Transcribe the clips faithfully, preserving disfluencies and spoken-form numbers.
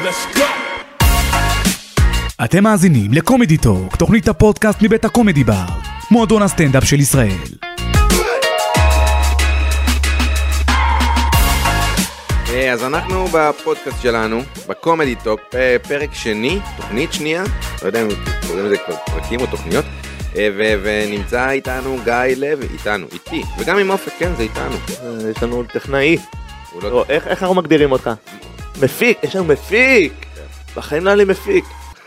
let's go. אתם מאזינים לקומדי טוק, תוכנית הפודקאסט מבית הקומדי בר, מועדון הסטנדאפ של ישראל. אז אנחנו בפודקאסט שלנו, בקומדי טוק, פרק שני, תוכנית שנייה, לא יודע אם קוראים לזה כבר פרקים או תוכניות, ונמצא איתנו גיא לוי, איתנו, איתי, וגם עם אופק, כן, זה איתנו. יש לנו טכנאי. איך אנחנו מגדירים אותך? מפיק, יש לנו מפיק. בחיים לא היה לי מפיק.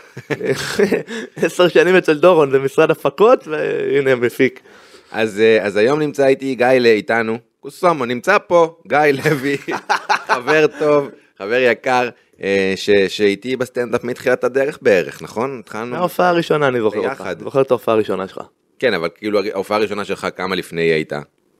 עשר שנים אצל דורון, זה משרד הפקות, והנה מפיק. אז היום נמצא איתי גיא איתנו, קוסומו, נמצא פה, גיא לוי, חבר טוב, חבר יקר, שאיתי בסטנדאפ מתחילת הדרך בערך, נכון? התחלנו... ההופעה הראשונה אני זוכר אותך, זוכר את ההופעה הראשונה שלך. כן, אבל כאילו ההופעה הראשונה שלך כמה לפני היא הייתה?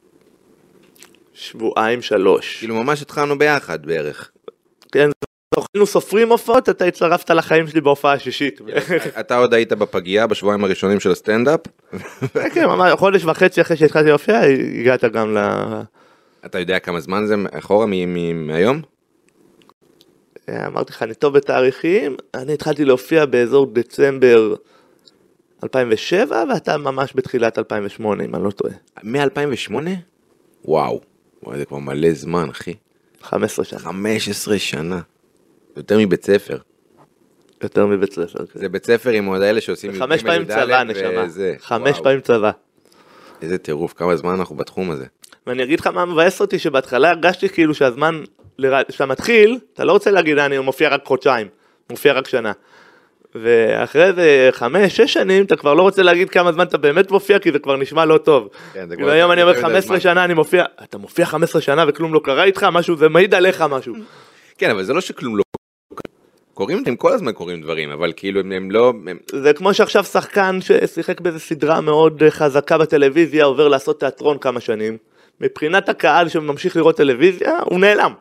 שבועיים, שלוש. כאילו ממש התחלנו ביחד בערך. כן, אנחנו סופרים הופעות, אתה הצטרפת לחיים שלי בהופעה השישית. אתה עוד היית בפגייה בשבועיים הראשונים של הסטנדאפ? כן, ממש חודש וחצי אחרי שהתחלתי להופיע, הגעת גם ל... אתה יודע כמה זמן זה אחורה מהיום? אמרתי לך, אני טוב בתאריכים, אני התחלתי להופיע באזור דצמבר אלפיים ושבע, ואתה ממש בתחילת אלפיים ושמונה, אם אני לא טועה. מ-אלפיים ושמונה? וואו, וואי, זה כבר מלא זמן, אחי. חמש עשרה שנה. חמש עשרה שנה. יותר מבית ספר. יותר מבית ספר. זה בית ספר עם עוד האלה שעושים... חמש פעמים צבא, נשמה. חמש פעמים צבא. איזה טירוף, כמה זמן אנחנו בתחום הזה. ואני אגיד לך מה מבאס אותי, שבהתחלה הרגשתי כאילו שהזמן, שאתה מתחיל, אתה לא רוצה להגיד, אני מופיע רק חודשיים, מופיע רק שנה. ואחרי זה חמש, שש שנים, אתה כבר לא רוצה להגיד כמה זמן אתה באמת מופיע, כי זה כבר נשמע לא טוב. והיום אני אומר חמש עשרה שנה, אני מופיע, אתה מופיע חמש עשרה שנה וכלום לא קרה איתך, משהו, זה מעיד עליך משהו. כן, אבל זה לא שכלום לא קוראים, הם כל הזמן קוראים דברים, אבל כאילו הם לא... זה כמו שעכשיו שחקן ששיחק באיזו סדרה מאוד חזקה בטלוויזיה, עובר לעשות תיאטרון כמה שנים. מבחינת הקהל שממשיך לראות טלוויזיה, הוא נעלם.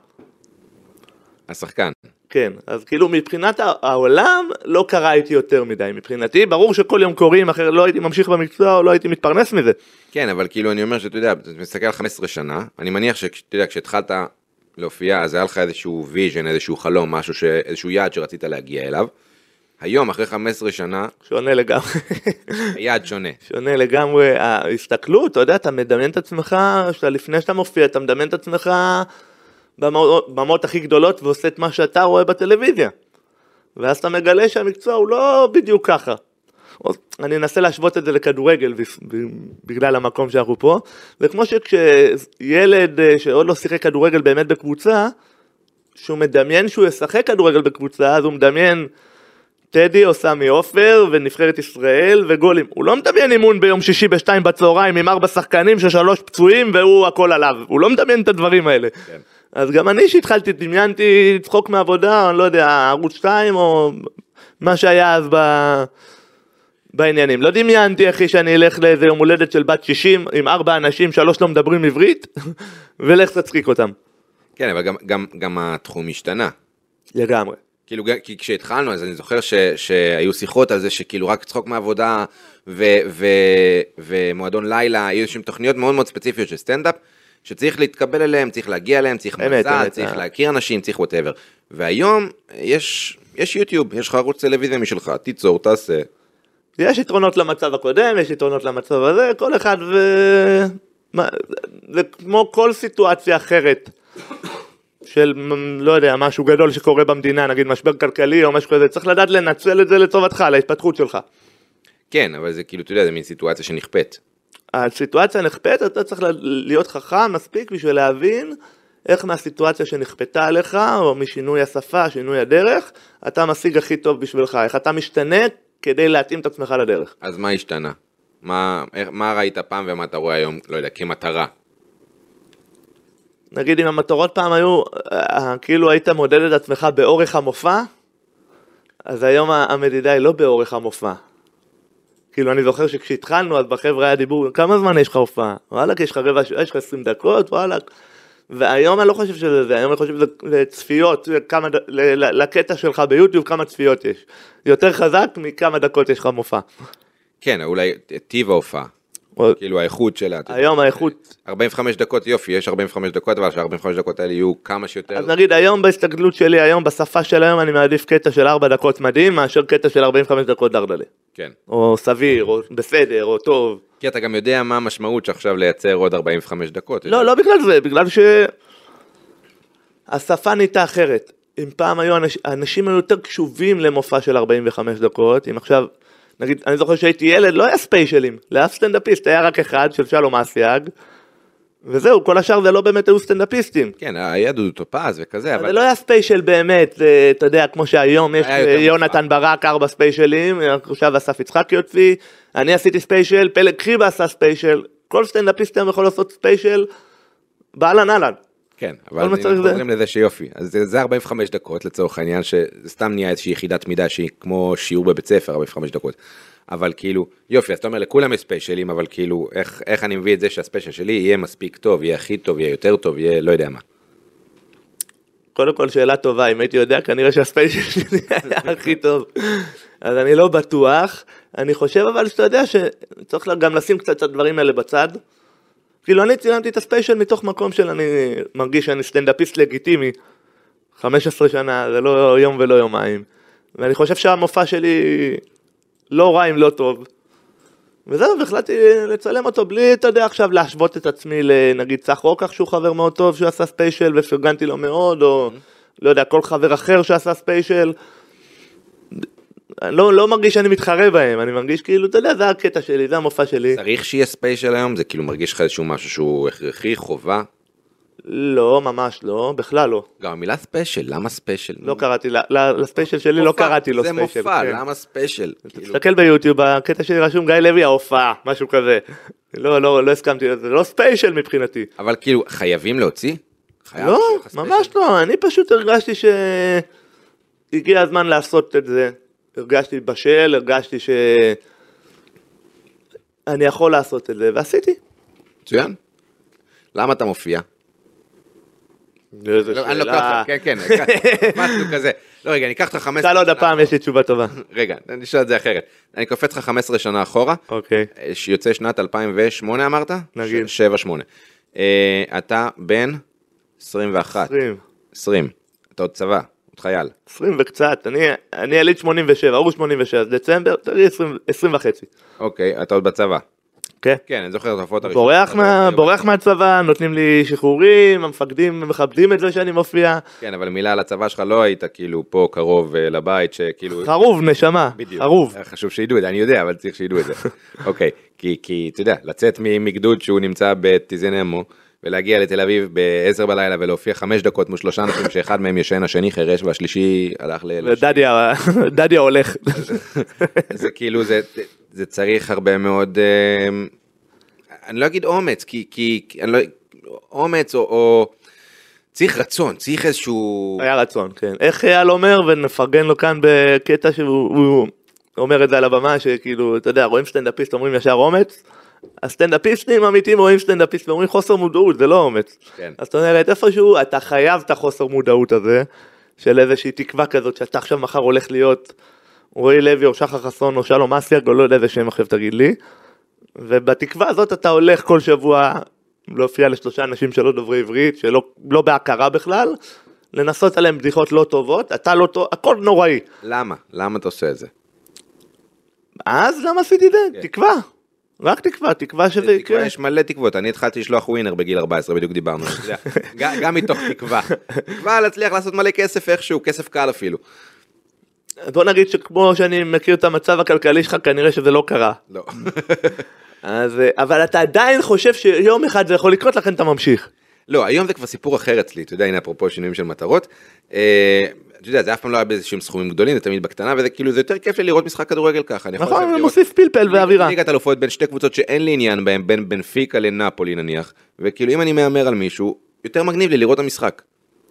השחקן. כן, אז כאילו מבחינת העולם לא קרה איתי יותר מדי. מבחינתי, ברור שכל יום קוראים, אחר לא הייתי ממשיך במקצוע או לא הייתי מתפרנס מזה. כן, אבל כאילו אני אומר שאתה יודע, אתה מסתכל על חמש עשרה שנה, אני מניח שאתה יודע, כשהתחלת להופיע, אז היה לך איזשהו ויז'ן, איזשהו חלום, משהו ש... איזשהו יעד שרצית להגיע אליו. היום, אחרי חמש עשרה שנה... שונה לגמרי. היעד שונה. שונה לגמרי. ההסתכלות, אתה יודע, אתה מדמיין את עצמך, שאתה לפני שאתה מופיע, אתה מדמיין את עצמך במות הכי גדולות, ועושה את מה שאתה רואה בטלוויזיה. ואז אתה מגלה שהמקצוע הוא לא בדיוק ככה. אני אנסה להשוות את זה לכדורגל, בגלל המקום שאנחנו פה. זה כמו שכשילד שעוד לא שיחק כדורגל באמת בקבוצה, שהוא מדמיין שהוא ישחק כדורגל בקבוצה, אז הוא מדמיין טדי או סמי עופר ונבחרת ישראל וגולים. הוא לא מדמיין אימון ביום שישי בשתיים בצהריים עם ארבע שחקנים ששלוש פצועים והוא הכל עליו. הוא לא מדמיין את הדברים האלה. כן. אז גם אני שהתחלתי, דמיינתי צחוק מעבודה, אני לא יודע, ערוץ שתיים או מה שהיה אז ב... בעניינים. לא דמיינתי אחי שאני אלך לאיזה יום הולדת של בת שישים עם ארבע אנשים, שלוש לא מדברים עברית, ולך תצחיק אותם. כן, אבל גם, גם, גם התחום השתנה. לגמרי. כאילו, כי כשהתחלנו, אז אני זוכר ש, שהיו שיחות על זה שכאילו רק צחוק מעבודה ו, ו, ומועדון לילה, היו שם תוכניות מאוד מאוד ספציפיות של סטנדאפ, שצריך להתקבל אליהם, צריך להגיע אליהם, צריך מצא, צריך להכיר אנשים, צריך whatever. והיום יש, יש יוטיוב, יש לך ערוץ טלוויזיה משלך, תיצור, תעשה. יש יתרונות למצב הקודם, יש יתרונות למצב הזה, כל אחד ו... זה כמו כל סיטואציה אחרת. של, לא יודע, משהו גדול שקורה במדינה, נגיד משבר כלכלי או משהו כזה, צריך לדעת לנצל את זה לטובתך, להתפתחות שלך. כן, אבל זה כאילו, אתה יודע, זה מין סיטואציה שנכפת. הסיטואציה נכפת, אתה צריך להיות חכם מספיק בשביל להבין איך מהסיטואציה שנכפתה עליך, או משינוי השפה, שינוי הדרך, אתה משיג הכי טוב בשבילך, איך אתה משתנה כדי להתאים את עצמך לדרך. אז מה השתנה? מה, מה ראית פעם ומה אתה רואה היום, לא יודע, כמטרה? נגיד אם המטרות פעם היו, כאילו היית מודד את עצמך באורך המופע, אז היום המדידה היא לא באורך המופע. כאילו אני זוכר שכשהתחלנו, אז בחברה היה דיבור, כמה זמן יש לך הופעה? וואלה, יש לך רבע, יש לך עשרים דקות, וואלה. והיום אני לא חושב שזה זה, היום אני חושב שזה צפיות, כמה, לקטע שלך ביוטיוב, כמה צפיות יש. יותר חזק מכמה דקות יש לך מופע. כן, אולי טיב ההופעה. כאילו האיכות שלה. היום האיכות... ארבעים וחמש דקות, יופי, יש ארבעים וחמש דקות, אבל ש-ארבעים וחמש דקות האלה יהיו כמה שיותר... אז נגיד, היום בהסתגלות שלי, היום בשפה של היום, אני מעדיף קטע של ארבע דקות מדהים, מאשר קטע של ארבעים וחמש דקות דרדלה. כן. או סביר, או בסדר, או טוב. כי אתה גם יודע מה המשמעות שעכשיו לייצר עוד ארבעים וחמש דקות. לא, לא בגלל זה, בגלל ש... השפה נהייתה אחרת. אם פעם היו אנשים, אנשים היו יותר קשובים למופע של ארבעים וחמש דקות, אם עכשיו, נגיד, אני זוכר שהייתי ילד, לא היה ספיישלים, לאף סטנדאפיסט, היה רק אחד של שלום אסיאג, וזהו, כל השאר זה לא באמת היו סטנדאפיסטים. כן, היה דודו טופז וכזה, אבל... זה לא היה ספיישל באמת, זה, אתה יודע, כמו שהיום יש יונתן ברק, ארבע ספיישלים, עכשיו אסף יצחק יוציא, אני עשיתי ספיישל, פלג חיבה עשה ספיישל, כל סטנדאפיסט היום יכול לעשות ספיישל, באלן אלן. כן, אבל אנחנו חוזרים לזה שיופי, אז זה ארבעים וחמש דקות לצורך העניין, שסתם נהיה איזושהי יחידת מידה שהיא כמו שיעור בבית ספר, ארבעים וחמש דקות, אבל כאילו, יופי, אז אתה אומר לכולם יש ספיישלים, אבל כאילו, איך, איך אני מביא את זה שהספיישל שלי יהיה מספיק טוב, יהיה הכי טוב, יהיה יותר טוב, יהיה לא יודע מה. קודם כל שאלה טובה, אם הייתי יודע, כנראה שהספיישל שלי היה הכי טוב, אז אני לא בטוח, אני חושב אבל שאתה יודע שצריך גם לשים קצת את הדברים האלה בצד, כאילו אני צילמתי את הספיישל מתוך מקום של אני מרגיש שאני סטנדאפיסט לגיטימי, חמש עשרה שנה, זה לא יום ולא יומיים, ואני חושב שהמופע שלי לא רע אם לא טוב, וזהו, והחלטתי לצלם אותו בלי, אתה יודע, עכשיו להשוות את עצמי לנגיד צח רוקח שהוא חבר מאוד טוב שהוא עשה ספיישל ופרגנתי לו מאוד, או לא יודע, כל חבר אחר שעשה ספיישל, אני לא, לא מרגיש שאני מתחרה בהם, אני מרגיש כאילו, אתה יודע, זה הקטע שלי, זה המופע שלי. צריך שיהיה ספיישל היום? זה כאילו מרגיש לך איזשהו משהו שהוא הכרחי, חובה? לא, ממש לא, בכלל לא. גם המילה ספיישל, למה ספיישל? לא קראתי, לספיישל שלי לא קראתי לו ספיישל. זה מופע, למה ספיישל? תסתכל ביוטיוב, הקטע שלי רשום גיא לוי, ההופעה, משהו כזה. לא, לא, לא הסכמתי, זה לא ספיישל מבחינתי. אבל כאילו, חייבים להוציא? לא, ממש לא, אני פשוט הרגשתי שהגיע הזמן לעשות את זה. הרגשתי בשל, הרגשתי שאני יכול לעשות את זה, ועשיתי. מצוין. למה אתה מופיע? איזה שאלה. אני לוקח, כן, כן, משהו כזה. לא, רגע, אני אקח אותך חמש עשרה שנה. עוד הפעם, יש לי תשובה טובה. רגע, אני אשאל את זה אחרת. אני קופץ לך חמש עשרה שנה אחורה. אוקיי. שיוצא שנת אלפיים ושמונה אמרת? נגיד. שבע שמונה. אתה בן עשרים ואחת. עשרים. עשרים. אתה עוד צבא. חייל. עשרים וקצת, אני, אני יליד שמונים ושבע, הוא שמונים ושבע, דצמבר, תראי עשרים, עשרים וחצי. אוקיי, אתה עוד בצבא. כן. כן, אני זוכר את ההופעות הראשונות. בורח, מה, בורח מהצבא, נותנים לי שחרורים, המפקדים מכבדים את זה שאני מופיע. כן, אבל מילה על הצבא שלך לא היית כאילו פה קרוב לבית, שכאילו... חרוב, נשמה, בדיוק. חרוב. חשוב שידעו את זה, אני יודע, אבל צריך שידעו את זה. אוקיי, כי, כי, אתה יודע, לצאת ממגדוד שהוא נמצא בטיזנמו, ולהגיע לתל אביב בעשר בלילה ולהופיע חמש דקות מול שלושה אנשים שאחד מהם ישן, השני חירש והשלישי הלך ל... ודדיה, דדיה הולך. זה כאילו, זה, זה צריך הרבה מאוד, אני לא אגיד אומץ, כי, כי, אני לא, אומץ או, או צריך רצון, צריך איזשהו... היה רצון, כן. איך אייל אומר, ונפרגן לו כאן בקטע שהוא אומר את זה על הבמה, שכאילו, אתה יודע, רואים סטנדאפיסט, אומרים ישר אומץ, הסטנדאפיסטים אמיתיים רואים סטנדאפיסט ואומרים חוסר מודעות, זה לא אומץ. כן. אז זאת אומרת, איפשהו אתה חייב את החוסר מודעות הזה, של איזושהי תקווה כזאת, שאתה עכשיו מחר הולך להיות רועי לוי או שחר חסון או שלום אסיאג, או לא יודע איזה שם עכשיו תגיד לי, ובתקווה הזאת אתה הולך כל שבוע להופיע לשלושה אנשים שלא דוברי עברית, שלא לא בהכרה בכלל, לנסות עליהם בדיחות לא טובות, אתה לא טוב, הכל נוראי. למה? למה אתה עושה את זה? אז למה עשיתי את זה? תקווה. רק תקווה, תקווה שזה יקרה. יש מלא תקוות, אני התחלתי לשלוח ווינר בגיל ארבע עשרה, בדיוק דיברנו. גם מתוך תקווה. תקווה להצליח לעשות מלא כסף איכשהו, כסף קל אפילו. בוא נגיד שכמו שאני מכיר את המצב הכלכלי שלך, כנראה שזה לא קרה. לא. אז, אבל אתה עדיין חושב שיום אחד זה יכול לקרות, לכן אתה ממשיך. לא, היום זה כבר סיפור אחר אצלי, אתה יודע, הנה אפרופו שינויים של מטרות. אתה יודע, זה אף פעם לא היה באיזשהם סכומים גדולים, זה תמיד בקטנה, וזה כאילו, זה יותר כיף לי לראות משחק כדורגל ככה. נכון, אני מוסיף פלפל ואווירה. ליגת אלופות בין שתי קבוצות שאין לי עניין בהם, בין בנפיקה לנאפולי נניח, וכאילו אם אני מאמר על מישהו, יותר מגניב לי לראות המשחק.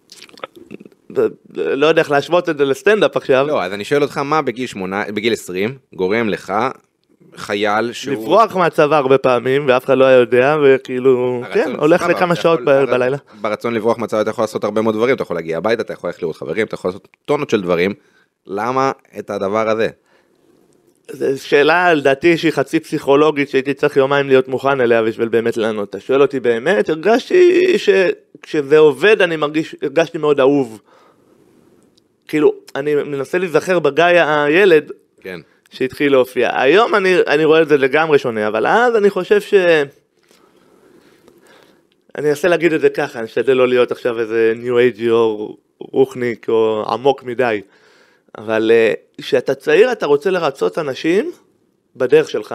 לא יודע איך להשוות את זה לסטנדאפ עכשיו. לא, אז אני שואל אותך, מה בגיל שמונה, בגיל עשרים, גורם לך חייל שהוא... לברוח מהצבא הרבה פעמים, ואף אחד לא היה יודע, וכאילו, כן, הולך לכמה שעות בלילה. ברצון לברוח מהצבא אתה יכול לעשות הרבה מאוד דברים, אתה יכול להגיע הביתה, אתה יכול ללכת לראות חברים, אתה יכול לעשות טונות של דברים, למה את הדבר הזה? זו שאלה, לדעתי, שהיא חצי פסיכולוגית, שהייתי צריך יומיים להיות מוכן אליה בשביל באמת לענות. אתה שואל אותי באמת, הרגשתי שכשזה עובד, אני מרגיש, הרגשתי מאוד אהוב. כאילו, אני מנסה להיזכר בגיא הילד, כן. שהתחיל להופיע. היום אני, אני רואה את זה לגמרי שונה, אבל אז אני חושב ש... אני אנסה להגיד את זה ככה, אני אשתדל לא להיות עכשיו איזה ניו אייג'י או רוחניק או עמוק מדי. אבל כשאתה צעיר אתה רוצה לרצות אנשים בדרך שלך.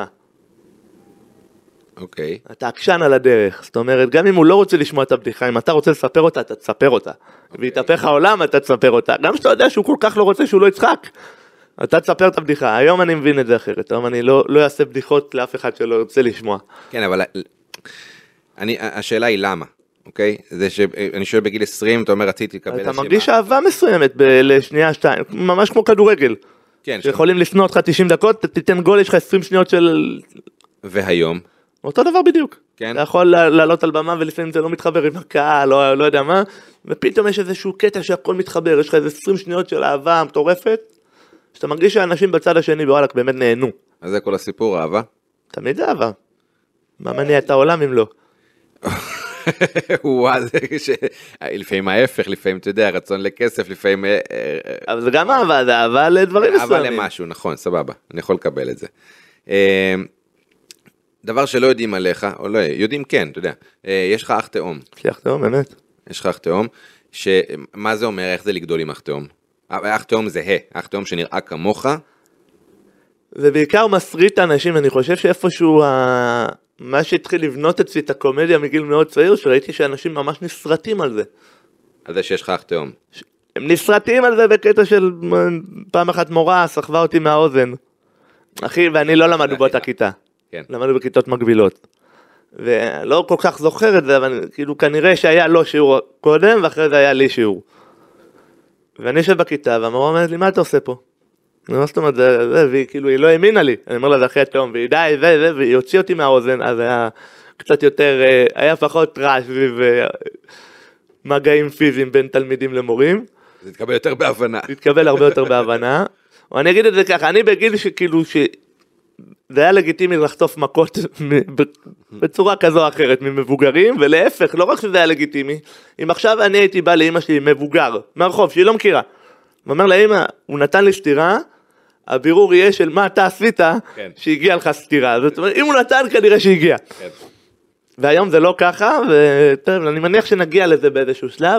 אוקיי. אתה עקשן על הדרך, זאת אומרת, גם אם הוא לא רוצה לשמוע את הבדיחה, אם אתה רוצה לספר אותה, אתה תספר אותה. ויתהפך העולם, אתה תספר אותה. גם שאתה יודע שהוא כל כך לא רוצה שהוא לא יצחק, אתה תספר את הבדיחה. היום אני מבין את זה אחרת, היום אני לא, לא אעשה בדיחות לאף אחד שלא רוצה לשמוע. כן, אבל אני, השאלה היא למה, אוקיי? זה שאני שואל בגיל עשרים, אתה אומר, רציתי לקבל... אתה מרגיש אהבה מסוימת לשנייה, שתיים, ממש כמו כדורגל. כן. שיכולים לשנוא אותך תשעים דקות, תיתן גול, יש לך עשרים שניות של... והיום? אותו דבר בדיוק. כן. אתה יכול לעלות על במה ולפעמים זה לא מתחבר עם הקהל, לא, לא יודע מה, ופתאום יש איזשהו קטע שהכל מתחבר, יש לך איזה עשרים שניות של אהבה מטורפת, שאתה מרגיש שהאנשים בצד השני בוואלק באמת נהנו. אז זה כל הסיפור, אהבה? תמיד זה אהבה. מה מניע את העולם אם לא? וואו, לפעמים ההפך, לפעמים אתה יודע, רצון לכסף, לפעמים... אבל זה גם אהבה, זה אהבה לדברים מסוימים. אהבה למשהו, נכון, סבבה, אני יכול לקבל את זה. דבר שלא יודעים עליך, או לא, יודעים כן, אתה יודע, יש לך אח תאום. יש לי אח תאום, באמת. יש לך אח תאום, שמה זה אומר, איך זה לגדול עם אח תאום? אח תאום זה ה, אח תאום שנראה כמוך. זה בעיקר מסריט את האנשים, אני חושב שאיפשהו, ה... מה שהתחיל לבנות אצלי את הקומדיה מגיל מאוד צעיר, שראיתי שאנשים ממש נסרטים על זה. על זה שיש לך אח תאום. הם נסרטים על זה בקטע של פעם אחת מורה, סחבה אותי מהאוזן. אחי, ואני לא למדו באותה כיתה. כן. למדנו בכיתות מקבילות. ולא כל כך זוכר את זה, אבל כאילו כנראה שהיה לו שיעור קודם, ואחרי זה היה לי שיעור. ואני יושב בכיתה, והמורה אומרת לי, מה אתה עושה פה? אני אומר, זאת אומרת, זה, זה, והיא כאילו, היא לא האמינה לי. אני אומר לה, זה אחרי התאום, והיא די, זה, זה, והיא הוציא אותי מהאוזן, אז היה קצת יותר, היה פחות רעש, ומגעים פיזיים בין תלמידים למורים. זה התקבל יותר בהבנה. זה התקבל הרבה יותר בהבנה. או אני אגיד את זה ככה, אני בגיל שכאילו, ש... זה היה לגיטימי לחטוף מכות בצורה כזו או אחרת ממבוגרים, ולהפך, לא רק שזה היה לגיטימי, אם עכשיו אני הייתי בא לאמא שלי מבוגר, מהרחוב, שהיא לא מכירה, ואומר לה, אמא, הוא נתן לי סתירה, הבירור יהיה של מה אתה עשית, כן. שהגיע לך סתירה, זאת אומרת, אם הוא נתן, כנראה שהגיע. כן. והיום זה לא ככה, וטוב, אני מניח שנגיע לזה באיזשהו שלב,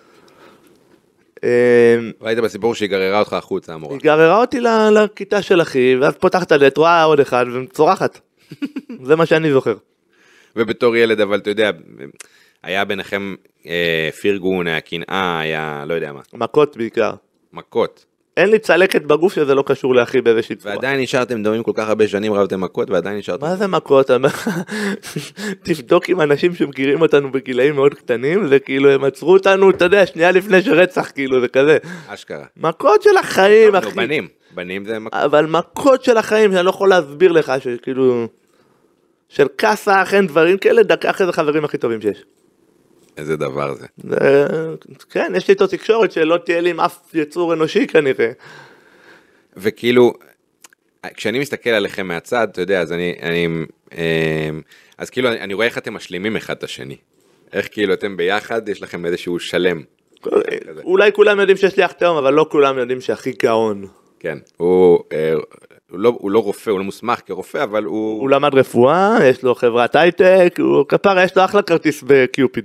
ראית בסיפור שהיא גררה אותך החוצה, המורה. היא גררה אותי לכיתה של אחי, ואז פותחת לי, את רואה עוד אחד, ומצורחת. זה מה שאני זוכר. ובתור ילד, אבל אתה יודע, היה ביניכם פירגון, היה קנאה, היה לא יודע מה. מכות בעיקר. מכות. אין לי צלקת בגוף שזה לא קשור לאחי באיזושהי צורה. ועדיין נשארתם דומים כל כך הרבה שנים, רבתם מכות, ועדיין נשארתם... מה זה מכות? תבדוק עם אנשים שמכירים אותנו בגילאים מאוד קטנים, זה כאילו הם עצרו אותנו, אתה יודע, שנייה לפני שרצח, כאילו, זה כזה. אשכרה. מכות של החיים, אחי. בנים, בנים זה מכות. אבל מכות של החיים, שאני לא יכול להסביר לך, שכאילו... של כסח, אין דברים כאלה, דקה אחרי זה חברים הכי טובים שיש. איזה דבר זה. זה... כן, יש לי איתו תקשורת שלא תהיה לי עם אף יצור אנושי כנראה. וכאילו, כשאני מסתכל עליכם מהצד, אתה יודע, אז אני, אני, אז כאילו, אני רואה איך אתם משלימים אחד את השני. איך כאילו אתם ביחד, יש לכם איזשהו שלם. אולי כולם יודעים שיש לי אח תאום, אבל לא כולם יודעים שהכי גאון. כן, הוא... הוא לא, הוא לא רופא, הוא לא מוסמך כרופא, אבל הוא... הוא למד רפואה, יש לו חברת הייטק, הוא כפרה, יש לו אחלה כרטיס בקיופיד.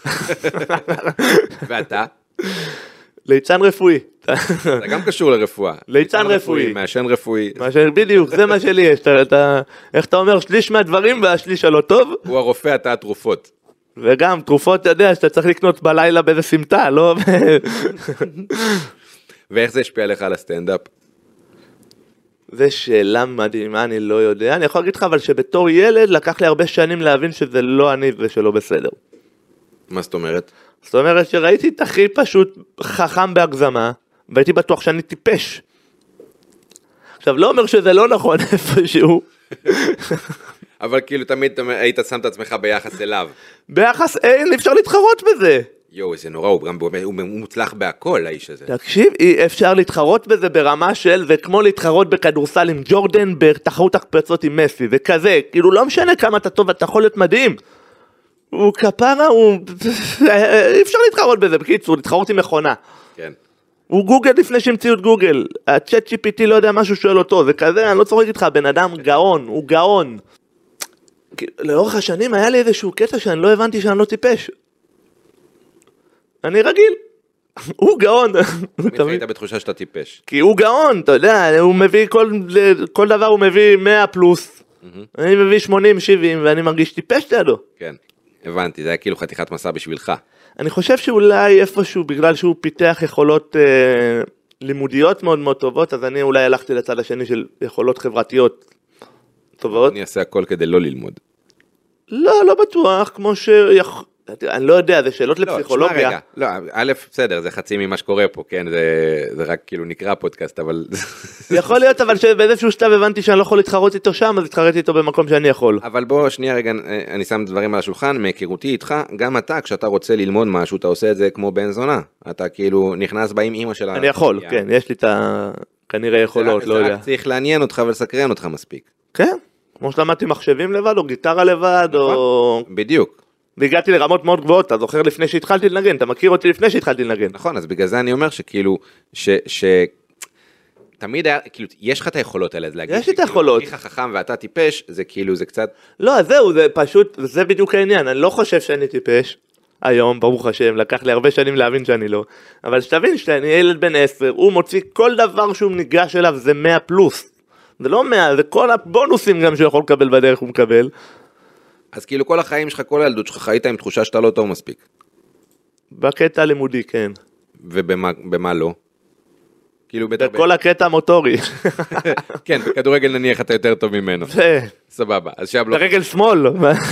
ואתה? ליצן רפואי. זה גם קשור לרפואה. ליצן רפואי. מעשן רפואי. בדיוק, זה מה שלי יש. איך אתה אומר, שליש מהדברים והשליש הלא טוב? הוא הרופא, אתה התרופות. וגם, תרופות, אתה יודע, שאתה צריך לקנות בלילה באיזה סמטה, לא? ואיך זה השפיע לך על הסטנדאפ? זה שאלה מדהימה, אני לא יודע. אני יכול להגיד לך, אבל שבתור ילד לקח לי הרבה שנים להבין שזה לא אני ושלא בסדר. מה זאת אומרת? זאת אומרת שראיתי את הכי פשוט חכם בהגזמה, והייתי בטוח שאני טיפש. עכשיו, לא אומר שזה לא נכון איפשהו. אבל כאילו תמיד היית שם את עצמך ביחס אליו. ביחס אין, אפשר להתחרות בזה. יואו, זה נורא, הוא גם הוא מוצלח בהכל, האיש הזה. תקשיב, אפשר להתחרות בזה ברמה של, זה כמו להתחרות בכדורסל עם ג'ורדן, בתחרות הקפצות עם מסי, זה כזה, כאילו לא משנה כמה אתה טוב, אתה יכול להיות מדהים. הוא כפרה, הוא... אי אפשר להתחרות בזה, בקיצור, להתחרות עם מכונה. כן. הוא גוגל לפני שהמציאו את גוגל, הצ'אט ג'י פי טי לא יודע משהו שואל אותו, זה כזה, אני לא צוחק איתך, בן אדם גאון, הוא גאון. לאורך השנים היה לי איזשהו קטע שאני לא הבנתי שאני לא טיפש. אני רגיל. הוא גאון. תמיד היית בתחושה שאתה טיפש. כי הוא גאון, אתה יודע, הוא מביא כל, כל דבר הוא מביא מאה פלוס. אני מביא שמונים, שבעים, ואני מרגיש טיפש לידו. כן, הבנתי, זה היה כאילו חתיכת מסע בשבילך. אני חושב שאולי איפשהו, בגלל שהוא פיתח יכולות אה, לימודיות מאוד מאוד טובות, אז אני אולי הלכתי לצד השני של יכולות חברתיות טובות. אני אעשה הכל כדי לא ללמוד. לא, לא בטוח, כמו ש... אני לא יודע, זה שאלות לפסיכולוגיה. לא, רגע, לא, א', בסדר, זה חצי ממה שקורה פה, כן, זה, זה רק כאילו נקרא פודקאסט, אבל... יכול להיות, אבל באיזשהו שלב הבנתי שאני לא יכול להתחרות איתו שם, אז התחרתי איתו במקום שאני יכול. אבל בוא, שנייה רגע, אני שם דברים על השולחן, מהיכרותי איתך, גם אתה, כשאתה רוצה ללמוד משהו, אתה עושה את זה כמו בן זונה. אתה כאילו נכנס בה עם אמא שלה. אני יכול, כן, יש לי את ה... כנראה יכולות, לא יודע. זה רק צריך לעניין אותך ולסקרן אותך מספיק. כן, כמו שלמדתי מחשבים לבד, או גיטרה לבד, או... בדיוק. והגעתי לרמות מאוד גבוהות, אתה זוכר לפני שהתחלתי לנגן, אתה מכיר אותי לפני שהתחלתי לנגן. נכון, אז בגלל זה אני אומר שכאילו, ש... ש... תמיד היה, כאילו, יש לך את היכולות האלה, להגיד, יש לי את היכולות. אני חכם ואתה טיפש, זה כאילו, זה קצת... לא, זהו, זה פשוט, זה בדיוק העניין, אני לא חושב שאני טיפש, היום, ברוך השם, לקח לי הרבה שנים להבין שאני לא, אבל שתבין שאני ילד בן עשר, הוא מוציא כל דבר שהוא ניגש אליו, זה מאה פלוס, זה לא מאה, זה כל הבונוסים גם שהוא יכול לקבל בדרך, הוא מקבל. אז כאילו כל החיים שלך, כל הילדות שלך, חיית עם תחושה שאתה לא טוב מספיק. בקטע לימודי, כן. ובמה לא? כאילו בכל הקטע המוטורי. כן, בכדורגל נניח אתה יותר טוב ממנו. סבבה, אז שבלוך. ברגל שמאל.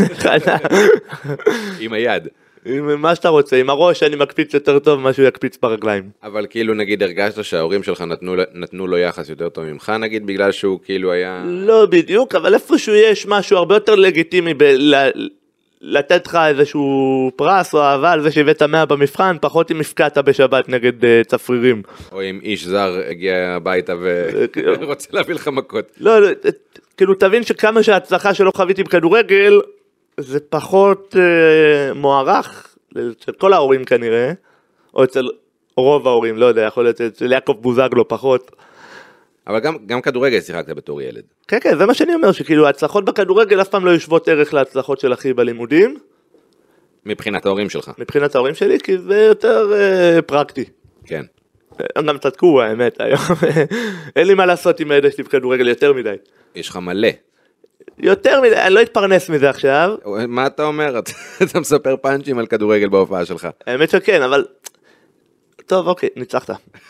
עם היד. עם מה שאתה רוצה, עם הראש אני מקפיץ יותר טוב ממה שהוא יקפיץ ברגליים. אבל כאילו נגיד הרגשת שההורים שלך נתנו, נתנו לו יחס יותר טוב ממך נגיד, בגלל שהוא כאילו היה... לא בדיוק, אבל איפשהו יש משהו הרבה יותר לגיטימי ב... לתת לך איזשהו פרס או אהבה על זה שהבאת מאה במבחן, פחות אם הפקעת בשבת נגד uh, צפרירים. או אם איש זר הגיע הביתה ורוצה להביא לך מכות. לא, לא, כאילו תבין שכמה שההצלחה שלא חוויתי בכדורגל, זה פחות uh, מוערך, של כל ההורים כנראה, או אצל רוב ההורים, לא יודע, יכול להיות אצל יעקב בוזגלו פחות. אבל גם, גם כדורגל שיחקת בתור ילד. כן, כן, זה מה שאני אומר, שכאילו ההצלחות בכדורגל אף פעם לא יושבות ערך להצלחות של אחי בלימודים. מבחינת ההורים שלך. מבחינת ההורים שלי, כי זה יותר אה, פרקטי. כן. הם גם צדקו, האמת, היום. אין לי מה לעשות עם הידע שלי בכדורגל יותר מדי. יש לך מלא. יותר מדי, אני לא אתפרנס מזה עכשיו. מה אתה אומר? אתה מספר פאנצ'ים על כדורגל בהופעה שלך. האמת שכן, אבל... טוב, אוקיי, ניצחת.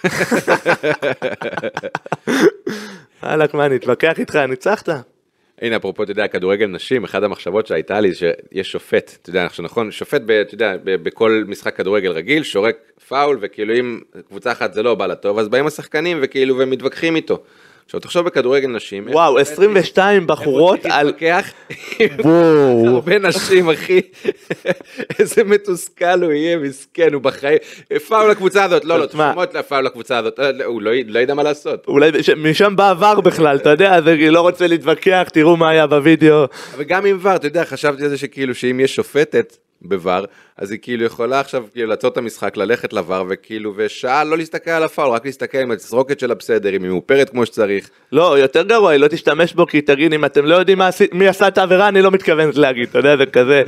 הלק, מה, נתווכח איתך, ניצחת? הנה, אפרופו, אתה יודע, כדורגל נשים, אחד המחשבות שהייתה לי, שיש שופט, אתה יודע, נכון, שופט, אתה יודע, בכל משחק כדורגל רגיל, שורק פאול, וכאילו אם קבוצה אחת זה לא בא לטוב, אז באים השחקנים, וכאילו, ומתווכחים איתו. עכשיו, תחשוב בכדורגל נשים... וואו, עשרים ושתיים בחורות על... להתווכח עם הרבה נשים, אחי. איזה מתוסכל הוא יהיה, מסכן, הוא בחיים. פאול לקבוצה הזאת, לא, לא, תשמעות לפאול לקבוצה הזאת. הוא לא ידע מה לעשות. אולי משם בעבר בכלל, אתה יודע, אז אני לא רוצה להתווכח, תראו מה היה בווידאו. אבל גם עם ור, אתה יודע, חשבתי על זה שכאילו, שאם יש שופטת בוור, אז היא כאילו יכולה עכשיו כאילו לעצור את המשחק, ללכת לוור, וכאילו, ושעה לא להסתכל על הפאול, רק להסתכל עם התסרוקת של הבסדר, אם היא מאופרת כמו שצריך. לא, יותר גרוע, היא לא תשתמש בו, כי תגיד, אם אתם לא יודעים מי עשה את העבירה, אני לא מתכוונת להגיד, אתה יודע, זה כזה.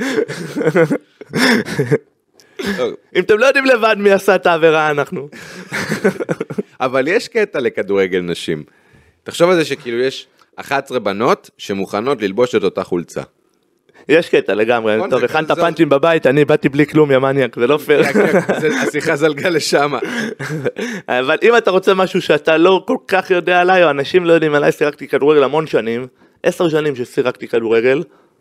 אם אתם לא יודעים לבד מי עשה את העבירה, אנחנו. אבל יש קטע לכדורגל נשים. תחשוב על זה שכאילו יש אחת עשרה בנות שמוכנות ללבוש את אותה חולצה. יש קטע לגמרי, טוב, הכנת פאנצ'ים בבית, אני באתי בלי כלום, יא מניאק, זה לא פייר. השיחה זלגה לשם. אבל אם אתה רוצה משהו שאתה לא כל כך יודע עליי, או אנשים לא יודעים עליי, סירקתי כדורגל המון שנים, עשר שנים שסירקתי כדורגל,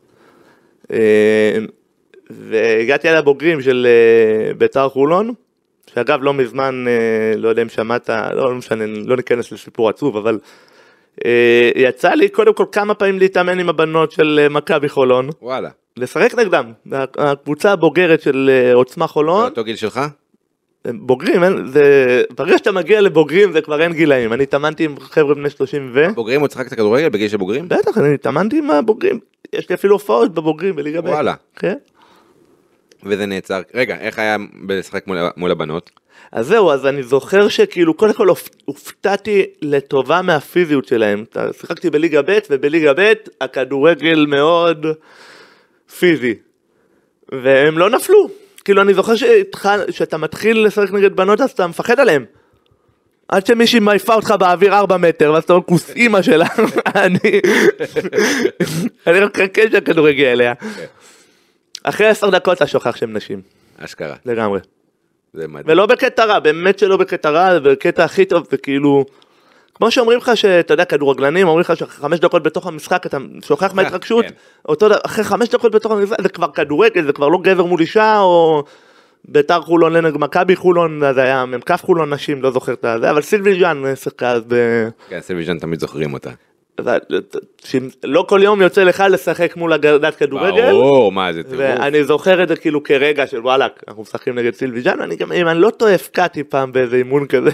והגעתי על הבוגרים של בית"ר חולון, שאגב לא מזמן, לא יודע אם שמעת, לא משנה, לא ניכנס לסיפור עצוב, אבל... יצא לי קודם כל כמה פעמים להתאמן עם הבנות של מכבי חולון. וואלה. לשחק נגדם, הקבוצה הבוגרת של עוצמה חולון, אותו גיל שלך? בוגרים, אין, זה, ברגע שאתה מגיע לבוגרים זה כבר אין גילאים, אני התאמנתי עם חבר'ה בני שלושים ו... בוגרים הוא צחק את הכדורגל בגיל של בוגרים? בטח, אני התאמנתי עם הבוגרים, יש לי אפילו הופעות בבוגרים בליגה ב'. וואלה. כן. וזה נעצר, רגע, איך היה לשחק מול, מול הבנות? אז זהו, אז אני זוכר שכאילו קודם כל הופתעתי לטובה מהפיזיות שלהם, שיחקתי בליגה ב' ובליגה ב' הכדורגל מאוד פיזי, והם לא נפלו. כאילו אני זוכר שאתה מתחיל לשחק נגד בנות אז אתה מפחד עליהם עד שמישהי מעיפה אותך באוויר ארבע מטר ואז אתה אומר כוס אימא שלה אני אני רק חכה שהכדורגל אליה אחרי עשר דקות אתה שוכח שהם נשים אשכרה לגמרי זה מדהים. ולא בקטע רע, באמת שלא בקטע רע, זה בקטע הכי טוב, וכאילו כמו שאומרים לך שאתה יודע כדורגלנים אומרים לך שחמש דקות בתוך המשחק אתה שוכח מההתרגשות, אותו אחרי חמש דקות בתוך המשחק זה כבר כדורגל, זה כבר לא גבר מול אישה או ביתר חולון לנגד מכבי חולון, זה היה ממקף חולון נשים, לא זוכר את זה, אבל סילבי ז'אן שיחקה אז ב... כן, סילבי ז'אן תמיד זוכרים אותה. לא כל יום יוצא לך לשחק מול אגדת כדורגל. ברור, מה זה טירוף. ואני זוכר את זה כאילו כרגע של וואלה, אנחנו משחקים נגד סילבי ז'אן, אני גם, אם אני לא טועה, הפקעתי פעם באיזה אימון כזה.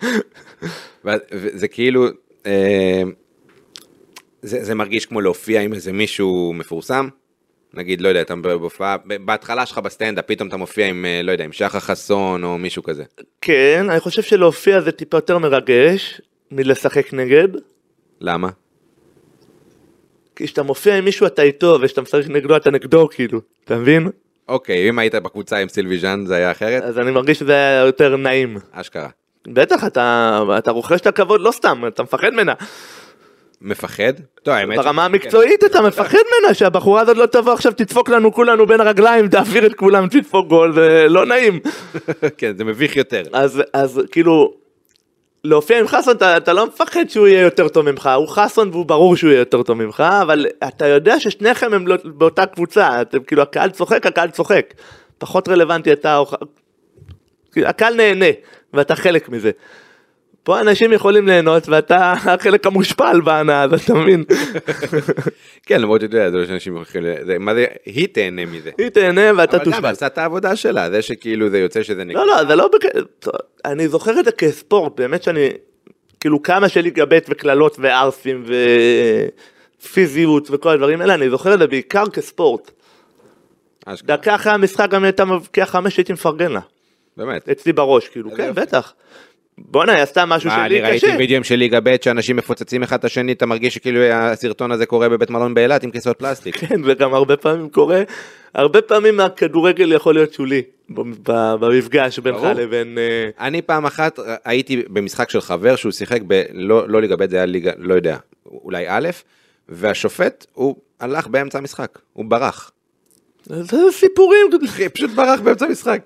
וזה כאילו, זה מרגיש כמו להופיע עם איזה מישהו מפורסם? נגיד, לא יודע, אתה בהופעה, בהתחלה שלך בסטנדאפ, פתאום אתה מופיע עם, לא יודע, עם שחר חסון או מישהו כזה. כן, אני חושב שלהופיע זה טיפה יותר מרגש מלשחק נגד. למה? כי כשאתה מופיע עם מישהו אתה איתו, וכשאתה משחק נגדו אתה נגדו, כאילו, אתה מבין? אוקיי, אם היית בקבוצה עם סילבי ז'אן זה היה אחרת? אז אני מרגיש שזה היה יותר נעים. אשכרה. בטח, אתה, אתה רוכש את הכבוד, לא סתם, אתה מפחד ממנה. מפחד? טוב, האמת... ברמה המקצועית אתה מפחד ממנה, שהבחורה הזאת לא תבוא עכשיו, תדפוק לנו כולנו בין הרגליים, תעביר את כולם, תדפוק גול, זה לא נעים. כן, זה מביך יותר. אז, אז כאילו, להופיע עם חסון, אתה, אתה לא מפחד שהוא יהיה יותר טוב ממך, הוא חסון והוא ברור שהוא יהיה יותר טוב ממך, אבל אתה יודע ששניכם הם לא, באותה קבוצה, אתם כאילו, הקהל צוחק, הקהל צוחק. פחות רלוונטי אתה, הקהל נהנה, ואתה חלק מזה. פה אנשים יכולים ליהנות, ואתה החלק המושפל בהנאה, אז אתה מבין? כן, למרות שאתה יודע, זה לא שאנשים הולכים, מה זה, היא תהנה מזה. היא תהנה ואתה תושפל. אבל גם, עשה את העבודה שלה, זה שכאילו זה יוצא שזה נקרא. לא, לא, זה לא, אני זוכר את זה כספורט, באמת שאני, כאילו כמה שלי גבט וכללות וארסים ופיזיות וכל הדברים האלה, אני זוכר את זה בעיקר כספורט. דקה אחרי המשחק גם הייתה מבקיע חמש שהייתי מפרגן לה. באמת? אצלי בראש, כאילו, כן, בטח. בוא'נה, היא עשתה משהו שלי קשה. אני ראיתי וידאוים של ליגה ב' שאנשים מפוצצים אחד את השני, אתה מרגיש שכאילו הסרטון הזה קורה בבית מלון באילת עם כיסאות פלסטיק. כן, וגם הרבה פעמים קורה, הרבה פעמים הכדורגל יכול להיות שולי, במפגש בינך לבין... אני פעם אחת הייתי במשחק של חבר שהוא שיחק לא ליגה ב', זה היה ליגה, לא יודע, אולי א', והשופט הוא הלך באמצע המשחק, הוא ברח. זה סיפורים. פשוט ברח באמצע המשחק.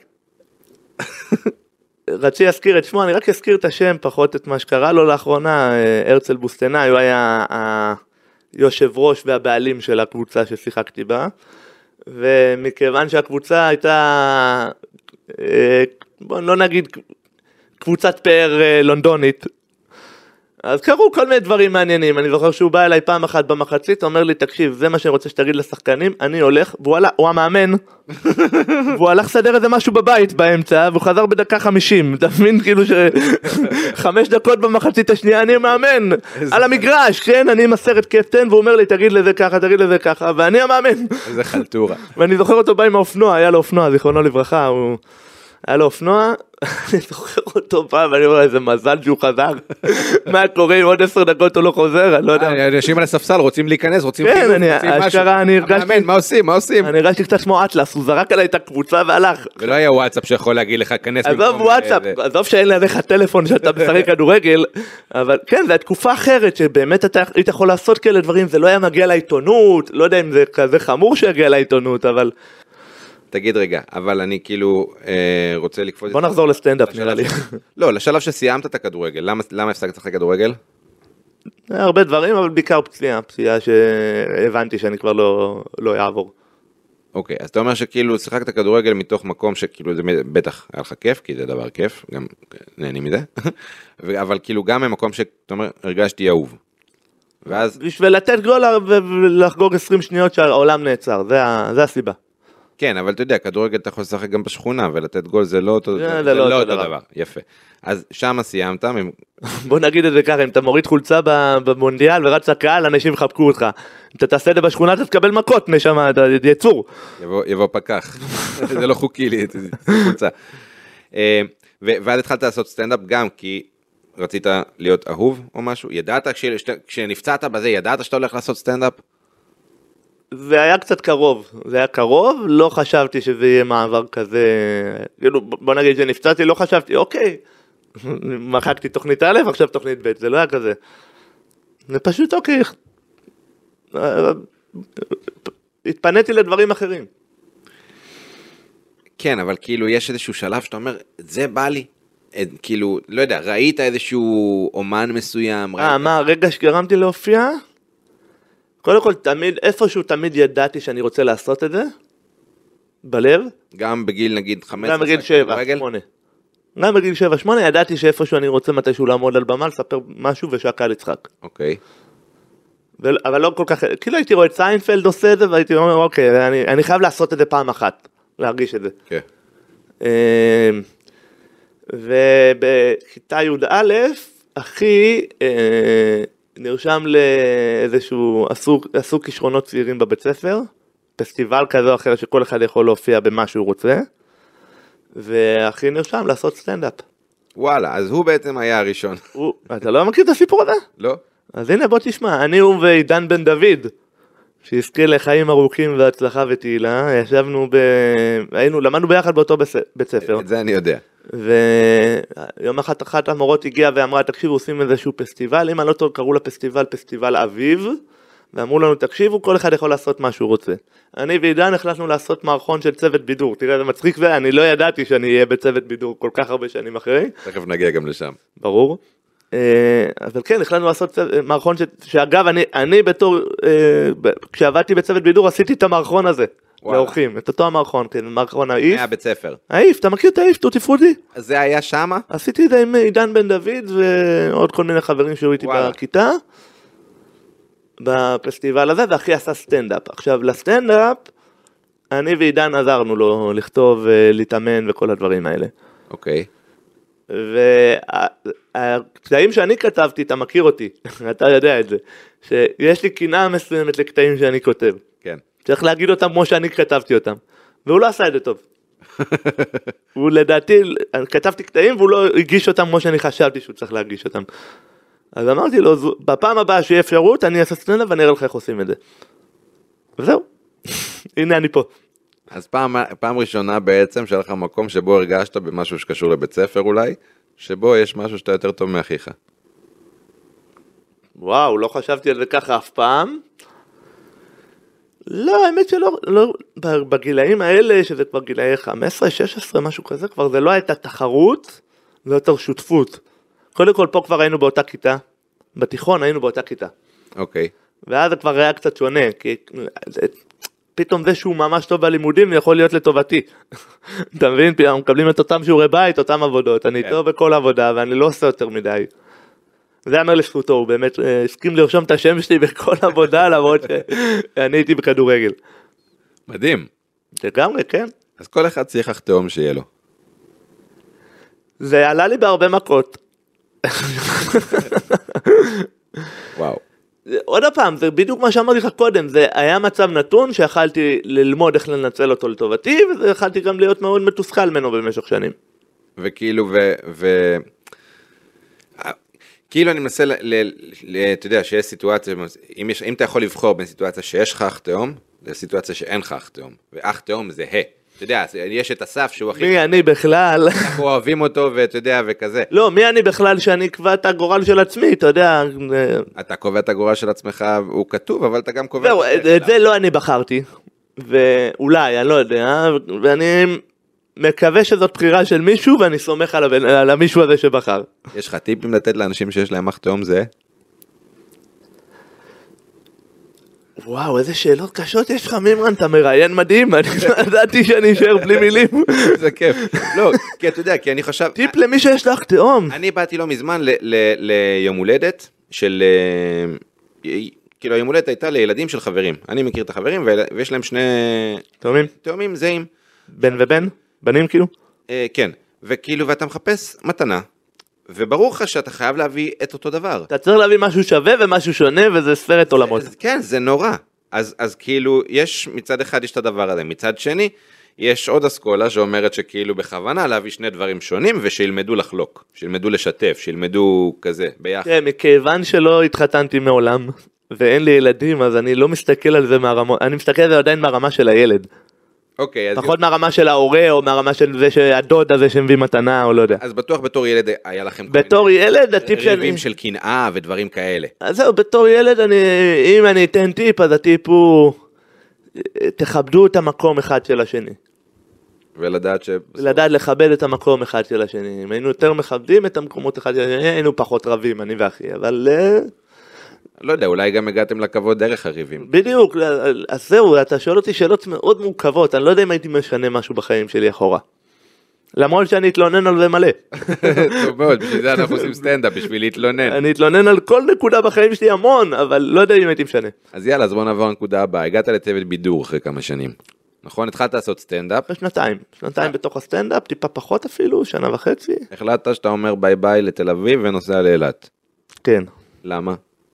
רצי להזכיר את שמו, אני רק אזכיר את השם, פחות את מה שקרה לו לאחרונה, הרצל בוסטנאי, הוא היה היושב ראש והבעלים של הקבוצה ששיחקתי בה, ומכיוון שהקבוצה הייתה, בוא לא נגיד, קבוצת פאר לונדונית, אז קראו כל מיני דברים מעניינים, אני זוכר שהוא בא אליי פעם אחת במחצית, אומר לי, תקשיב, זה מה שאני רוצה שתגיד לשחקנים, אני הולך, והוא הלך, הוא המאמן, והוא הלך לסדר איזה משהו בבית באמצע, והוא חזר בדקה חמישים, אתה מבין כאילו שחמש דקות במחצית השנייה אני מאמן, על המגרש, כן, אני עם הסרט קפטן, והוא אומר לי, תגיד לזה ככה, תגיד לזה ככה, ואני המאמן. איזה חלטורה. ואני זוכר אותו בא עם האופנוע, היה לו אופנוע, זיכרונו לברכה, הוא... היה לו אופנוע, אני זוכר אותו פעם, ואני אומר, איזה מזל שהוא חזר. מה קורה אם עוד עשר דקות הוא לא חוזר, אני לא יודע. אנשים על הספסל רוצים להיכנס, רוצים חינוך, רוצים משהו. אשכרה, אני הרגשתי... מה עושים, מה עושים? אני הרגשתי קצת כמו אטלס, הוא זרק עליי את הקבוצה והלך. ולא היה וואטסאפ שיכול להגיד לך, כנס במקום... עזוב וואטסאפ, עזוב שאין לך טלפון שאתה משחק כדורגל, אבל כן, זו תקופה אחרת, שבאמת אתה היית יכול לעשות כאלה דברים, זה לא היה מגיע לעיתונות, לא יודע אם זה כזה חמור שיגיע לעיתונות, אבל... תגיד רגע, אבל אני כאילו אה, רוצה לקפוץ... בוא נחזור לסטנדאפ נראה לי. לא, לשלב שסיימת את הכדורגל, למה, למה הפסקת לשחק כדורגל? הרבה דברים, אבל בעיקר פציעה, פציעה שהבנתי שאני כבר לא, לא יעבור. אוקיי, אז אתה אומר שכאילו שיחקת כדורגל מתוך מקום שכאילו זה בטח היה לך כיף, כי זה דבר כיף, גם נהנים מזה, אבל כאילו גם ממקום שאתה אומר, הרגשתי אהוב. ואז... בשביל לתת גול ולחגוג עשרים שניות שהעולם נעצר, זה, זה הסיבה. כן, אבל אתה יודע, כדורגל אתה יכול לשחק גם בשכונה, ולתת גול זה לא אותו, זה, זה זה לא לא אותו דבר. דבר. יפה. אז שם סיימת, בוא נגיד את זה ככה, אם אתה מוריד חולצה במונדיאל ורץ לקהל, אנשים יחבקו אותך. אם אתה תעשה את זה בשכונה, אתה תקבל מכות, נשמה, אתה יצור. יבוא, יבוא פקח. זה לא חוקי לי, זה חולצה. ו- ואז התחלת לעשות סטנדאפ גם כי רצית להיות אהוב או משהו? ידעת, כש- כשנפצעת בזה, ידעת שאתה הולך לעשות סטנדאפ? זה היה קצת קרוב, זה היה קרוב, לא חשבתי שזה יהיה מעבר כזה, כאילו, בוא נגיד שנפצעתי, לא חשבתי, אוקיי, מחקתי תוכנית א', עכשיו תוכנית ב', זה לא היה כזה. זה פשוט אוקיי, התפניתי לדברים אחרים. כן, אבל כאילו יש איזשהו שלב שאתה אומר, זה בא לי, כאילו, לא יודע, ראית איזשהו אומן מסוים? אה, ראית... מה, הרגע שגרמתי להופיע? קודם כל, תמיד, איפשהו תמיד ידעתי שאני רוצה לעשות את זה, בלב. גם בגיל נגיד חמש עשרה, גם בגיל שבע, שמונה. גם בגיל שבע, שמונה, ידעתי שאיפשהו אני רוצה מתישהו לעמוד על במה, לספר משהו ושהקהל יצחק. אוקיי. ו... אבל לא כל כך, כאילו הייתי רואה את סיינפלד עושה את זה, והייתי אומר, אוקיי, אני, אני חייב לעשות את זה פעם אחת, להרגיש את זה. כן. ובכיתה י"א, אחי נרשם לאיזשהו, עשו, עשו כישרונות צעירים בבית ספר, פסטיבל כזה או אחר שכל אחד יכול להופיע במה שהוא רוצה, ואחי נרשם לעשות סטנדאפ. וואלה, אז הוא בעצם היה הראשון. הוא, אתה לא מכיר את הסיפור הזה? לא? אז הנה בוא תשמע, אני הוא ועידן בן דוד, שהזכה לחיים ארוכים והצלחה ותהילה, ישבנו ב... היינו, למדנו ביחד באותו בית ספר. את זה אני יודע. ויום אחת אחת המורות הגיעה ואמרה, תקשיבו, עושים איזשהו פסטיבל, אם אני לא טוב, קראו לפסטיבל פסטיבל אביב, ואמרו לנו, תקשיבו, כל אחד יכול לעשות מה שהוא רוצה. אני ועידן החלטנו לעשות מערכון של צוות בידור, תראה, זה מצחיק, ואני לא ידעתי שאני אהיה בצוות בידור כל כך הרבה שנים אחרי. תכף נגיע גם לשם. ברור. אבל כן, החלטנו לעשות מערכון שאגב, אני, אני בתור, כשעבדתי בצוות בידור, עשיתי את המערכון הזה. לאורחים, את אותו המערכון, כן, מערכון האיף. היה בית ספר. האיף, אתה מכיר את האיף, טוטי פרוטי? אז זה היה שמה? עשיתי את זה עם עידן בן דוד ועוד כל מיני חברים שהיו איתי בכיתה, בפסטיבל הזה, ואחי עשה סטנדאפ. עכשיו, לסטנדאפ, אני ועידן עזרנו לו לכתוב, להתאמן וכל הדברים האלה. אוקיי. והקטעים שאני כתבתי, אתה מכיר אותי, אתה יודע את זה, שיש לי קנאה מסוימת לקטעים שאני כותב. כן. צריך להגיד אותם כמו שאני כתבתי אותם, והוא לא עשה את זה טוב. הוא לדעתי, כתבתי קטעים והוא לא הגיש אותם כמו שאני חשבתי שהוא צריך להגיש אותם. אז אמרתי לו, בפעם הבאה שיהיה אפשרות, אני אעשה סטנדאפ ואני אראה לך איך עושים את זה. וזהו, הנה אני פה. אז פעם, פעם ראשונה בעצם שהיה לך מקום שבו הרגשת במשהו שקשור לבית ספר אולי, שבו יש משהו שאתה יותר טוב מאחיך. וואו, לא חשבתי על זה ככה אף פעם. לא, האמת שלא, לא, בגילאים האלה, שזה כבר גילאי חמש עשרה שש עשרה, משהו כזה, כבר זה לא הייתה תחרות, זה יותר שותפות. קודם כל פה כבר היינו באותה כיתה, בתיכון היינו באותה כיתה. אוקיי. ואז זה כבר היה קצת שונה, כי פתאום זה שהוא ממש טוב בלימודים יכול להיות לטובתי. אתה מבין? פתאום מקבלים את אותם שיעורי בית, אותם עבודות, אני טוב בכל עבודה ואני לא עושה יותר מדי. זה אמר לזכותו, הוא באמת הסכים לרשום את השם שלי בכל עבודה, למרות שאני הייתי בכדורגל. מדהים. לגמרי, כן. אז כל אחד צריך לך תאום שיהיה לו. זה עלה לי בהרבה מכות. וואו. עוד פעם, זה בדיוק מה שאמרתי לך קודם, זה היה מצב נתון שיכלתי ללמוד איך לנצל אותו לטובתי, ויכלתי גם להיות מאוד מתוסכל ממנו במשך שנים. וכאילו, ו... ו... כאילו אני מנסה, ל, ל, ל, אתה יודע, שיש סיטואציה, אם, יש, אם אתה יכול לבחור בין סיטואציה שיש לך אח תאום, לסיטואציה שאין לך אח תאום, ואח תאום זה ה. אתה יודע, יש את הסף שהוא הכי... מי אני בכלל? אנחנו אוהבים אותו ואתה יודע, וכזה. לא, מי אני בכלל שאני אקבע את הגורל של עצמי, אתה יודע. אתה קובע את הגורל של עצמך, הוא כתוב, אבל אתה גם קובע... זהו, את זה לא אני בחרתי, ואולי, אני לא יודע, ואני... מקווה שזאת בחירה של מישהו, ואני סומך על, על המישהו הזה שבחר. יש לך טיפים לתת לאנשים שיש להם אח תאום זה? וואו, איזה שאלות קשות יש לך מימרן, אתה מראיין מדהים, אני ידעתי שאני אשאר בלי מילים. זה כיף. לא, כי אתה יודע, כי אני חושב... טיפ למי שיש לך תאום. אני באתי לא מזמן ליום הולדת של כאילו היום הולדת הייתה לילדים של חברים, אני מכיר את החברים, ויש להם שני... תאומים? תאומים זהים. בן ובן? בנים כאילו? אה, כן, וכאילו, ואתה מחפש מתנה, וברור לך שאתה חייב להביא את אותו דבר. אתה צריך להביא משהו שווה ומשהו שונה, וזה ספרת עולמות. כן, זה נורא. אז, אז כאילו, יש, מצד אחד יש את הדבר הזה, מצד שני, יש עוד אסכולה שאומרת שכאילו בכוונה להביא שני דברים שונים, ושילמדו לחלוק, שילמדו לשתף, שילמדו כזה, ביחד. כן, מכיוון שלא התחתנתי מעולם, ואין לי ילדים, אז אני לא מסתכל על זה מהרמה, אני מסתכל על זה עדיין מהרמה של הילד. אוקיי, אז... פחות מהרמה של ההורה, או מהרמה של זה שהדוד הזה שמביא מתנה, או לא יודע. אז בטוח בתור ילד היה לכם... בתור ילד, הטיפ שאני... ריבים של קנאה ודברים כאלה. אז זהו, בתור ילד, אני, אם אני אתן טיפ, אז הטיפ הוא, תכבדו את המקום אחד של השני. ולדעת ש... לדעת לכבד את המקום אחד של השני. אם היינו יותר מכבדים את המקומות אחד של השני, היינו פחות רבים, אני ואחי, אבל... לא יודע, אולי גם הגעתם לכבוד דרך הריבים. בדיוק, אז זהו, אתה שואל אותי שאלות מאוד מורכבות, אני לא יודע אם הייתי משנה משהו בחיים שלי אחורה. למרות שאני אתלונן על זה מלא. טוב מאוד, בשביל זה אנחנו עושים סטנדאפ, בשביל להתלונן. אני אתלונן על כל נקודה בחיים שלי המון, אבל לא יודע אם הייתי משנה. אז יאללה, אז בוא נעבור לנקודה הבאה. הגעת לצוות בידור אחרי כמה שנים. נכון? התחלת לעשות סטנדאפ. שנתיים, שנתיים בתוך הסטנדאפ, טיפה פחות אפילו, שנה וחצי. החלטת שאתה אומר ביי ביי לתל אביב ונוסע לאילת. כן. למה?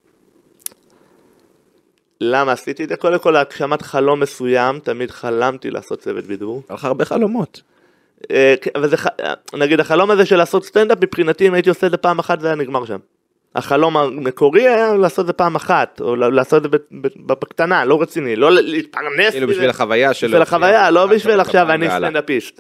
למה עשיתי את זה? קודם כל, להגשמת חלום מסוים, תמיד חלמתי לעשות צוות בידור. היה לך הרבה חלומות. אבל זה, נגיד, החלום הזה של לעשות סטנדאפ, מבחינתי, אם הייתי עושה את זה פעם אחת, זה היה נגמר שם. החלום המקורי היה לעשות את זה פעם אחת, או לעשות את זה בקטנה, לא רציני, לא להתפרנס. כאילו בשביל החוויה שלו. בשביל החוויה, לא בשביל עכשיו אני סטנדאפיסט.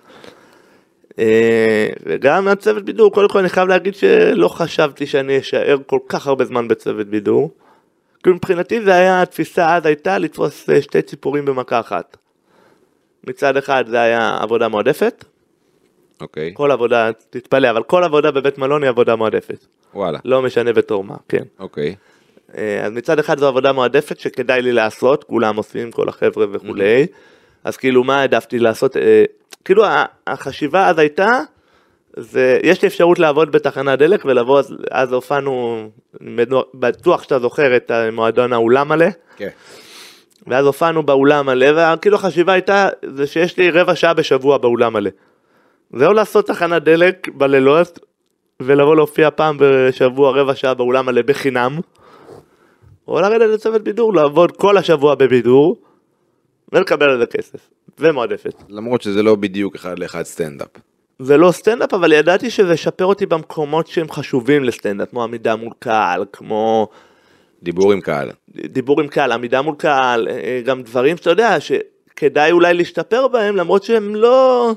וגם הצוות בידור, קודם כל אני חייב להגיד שלא חשבתי שאני אשאר כל כך הרבה זמן בצוות בידור. כי מבחינתי זה היה, התפיסה אז הייתה לתפוס שתי ציפורים במכה אחת. מצד אחד זה היה עבודה מועדפת. אוקיי. כל עבודה, תתפלא, אבל כל עבודה בבית מלון היא עבודה מועדפת. וואלה. לא משנה בתור מה, כן. אוקיי. אז מצד אחד זו עבודה מועדפת שכדאי לי לעשות, כולם עושים, כל החבר'ה וכולי. אז כאילו מה העדפתי לעשות? כאילו החשיבה אז הייתה, זה, יש לי אפשרות לעבוד בתחנת דלק ולבוא, אז, אז הופענו, בטוח שאתה זוכר את מועדון האולם מלא. כן. ואז הופענו באולם מלא, וכאילו החשיבה הייתה, זה שיש לי רבע שעה בשבוע באולם מלא. זהו לעשות תחנת דלק בלילות, ולבוא להופיע פעם בשבוע רבע שעה באולם מלא בחינם, או לרדת לצוות בידור, לעבוד כל השבוע בבידור, ולקבל על זה כסף, ומועדפת. למרות שזה לא בדיוק אחד לאחד סטנדאפ. זה לא סטנדאפ, אבל ידעתי שזה שפר אותי במקומות שהם חשובים לסטנדאפ, כמו עמידה מול קהל, כמו... דיבור עם קהל. דיבור עם קהל, עמידה מול קהל, גם דברים שאתה יודע, שכדאי אולי להשתפר בהם, למרות שהם לא...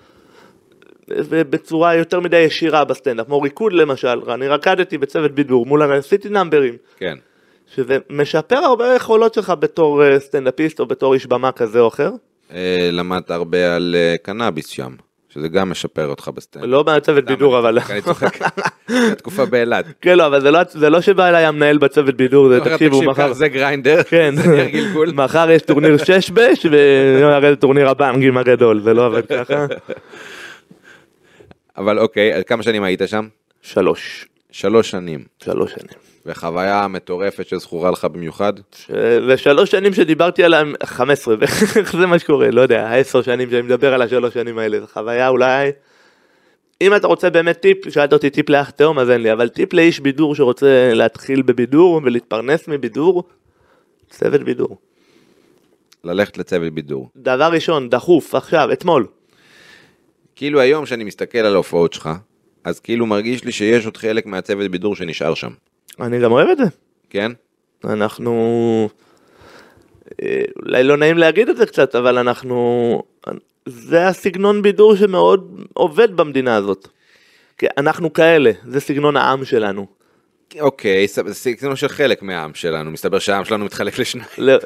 בצורה יותר מדי ישירה בסטנדאפ, כמו ריקוד למשל, אני רקדתי בצוות בידור, מול עשיתי נאמברים. כן. שזה משפר הרבה יכולות שלך בתור סטנדאפיסט, או בתור איש במה כזה או אחר. למדת הרבה על קנאביס שם. שזה גם משפר אותך בסטנדאפ. לא בצוות בידור, אבל... אני צוחק, תקופה באילת. כן, לא, אבל זה לא שבא אליי המנהל בצוות בידור, זה תקשיבו, מחר... זה גריינדר, זה גלגול. מחר יש טורניר שש בש, וירד טורניר הבנגים הגדול, זה לא עובד ככה. אבל אוקיי, כמה שנים היית שם? שלוש. שלוש שנים. שלוש שנים. וחוויה מטורפת שזכורה לך במיוחד? ושלוש שנים שדיברתי עליהם, חמש עשרה, זה מה שקורה, לא יודע, העשר שנים שאני מדבר על השלוש שנים האלה, זו חוויה אולי, אם אתה רוצה באמת טיפ, שאלת אותי טיפ לאח תאום, אז אין לי, אבל טיפ לאיש בידור שרוצה להתחיל בבידור ולהתפרנס מבידור, צוות בידור. ללכת לצוות בידור. דבר ראשון, דחוף, עכשיו, אתמול. כאילו היום שאני מסתכל על ההופעות שלך, אז כאילו מרגיש לי שיש עוד חלק מהצוות בידור שנשאר שם. אני גם אוהב את זה. כן? אנחנו, אולי לא נעים להגיד את זה קצת, אבל אנחנו, זה הסגנון בידור שמאוד עובד במדינה הזאת. כי אנחנו כאלה, זה סגנון העם שלנו. אוקיי, זה סגנון של חלק מהעם שלנו, מסתבר שהעם שלנו מתחלק לשניים.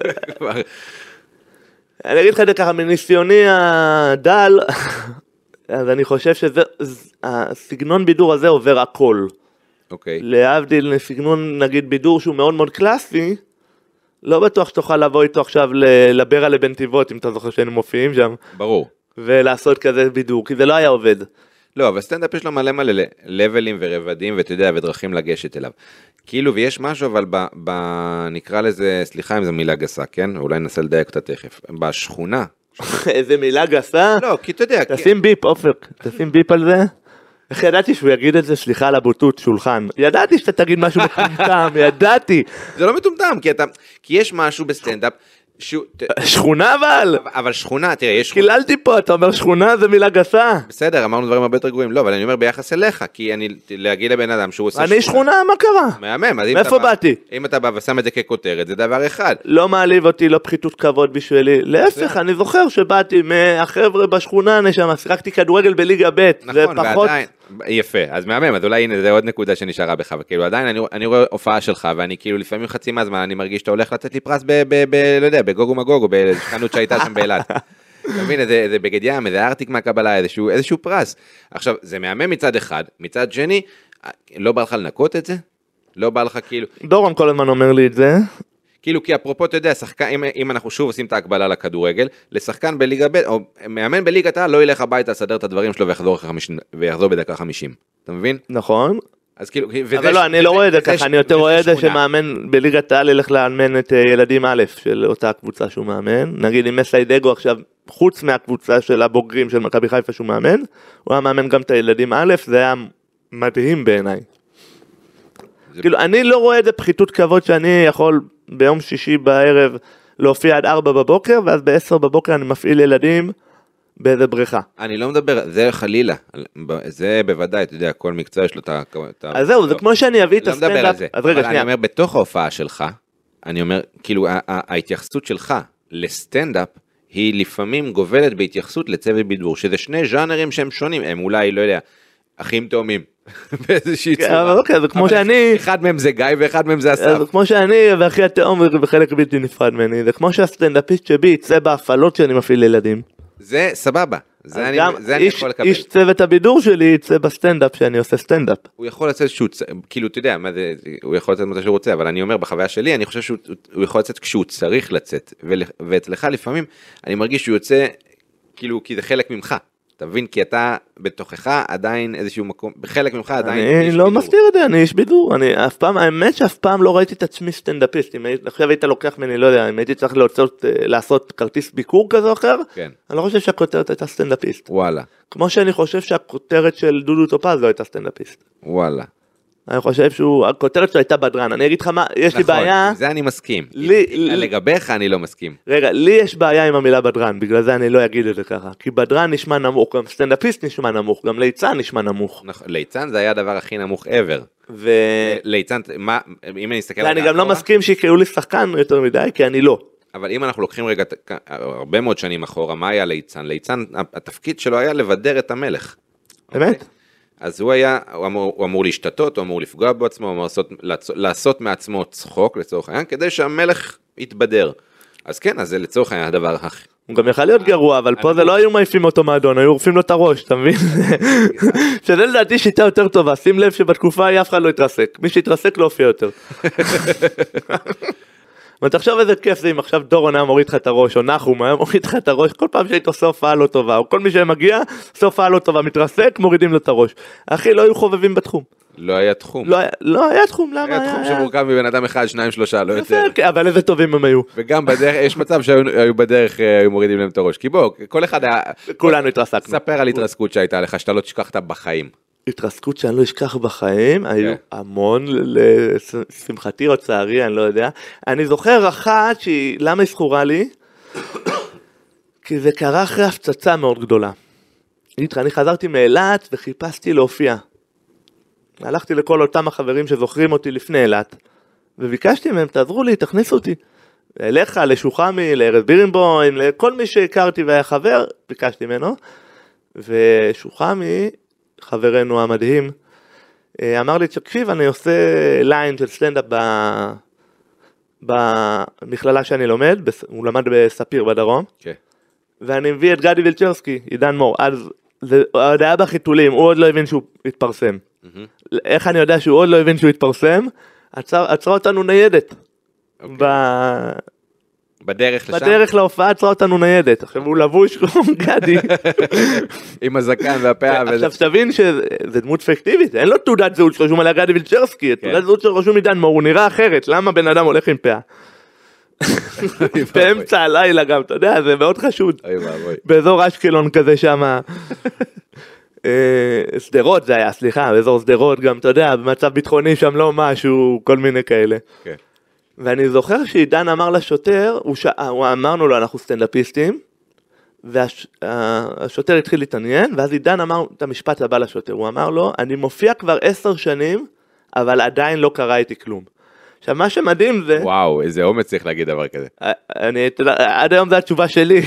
אני אגיד לך את זה ככה, מניסיוני הדל, אז אני חושב שהסגנון בידור הזה עובר הכל. אוקיי. להבדיל לסגנון נגיד בידור שהוא מאוד מאוד קלאסי, לא בטוח שתוכל לבוא איתו עכשיו לברע לבנתיבות, אם אתה זוכר שהיינו מופיעים שם. ברור. ולעשות כזה בידור, כי זה לא היה עובד. לא, אבל סטנדאפ יש לו מלא מלא לבלים ורבדים, ואתה יודע, ודרכים לגשת אליו. כאילו, ויש משהו, אבל ב, ב, נקרא לזה, סליחה אם זו מילה גסה, כן? אולי ננסה לדייק אותה תכף. בשכונה. איזה מילה גסה? לא, כי אתה יודע... תשים ביפ, אופר, תשים ביפ על זה. איך ידעתי שהוא יגיד את זה, סליחה על הבוטות, שולחן. ידעתי שאתה תגיד משהו מטומטם, ידעתי. זה לא מטומטם, כי, אתה, כי יש משהו בסטנדאפ, שהוא... שכונה אבל! אבל שכונה, תראה, יש... שכונה... קיללתי פה, אתה אומר שכונה זה מילה גסה. בסדר, אמרנו דברים הרבה יותר גרועים, לא, אבל אני אומר ביחס אליך, כי אני, להגיד לבן אדם שהוא עושה... אני שכונה, מה קרה? מהמם, אז אם מאיפה באתי? אם אתה בא ושם את זה ככותרת, זה דבר אחד. לא מעליב אותי, לא פחיתות כבוד בשבילי, להפך, אני זוכר שבאתי מהחבר'ה בשכונה, אני שם, שיחקתי כדורגל בליגה ב', זה פחות... יפה, אז מהמם, אז אולי הנה, זה עוד נקודה שנשארה בך, וכאילו עדיין אני, אני רואה הופעה שלך, ואני כאילו לפעמים חצי מהזמן, אני מרגיש שאתה הולך לתת לי פרס ב, ב, ב, לא יודע, בגוגו מגוגו, בחנות שהייתה שם באילת. אתה מבין, איזה בגד ים, איזה ארטיק מהקבלה, איזשהו, איזשהו פרס. עכשיו, זה מהמם מצד אחד, מצד שני, לא בא לך לנקות את זה? לא בא לך כאילו... דורון כל הזמן אומר לי את זה. כאילו, כי אפרופו, אתה יודע, שחקן, אם, אם אנחנו שוב עושים את ההקבלה לכדורגל, לשחקן בליגה ב' או מאמן בליגת העל, לא ילך הביתה, לסדר את הדברים שלו ויחזור, ויחזור בדקה חמישים. אתה מבין? נכון. אז כאילו, אבל לא, אני לא רואה את זה ככה, אני יותר רואה את זה שמאמן בליגת העל ילך לאמן את ילדים א' של אותה קבוצה שהוא מאמן. נגיד אם מסיידגו עכשיו, חוץ מהקבוצה של הבוגרים של מכבי חיפה שהוא מאמן, הוא היה מאמן גם את הילדים א', זה היה מדהים בעיניי. כאילו, אני לא רואה את זה פחיתות כבוד שאני יכול ביום שישי בערב להופיע עד ארבע בבוקר, ואז בעשר בבוקר אני מפעיל ילדים באיזה בריכה. אני לא מדבר, זה חלילה, זה בוודאי, אתה יודע, כל מקצוע יש לו את ה... אז זהו, זה כמו שאני אביא את הסטנדאפ. אז רגע, שנייה. אני אומר, בתוך ההופעה שלך, אני אומר, כאילו, ההתייחסות שלך לסטנדאפ, היא לפעמים גובלת בהתייחסות לצוות בידור, שזה שני ז'אנרים שהם שונים, הם אולי, לא יודע, אחים תאומים, באיזושהי צורה. אבל אוקיי, זה כמו שאני... אחד מהם זה גיא ואחד מהם זה אסף. זה כמו שאני ואחי התאום וחלק בלתי נפרד ממני, זה כמו שהסטנדאפיסט שבי יצא בהפעלות שאני מפעיל לילדים. זה סבבה, זה אני, זה אני יכול לקבל. איש צוות הבידור שלי יצא בסטנדאפ שאני עושה סטנדאפ. הוא יכול לצאת שהוא, כאילו אתה יודע, מה זה, הוא יכול לצאת מתי שהוא רוצה, אבל אני אומר בחוויה שלי, אני חושב שהוא יכול לצאת כשהוא צריך לצאת, ואצלך לפעמים אני מרגיש שהוא יוצא, כאילו, כי זה חלק ממך. אתה מבין? כי אתה בתוכך עדיין איזשהו מקום, בחלק ממך עדיין איש בידור. אני לא מסתיר את זה, אני איש בידור. אני אף פעם, האמת שאף פעם לא ראיתי את עצמי סטנדאפיסט. אם עכשיו היית לוקח ממני, לא יודע, אם הייתי צריך לעשות, לעשות כרטיס ביקור כזה או אחר, כן. אני לא חושב שהכותרת הייתה סטנדאפיסט. וואלה. כמו שאני חושב שהכותרת של דודו טופז לא הייתה סטנדאפיסט. וואלה. אני חושב שהוא, הכותרת שלו הייתה בדרן, אני אגיד לך מה, יש לי בעיה... נכון, זה אני מסכים. לגביך אני לא מסכים. רגע, לי יש בעיה עם המילה בדרן, בגלל זה אני לא אגיד את זה ככה, כי בדרן נשמע נמוך, גם סטנדאפיסט נשמע נמוך, גם ליצן נשמע נמוך. נכון, ליצן זה היה הדבר הכי נמוך ever. ו... ליצן, מה, אם אני אסתכל... אני גם לא מסכים שיקראו לי שחקן יותר מדי, כי אני לא. אבל אם אנחנו לוקחים רגע, הרבה מאוד שנים אחורה, מה היה ליצן? ליצן, התפקיד שלו היה לבדר את המלך. באמת? אז הוא היה, הוא אמור, הוא אמור להשתתות, הוא אמור לפגוע בעצמו, הוא אמור לעשות, לעשות מעצמו צחוק לצורך העניין, כדי שהמלך יתבדר. אז כן, אז זה לצורך העניין הדבר הכי. הוא גם יכל להיות גרוע, אבל פה זה לא היו מעיפים אותו מהאדון, היו עורפים לו את הראש, אתה מבין? שזה לדעתי שיטה יותר טובה, שים לב שבתקופה היא אף אחד לא התרסק, מי שהתרסק לא הופיע יותר. ותחשוב איזה כיף זה אם עכשיו דורון היה מוריד לך את הראש, או נחום היה מוריד לך את הראש, כל פעם שהיית עושה הופעה לא טובה, או כל מי שמגיע, עושה הופעה לא טובה, מתרסק, מורידים לו את הראש. אחי, לא היו חובבים בתחום. לא היה תחום. לא, לא היה תחום, למה? היה תחום שמורכב מבן אדם אחד, שניים, שלושה, לא יותר. אבל איזה טובים הם היו. וגם בדרך, יש מצב שהיו בדרך, היו מורידים להם את הראש. כי בוא, כל אחד היה... כולנו התרסקנו. ספר על התרסקות שהייתה לך, שאתה לא תשכחת בחיים. התרסקות שאני לא אשכח בחיים, היו המון, לשמחתי או צערי, אני לא יודע. אני זוכר אחת שהיא, למה היא זכורה לי? כי זה קרה אחרי הפצצה מאוד גדולה. אני חזרתי מאילת וחיפשתי להופיע. הלכתי לכל אותם החברים שזוכרים אותי לפני אילת, וביקשתי מהם, תעזרו לי, תכניסו אותי. אליך, לשוחמי, לארז בירנבוים, לכל מי שהכרתי והיה חבר, ביקשתי ממנו. ושוחמי, חברנו המדהים, אמר לי, תקשיב, אני עושה ליין של סטנדאפ במכללה שאני לומד, הוא למד בספיר בדרום, okay. ואני מביא את גדי וילצ'רסקי, עידן מור, אז זה עוד היה בחיתולים, הוא עוד לא הבין שהוא התפרסם. Mm-hmm. איך אני יודע שהוא עוד לא הבין שהוא התפרסם? עצר, עצרה אותנו ניידת. Okay. ב... בדרך לשם? בדרך להופעה עצרה אותנו ניידת, עכשיו הוא לבוש כמו גדי. עם הזקן והפאה. עכשיו תבין שזה דמות פיקטיבית, אין לו תעודת זהות שרשום עליה גדי וילצ'רסקי, תעודת זהות שרשום עידן מור, הוא נראה אחרת, למה בן אדם הולך עם פאה? באמצע הלילה גם, אתה יודע, זה מאוד חשוד. באזור אשקלון כזה שם, סדרות זה היה, סליחה, באזור סדרות גם, אתה יודע, במצב ביטחוני שם לא משהו, כל מיני כאלה. ואני זוכר שעידן אמר לשוטר, הוא אמרנו לו, אנחנו סטנדאפיסטים, והשוטר התחיל להתעניין, ואז עידן אמר את המשפט הבא לשוטר, הוא אמר לו, אני מופיע כבר עשר שנים, אבל עדיין לא קרה איתי כלום. עכשיו, מה שמדהים זה... וואו, איזה אומץ צריך להגיד דבר כזה. אני, עד היום זו התשובה שלי.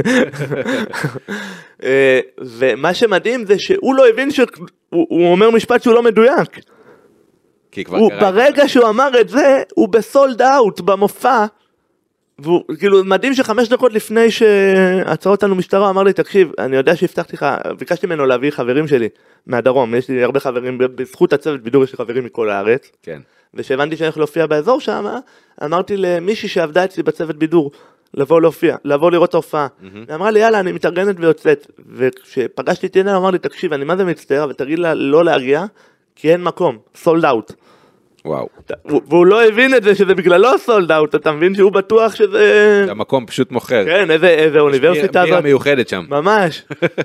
ומה שמדהים זה שהוא לא הבין שהוא אומר משפט שהוא לא מדויק. כי כבר קרה. ברגע שהוא אמר את זה, הוא בסולד אאוט במופע, והוא כאילו מדהים שחמש דקות לפני שעצרו אותנו משטרה, אמר לי, תקשיב, אני יודע שהבטחתי לך, ביקשתי ממנו להביא חברים שלי מהדרום, יש לי הרבה חברים, בזכות הצוות בידור יש לי חברים מכל הארץ. כן. ושהבנתי שאני הולך להופיע באזור שם, אמרתי למישהי שעבדה אצלי בצוות בידור, לבוא להופיע, לבוא לראות את ההופעה. היא אמרה לי, יאללה, אני מתארגנת ויוצאת. וכשפגשתי את עידן, אמר לי, תקשיב, אני מה זה מצטער, ותגיד לה לא להגיע, כי אין מקום, סולד אאוט. וואו. והוא לא הבין את זה, שזה בגלל לא סולד אאוט, אתה מבין שהוא בטוח שזה... המקום פשוט מוכר. כן, איזה אוניברסיטה הזאת. בירה מיוחדת שם. ממש.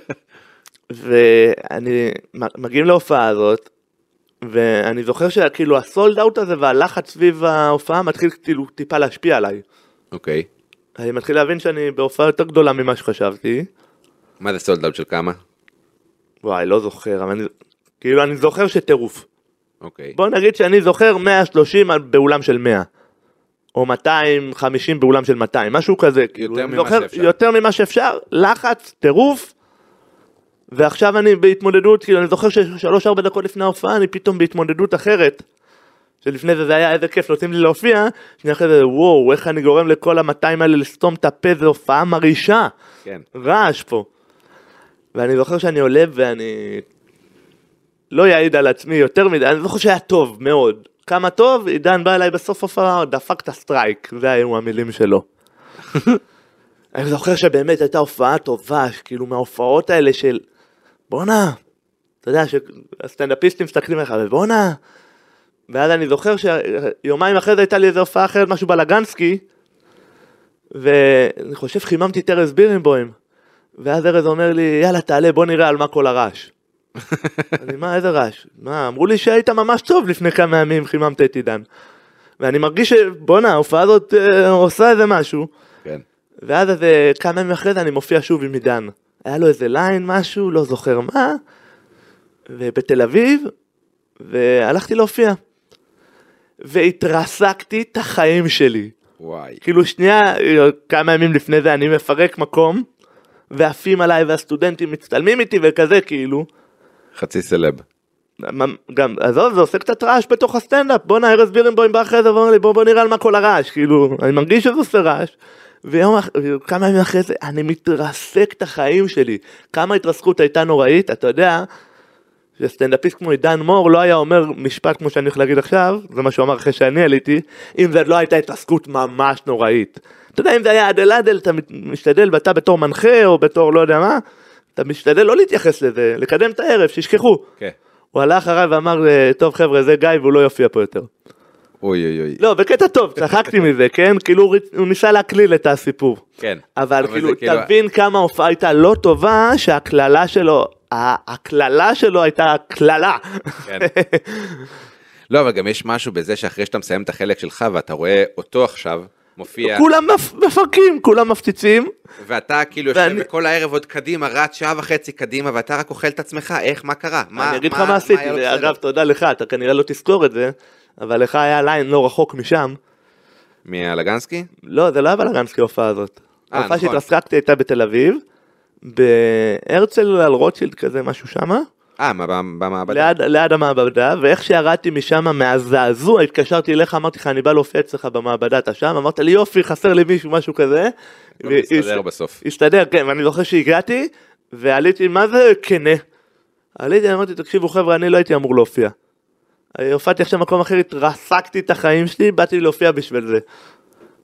ואני, מגיעים להופעה הזאת, ואני זוכר שכאילו הסולד אאוט הזה והלחץ סביב ההופעה מתחיל כאילו טיפה להשפיע עליי. אוקיי. אני מתחיל להבין שאני בהופעה יותר גדולה ממה שחשבתי. מה זה סולד אאוט של כמה? וואי, לא זוכר, אבל אני, כאילו אני זוכר שטירוף. אוקיי. בוא נגיד שאני זוכר מאה ושלושים באולם של מאה. או מאתיים וחמישים באולם של מאתיים, משהו כזה. יותר ממה שאפשר. יותר ממה שאפשר, לחץ, טירוף. ועכשיו אני בהתמודדות, כאילו אני זוכר ששלוש ארבע דקות לפני ההופעה, אני פתאום בהתמודדות אחרת, שלפני זה זה היה איזה כיף, נותנים לי להופיע, שאני אחרי זה, וואו, איך אני גורם לכל המאתיים האלה לסתום את הפה, זה הופעה מרעישה, כן. רעש פה. ואני זוכר שאני עולה ואני לא יעיד על עצמי יותר מדי, אני זוכר שהיה טוב מאוד. כמה טוב, עידן בא אליי בסוף הופעה, דפק את הסטרייק, זה היו המילים שלו. אני זוכר שבאמת הייתה הופעה טובה, כאילו מההופעות האלה של, בונה, אתה יודע, שהסטנדאפיסטים מסתכלים לך, ובונה, ואז אני זוכר שיומיים אחרי זה הייתה לי איזו הופעה אחרת, משהו בלגנסקי, ואני חושב חיממתי את ארז בירנבוים, ואז ארז אומר לי, יאללה תעלה, בוא נראה על מה כל הרעש. אני, מה, איזה רעש? מה, אמרו לי שהיית ממש טוב לפני כמה ימים, חיממת את עידן. ואני מרגיש שבונה, ההופעה הזאת אה, עושה איזה משהו. כן. ואז איזה כמה ימים אחרי זה אני מופיע שוב עם עידן. היה לו איזה ליין, משהו, לא זוכר מה, ובתל אביב, והלכתי להופיע. והתרסקתי את החיים שלי. וואי. כאילו שנייה, כמה ימים לפני זה אני מפרק מקום, ועפים עליי והסטודנטים מצטלמים איתי וכזה כאילו. חצי סלב. גם, עזוב, זה עושה קצת רעש בתוך הסטנדאפ, בוא נע, ארז בירנבוים בא אחרי זה ואומר לי, בוא, בוא נראה על מה כל הרעש, כאילו, אני מרגיש שזה עושה רעש, ויום, כמה ימים אחרי זה, אני מתרסק את החיים שלי, כמה התרסקות הייתה נוראית, אתה יודע, שסטנדאפיסט כמו עידן מור לא היה אומר משפט כמו שאני הולך להגיד עכשיו, זה מה שהוא אמר אחרי שאני עליתי, אם זה לא הייתה התרסקות ממש נוראית. אתה יודע, אם זה היה עדל עדל, אתה משתדל, ואתה בתור מנחה או בתור לא יודע מה, אתה משתדל לא להתייחס לזה, לקדם את הערב, שישכחו. כן. הוא הלך אחריי ואמר, טוב חבר'ה, זה גיא והוא לא יופיע פה יותר. אוי אוי אוי. לא, בקטע טוב, צחקתי מזה, כן? כאילו הוא ניסה להקליל את הסיפור. כן. אבל כאילו, תבין כמה ההופעה הייתה לא טובה, שהכללה שלו, הכללה שלו הייתה כללה. כן. לא, אבל גם יש משהו בזה שאחרי שאתה מסיים את החלק שלך, ואתה רואה אותו עכשיו, מופיע... כולם מפרקים, כולם מפציצים. ואתה כאילו יושב בכל הערב עוד קדימה, רץ שעה וחצי קדימה, ואתה רק אוכל את עצמך, איך, מה קרה? אני אגיד לך מה עשיתי, אגב, תודה לך, אתה כנראה לא תזכור את זה, אבל לך היה ליין לא רחוק משם. מהלגנסקי? לא, זה לא היה בלגנסקי ההופעה הזאת. ההופעה שהתרסקתי הייתה בתל אביב, בהרצל על רוטשילד כזה, משהו שמה. אה, במעבדה? ליד, ליד המעבדה, ואיך שירדתי משם מהזעזוע, התקשרתי אליך, אמרתי לך, אני בא להופיע אצלך במעבדה, אתה שם, אמרת לי יופי, חסר לי מישהו, משהו כזה. הסתדר בסוף. הסתדר, כן, ואני זוכר שהגעתי, ועליתי, מה זה כנה? עליתי, אמרתי, תקשיבו חבר'ה, אני לא הייתי אמור להופיע. הופעתי עכשיו מקום אחר, התרסקתי את החיים שלי, באתי להופיע בשביל זה.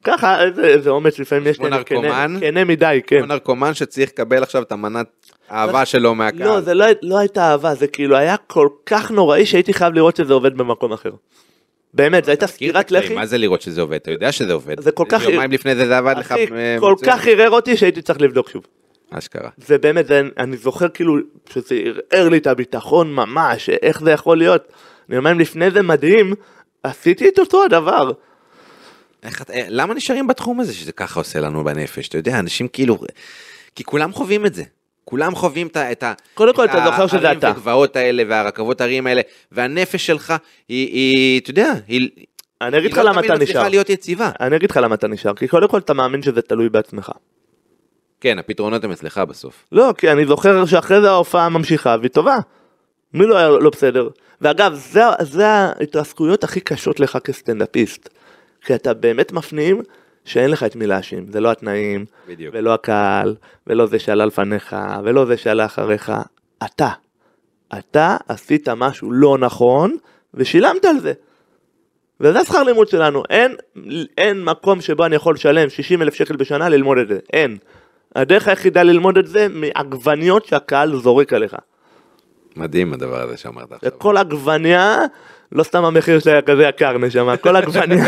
ככה, איזה אומץ לפעמים יש לנו כנה מדי, כן. הוא נרקומן שצריך לקבל עכשיו את המנת האהבה שלו מהקהל. לא, זה לא הייתה אהבה, זה כאילו היה כל כך נוראי שהייתי חייב לראות שזה עובד במקום אחר. באמת, זו הייתה סקירת לחי. מה זה לראות שזה עובד? אתה יודע שזה עובד. זה כל כך... יומיים לפני זה זה עבד לך... כל כך ערער אותי שהייתי צריך לבדוק שוב. אשכרה. זה באמת, אני זוכר כאילו שזה ערער לי את הביטחון ממש, איך זה יכול להיות. יומיים לפני זה מדהים, עשיתי את אותו הדבר. למה נשארים בתחום הזה שזה ככה עושה לנו בנפש? אתה יודע, אנשים כאילו... כי כולם חווים את זה. כולם חווים את ה... קודם כל, אתה זוכר שזה אתה. והגבעות האלה, והרכבות הרים האלה, והנפש שלך, היא, אתה יודע, היא... אני אגיד לך למה אתה נשאר. היא לא תמיד מצליחה להיות יציבה. אני אגיד לך למה אתה נשאר, כי קודם כל אתה מאמין שזה תלוי בעצמך. כן, הפתרונות הם אצלך בסוף. לא, כי אני זוכר שאחרי זה ההופעה ממשיכה, והיא טובה. מי לא היה לא בסדר? ואגב, זה, זה ההתרסקויות הכי קשות לך כסטנדאפיסט. כי אתה באמת מפנים שאין לך את מי להאשים. זה לא התנאים, בדיוק. ולא הקהל, ולא זה שעלה לפניך, ולא זה שעלה אחריך. אתה. אתה עשית משהו לא נכון, ושילמת על זה. וזה השכר לימוד שלנו. אין, אין מקום שבו אני יכול לשלם שישים אלף שקל בשנה ללמוד את זה. אין. הדרך היחידה ללמוד את זה מעגבניות שהקהל זורק עליך. מדהים הדבר הזה שאמרת עכשיו. כל עגבניה, לא סתם המחיר שלה כזה יקר נשמה, כל עגבניה,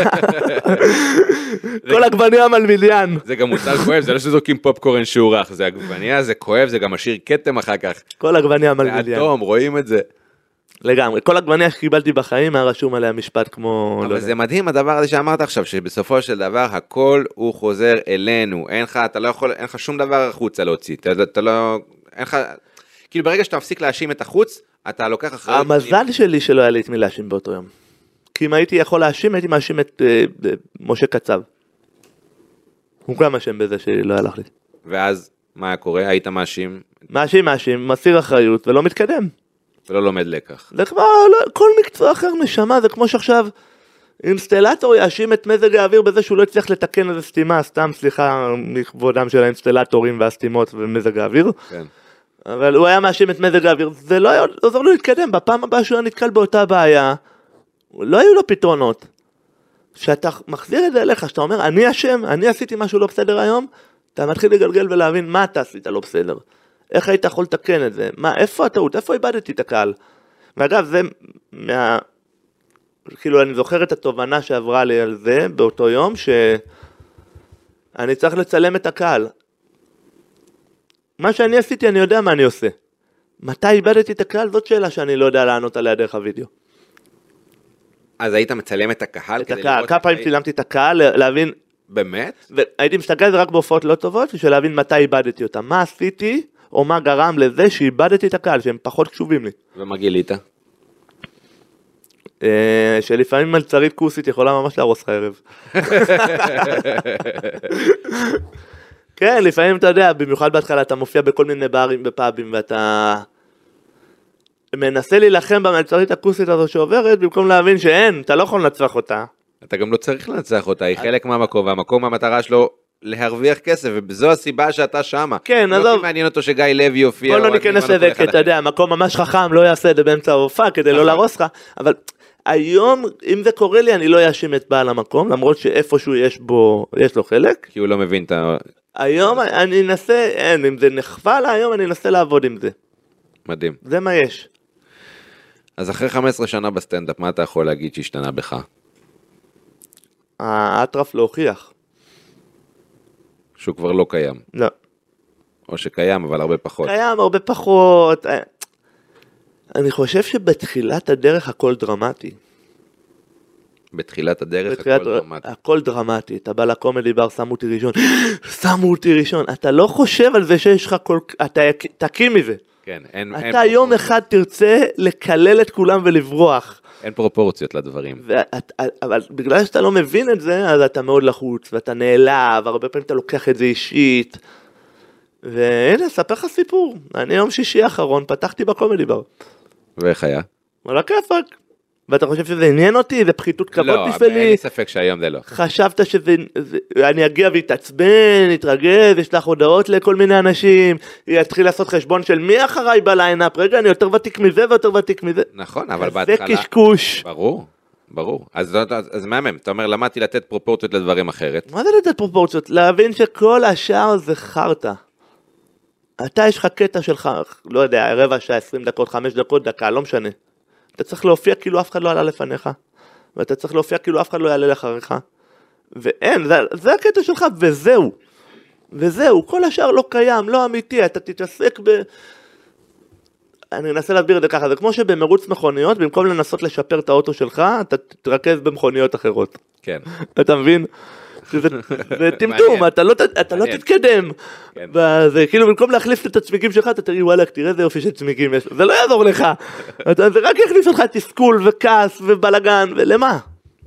כל עגבניה מלמיליאן. זה גם מוצר כואב, זה לא שזוקים פופקורן שהוא רך, זה עגבניה, זה כואב, זה גם משאיר כתם אחר כך. כל עגבניה מלמיליאן. זה אדום, רואים את זה. לגמרי, כל עגבניה שקיבלתי בחיים היה רשום עליה משפט כמו... אבל זה מדהים הדבר הזה שאמרת עכשיו, שבסופו של דבר הכל הוא חוזר אלינו, אין לך, אתה לא יכול, אין לך שום דבר החוצה להוציא, אתה, אתה לא, אין לך, כאילו ברגע שאתה מפסיק להאשים את החוץ, אתה לוקח אחריות. המזל שלי שלא היה לי את מי להאשים באותו יום. כי אם הייתי יכול להאשים, הייתי מאשים את uh, משה קצב. הוא גם מאשים בזה שלא הלך לי. ואז מה היה קורה? היית מאשים? מאשים, מאשים, מסיר אחריות ולא מתקדם. ולא לומד לקח. זה כמו, לא, כל מקצוע אחר נשמה, זה כמו שעכשיו אינסטלטור יאשים את מזג האוויר בזה שהוא לא יצליח לתקן איזה סתימה, סתם סליחה מכבודם של האינסטלטורים והסתימות ומזג האוויר. כן. אבל הוא היה מאשים את מזג האוויר, זה לא היה עוזר לו להתקדם, בפעם הבאה שהוא היה נתקל באותה בעיה, לא היו לו פתרונות. שאתה מחזיר את זה אליך, שאתה אומר, אני אשם, אני עשיתי משהו לא בסדר היום, אתה מתחיל לגלגל ולהבין מה אתה עשית לא בסדר. איך היית יכול לתקן את זה? מה, איפה הטעות? איפה איבדתי את הקהל? ואגב, זה מה... כאילו, אני זוכר את התובנה שעברה לי על זה באותו יום, שאני צריך לצלם את הקהל. מה שאני עשיתי, אני יודע מה אני עושה. מתי איבדתי את הקהל? זאת שאלה שאני לא יודע לענות עליה דרך הוידאו. אז היית מצלם את הקהל? את הקהל, כמה פעמים צילמתי את הקהל, להבין... באמת? והייתי מסתכל על זה רק בהופעות לא טובות, בשביל להבין מתי איבדתי אותה. מה עשיתי, או מה גרם לזה שאיבדתי את הקהל, שהם פחות קשובים לי. ומה גילית? שלפעמים מלצרית כוסית יכולה ממש להרוס לך ערב. כן, לפעמים אתה יודע, במיוחד בהתחלה אתה מופיע בכל מיני ברים ופאבים, ואתה מנסה להילחם במלצרית הכוסית הזו שעוברת, במקום להבין שאין, אתה לא יכול לנצח אותה. אתה גם לא צריך לנצח אותה, היא חלק מהמקום, והמקום המטרה שלו להרוויח כסף, וזו הסיבה שאתה שמה. כן, עזוב. לא מעניין אותו שגיא לוי יופיע. בוא לא ניכנס לזה, כי אתה יודע, מקום ממש חכם לא יעשה את זה באמצע ההופעה, כדי לא להרוס לך, אבל היום, אם זה קורה לי, אני לא אאשים את בעל המקום, למרות שאיפשהו יש בו, יש לו חלק. כי הוא לא מבין את ה... היום אני אנסה, אין, אם זה נחווה לה, היום אני אנסה לעבוד עם זה. מדהים. זה מה יש. אז אחרי חמש עשרה שנה בסטנדאפ, מה אתה יכול להגיד שהשתנה בך? האטרף להוכיח. שהוא כבר לא קיים. לא. או שקיים, אבל הרבה פחות. קיים הרבה פחות. אני חושב שבתחילת הדרך הכל דרמטי. בתחילת הדרך בתחילת הכל דרמטי. הכל דרמטי. אתה בא לקומדי בר, שמו אותי ראשון. שמו אותי ראשון. אתה לא חושב על זה שיש לך כל... אתה תקים מזה. כן, אין... אתה אין יום אחד תרצה לקלל את כולם ולברוח. אין פרופורציות לדברים. ואת, אבל בגלל שאתה לא מבין את זה, אז אתה מאוד לחוץ, ואתה נעלב, הרבה פעמים אתה לוקח את זה אישית. והנה, אספר לך סיפור. אני יום שישי האחרון פתחתי בקומדי בר. ואיך היה? וואלה כיפק. ואתה חושב שזה עניין אותי? זה פחיתות כבוד לא, בשבילי? לא, אין לי ספק שהיום זה לא. חשבת שזה, זה, אני אגיע והתעצבן, יתרגז, ישלח הודעות לכל מיני אנשים, יתחיל לעשות חשבון של מי אחריי בליינאפ, רגע, אני יותר ותיק מזה ויותר ותיק מזה. נכון, אבל בהתחלה... זה קשקוש. ברור. ברור. אז, אז, אז מהמם, אתה אומר, למדתי לתת פרופורציות לדברים אחרת. מה זה לתת פרופורציות? להבין שכל השאר זה חרטה. אתה יש לך קטע שלך, לא יודע, רבע שעה, עשרים דקות, חמש דקות, דקה, לא משנה. אתה צריך להופיע כאילו אף אחד לא עלה לפניך, ואתה צריך להופיע כאילו אף אחד לא יעלה לאחריך. ואין, זה, זה הקטע שלך, וזהו. וזהו, כל השאר לא קיים, לא אמיתי, אתה תתעסק ב... אני אנסה להסביר את זה ככה, זה כמו שבמרוץ מכוניות, במקום לנסות לשפר את האוטו שלך, אתה תתרכז במכוניות אחרות. כן. אתה מבין? זה טמטום, אתה לא תתקדם. זה כאילו במקום להחליף את הצמיגים שלך, אתה תראי וואלה, תראה איזה יופי של צמיגים יש. זה לא יעזור לך. זה רק יכניס אותך תסכול וכעס ובלגן, ולמה?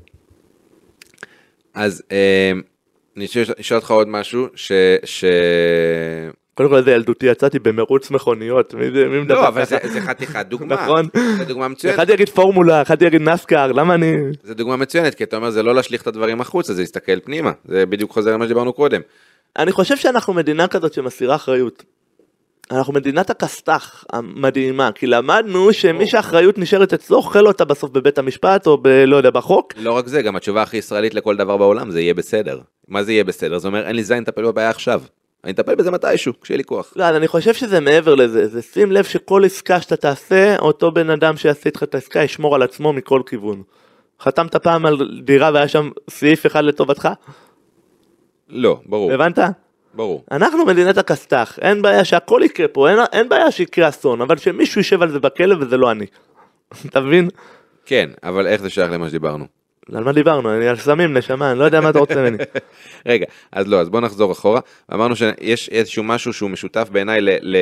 אז אני אשאל אותך עוד משהו, ש... קודם כל זה ילדותי, יצאתי במרוץ מכוניות. לא, אבל זה חתיכה דוגמה. נכון. זה דוגמה מצוינת. אחד יגיד פורמולה, אחד יגיד נסקר, למה אני... זה דוגמה מצוינת, כי אתה אומר, זה לא להשליך את הדברים החוצה, זה להסתכל פנימה. זה בדיוק חוזר למה שדיברנו קודם. אני חושב שאנחנו מדינה כזאת שמסירה אחריות. אנחנו מדינת הכסתח המדהימה, כי למדנו שמי שהאחריות נשארת אצלו, אוכל אותה בסוף בבית המשפט, או ב... לא יודע, בחוק. לא רק זה, גם התשובה הכי ישראלית לכל דבר בעולם, זה יהיה בסדר. מה זה יהיה בסדר? זה אומר, אין לי זין לטפל בבעיה עכשיו. אני אטפל בזה מתישהו, כשיהיה לי כוח. לא, אני חושב שזה מעבר לזה. זה שים לב שכל עסקה שאתה תעשה, אותו בן אדם שיעשה איתך את העסקה, ישמור על עצמו מכל כיוון. חתמת פעם על דירה והיה שם סעיף אחד לטובתך? לא, ברור. הבנת? ברור. אנחנו מדינת הכסתח. אין בעיה שהכל יקרה פה, אין, אין בעיה שיקרה אסון, אבל שמישהו יישב על זה בכלא וזה לא אני. אתה מבין? כן, אבל איך זה שייך למה שדיברנו? על מה דיברנו? אני על סמים, נשמה, אני לא יודע מה אתה רוצה ממני. רגע, אז לא, אז בוא נחזור אחורה. אמרנו שיש איזשהו משהו שהוא משותף בעיניי ל... ל...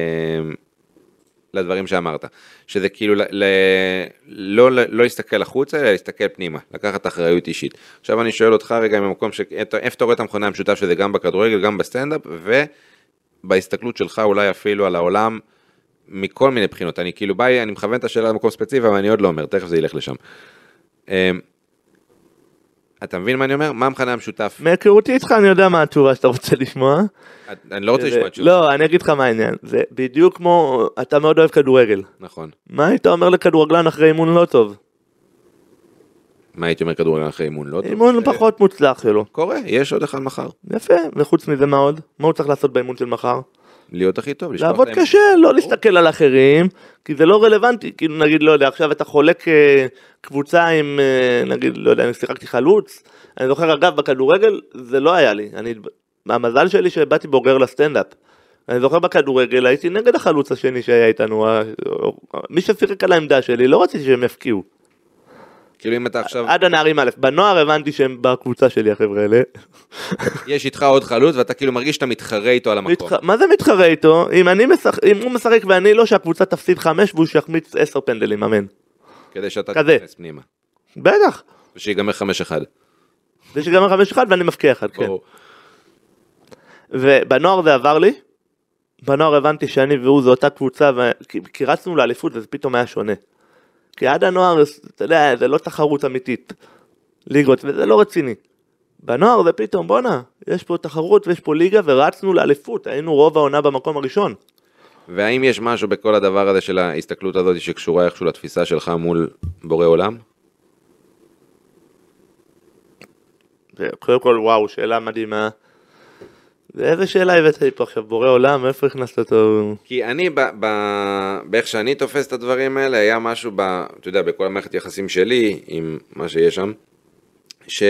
לדברים שאמרת. שזה כאילו ל... ל... לא, לא להסתכל החוצה, אלא להסתכל פנימה, לקחת אחריות אישית. עכשיו אני שואל אותך רגע ממקום ש... איפה אתה רואה את המכונה המשותף שזה גם בכדורגל, גם בסטנדאפ, ובהסתכלות שלך אולי אפילו על העולם, מכל מיני בחינות. אני כאילו ביי, אני מכוון את השאלה למקום ספציפי, אבל אני עוד לא אומר, תכף זה ילך לשם. אתה מבין מה אני אומר? מה המכנה המשותף? מהיכרותי איתך אני יודע מה התשובה שאתה רוצה לשמוע. אני לא רוצה לשמוע תשובה. לא, אני אגיד לך מה העניין. זה בדיוק כמו, אתה מאוד אוהב כדורגל. נכון. מה היית אומר לכדורגלן אחרי אימון לא טוב? מה הייתי אומר כדורגלן אחרי אימון לא טוב? אימון פחות מוצלח שלו. קורה, יש עוד אחד מחר. יפה, וחוץ מזה מה עוד? מה הוא צריך לעשות באימון של מחר? להיות הכי טוב, לעבוד קשה, לא להסתכל על אחרים, כי זה לא רלוונטי, כאילו נגיד, לא יודע, עכשיו אתה חולק קבוצה עם, נגיד, לא יודע, אני שיחקתי חלוץ, אני זוכר אגב בכדורגל, זה לא היה לי, אני, המזל שלי שבאתי בוגר לסטנדאפ, אני זוכר בכדורגל, הייתי נגד החלוץ השני שהיה איתנו, מי ששיחק על העמדה שלי, לא רציתי שהם יפקיעו. כאילו אם אתה עכשיו... עד הנערים א', בנוער הבנתי שהם בקבוצה שלי החבר'ה האלה. יש איתך עוד חלוץ ואתה כאילו מרגיש שאתה מתחרה איתו על המקום. מה זה מתחרה איתו? אם הוא משחק ואני לא, שהקבוצה תפסיד חמש והוא שיחמיץ עשר פנדלים, אמן. כדי שאתה תכנס פנימה. בטח. ושיגמר חמש אחד. ושיגמר חמש אחד ואני מפקיע אחד, כן. ובנוער זה עבר לי. בנוער הבנתי שאני והוא זו אותה קבוצה, כי רצנו לאליפות וזה פתאום היה שונה. כי עד הנוער, אתה יודע, זה לא תחרות אמיתית, ליגות, וזה לא רציני. בנוער זה פתאום, בונה, יש פה תחרות ויש פה ליגה, ורצנו לאליפות, היינו רוב העונה במקום הראשון. והאם יש משהו בכל הדבר הזה של ההסתכלות הזאת, שקשורה איכשהו לתפיסה שלך מול בורא עולם? קודם כל, וואו, שאלה מדהימה. ואיזה שאלה הבאת לי פה עכשיו, בורא עולם, איפה הכנסת אותו? כי אני, ב, ב, באיך שאני תופס את הדברים האלה, היה משהו, ב, אתה יודע, בכל המערכת יחסים שלי, עם מה שיש שם, ש,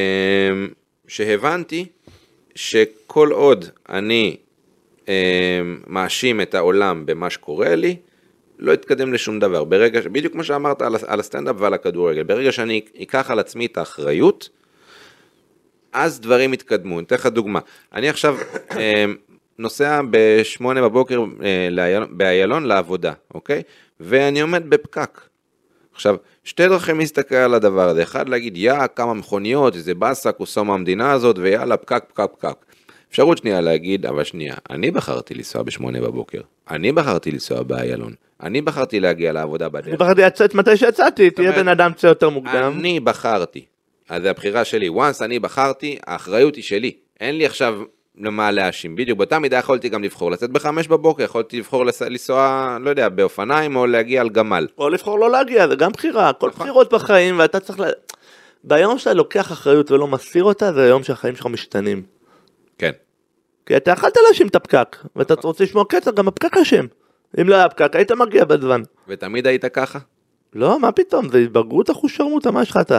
שהבנתי שכל עוד אני מאשים את העולם במה שקורה לי, לא יתקדם לשום דבר. ברגע, בדיוק כמו שאמרת על, על הסטנדאפ ועל הכדורגל, ברגע שאני אקח על עצמי את האחריות, אז דברים התקדמו. אני אתן לך דוגמה. אני עכשיו נוסע בשמונה בבוקר באיילון לעבודה, אוקיי? ואני עומד בפקק. עכשיו, שתי דרכים להסתכל על הדבר הזה. אחד, להגיד, יא, כמה מכוניות, איזה בסה, כוסו מהמדינה הזאת, ויאללה, פקק, פקק, פקק. אפשרות שנייה להגיד, אבל שנייה, אני בחרתי לנסוע בשמונה בבוקר. אני בחרתי לנסוע באיילון. אני בחרתי להגיע לעבודה בדרך. אני בחרתי לצאת מתי שיצאתי, תהיה בן אדם צא יותר מוקדם. אני בחרתי. אז זה הבחירה שלי. once אני בחרתי, האחריות היא שלי. אין לי עכשיו למה להאשים, בדיוק, באותה מידה יכולתי גם לבחור, לצאת בחמש בבוקר, יכולתי לבחור לנסוע, לא יודע, באופניים, או להגיע על גמל. או לבחור לא להגיע, זה גם בחירה, כל בחירות בחיים, ואתה צריך ל... ביום שאתה לוקח אחריות ולא מסיר אותה, זה היום שהחיים שלך משתנים. כן. כי אתה יכולת להאשים את הפקק, ואתה רוצה לשמוע קצר, גם הפקק אשם. אם לא היה פקק, היית מגיע בזמן. ותמיד היית ככה? לא, מה פתאום, זה התבגרות אחושרמוטה, מה יש לך אתה?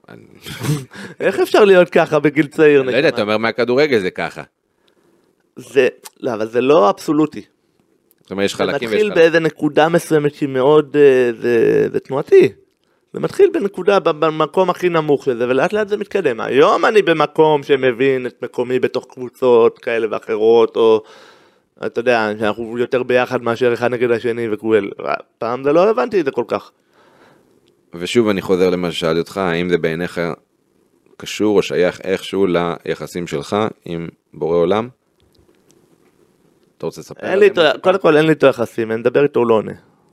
איך אפשר להיות ככה בגיל צעיר? לא יודע, אתה אומר מהכדורגל זה ככה. זה, לא, אבל זה לא אבסולוטי. זאת אומרת, יש זה חלקים ויש מתחיל חלקים. באיזה נקודה מסוימת שהיא מאוד, זה, זה תנועתי. זה מתחיל בנקודה, במקום הכי נמוך של זה, ולאט לאט זה מתקדם. היום אני במקום שמבין את מקומי בתוך קבוצות כאלה ואחרות, או אתה יודע, שאנחנו יותר ביחד מאשר אחד נגד השני וכו'. פעם זה לא הבנתי את זה כל כך. ושוב אני חוזר למה ששאלתי אותך, האם זה בעיניך קשור או שייך איכשהו ליחסים שלך עם בורא עולם? אתה רוצה לספר? אין לי איתו, קודם כל אין לי איתו יחסים, אני מדבר איתו, הוא לא עונה.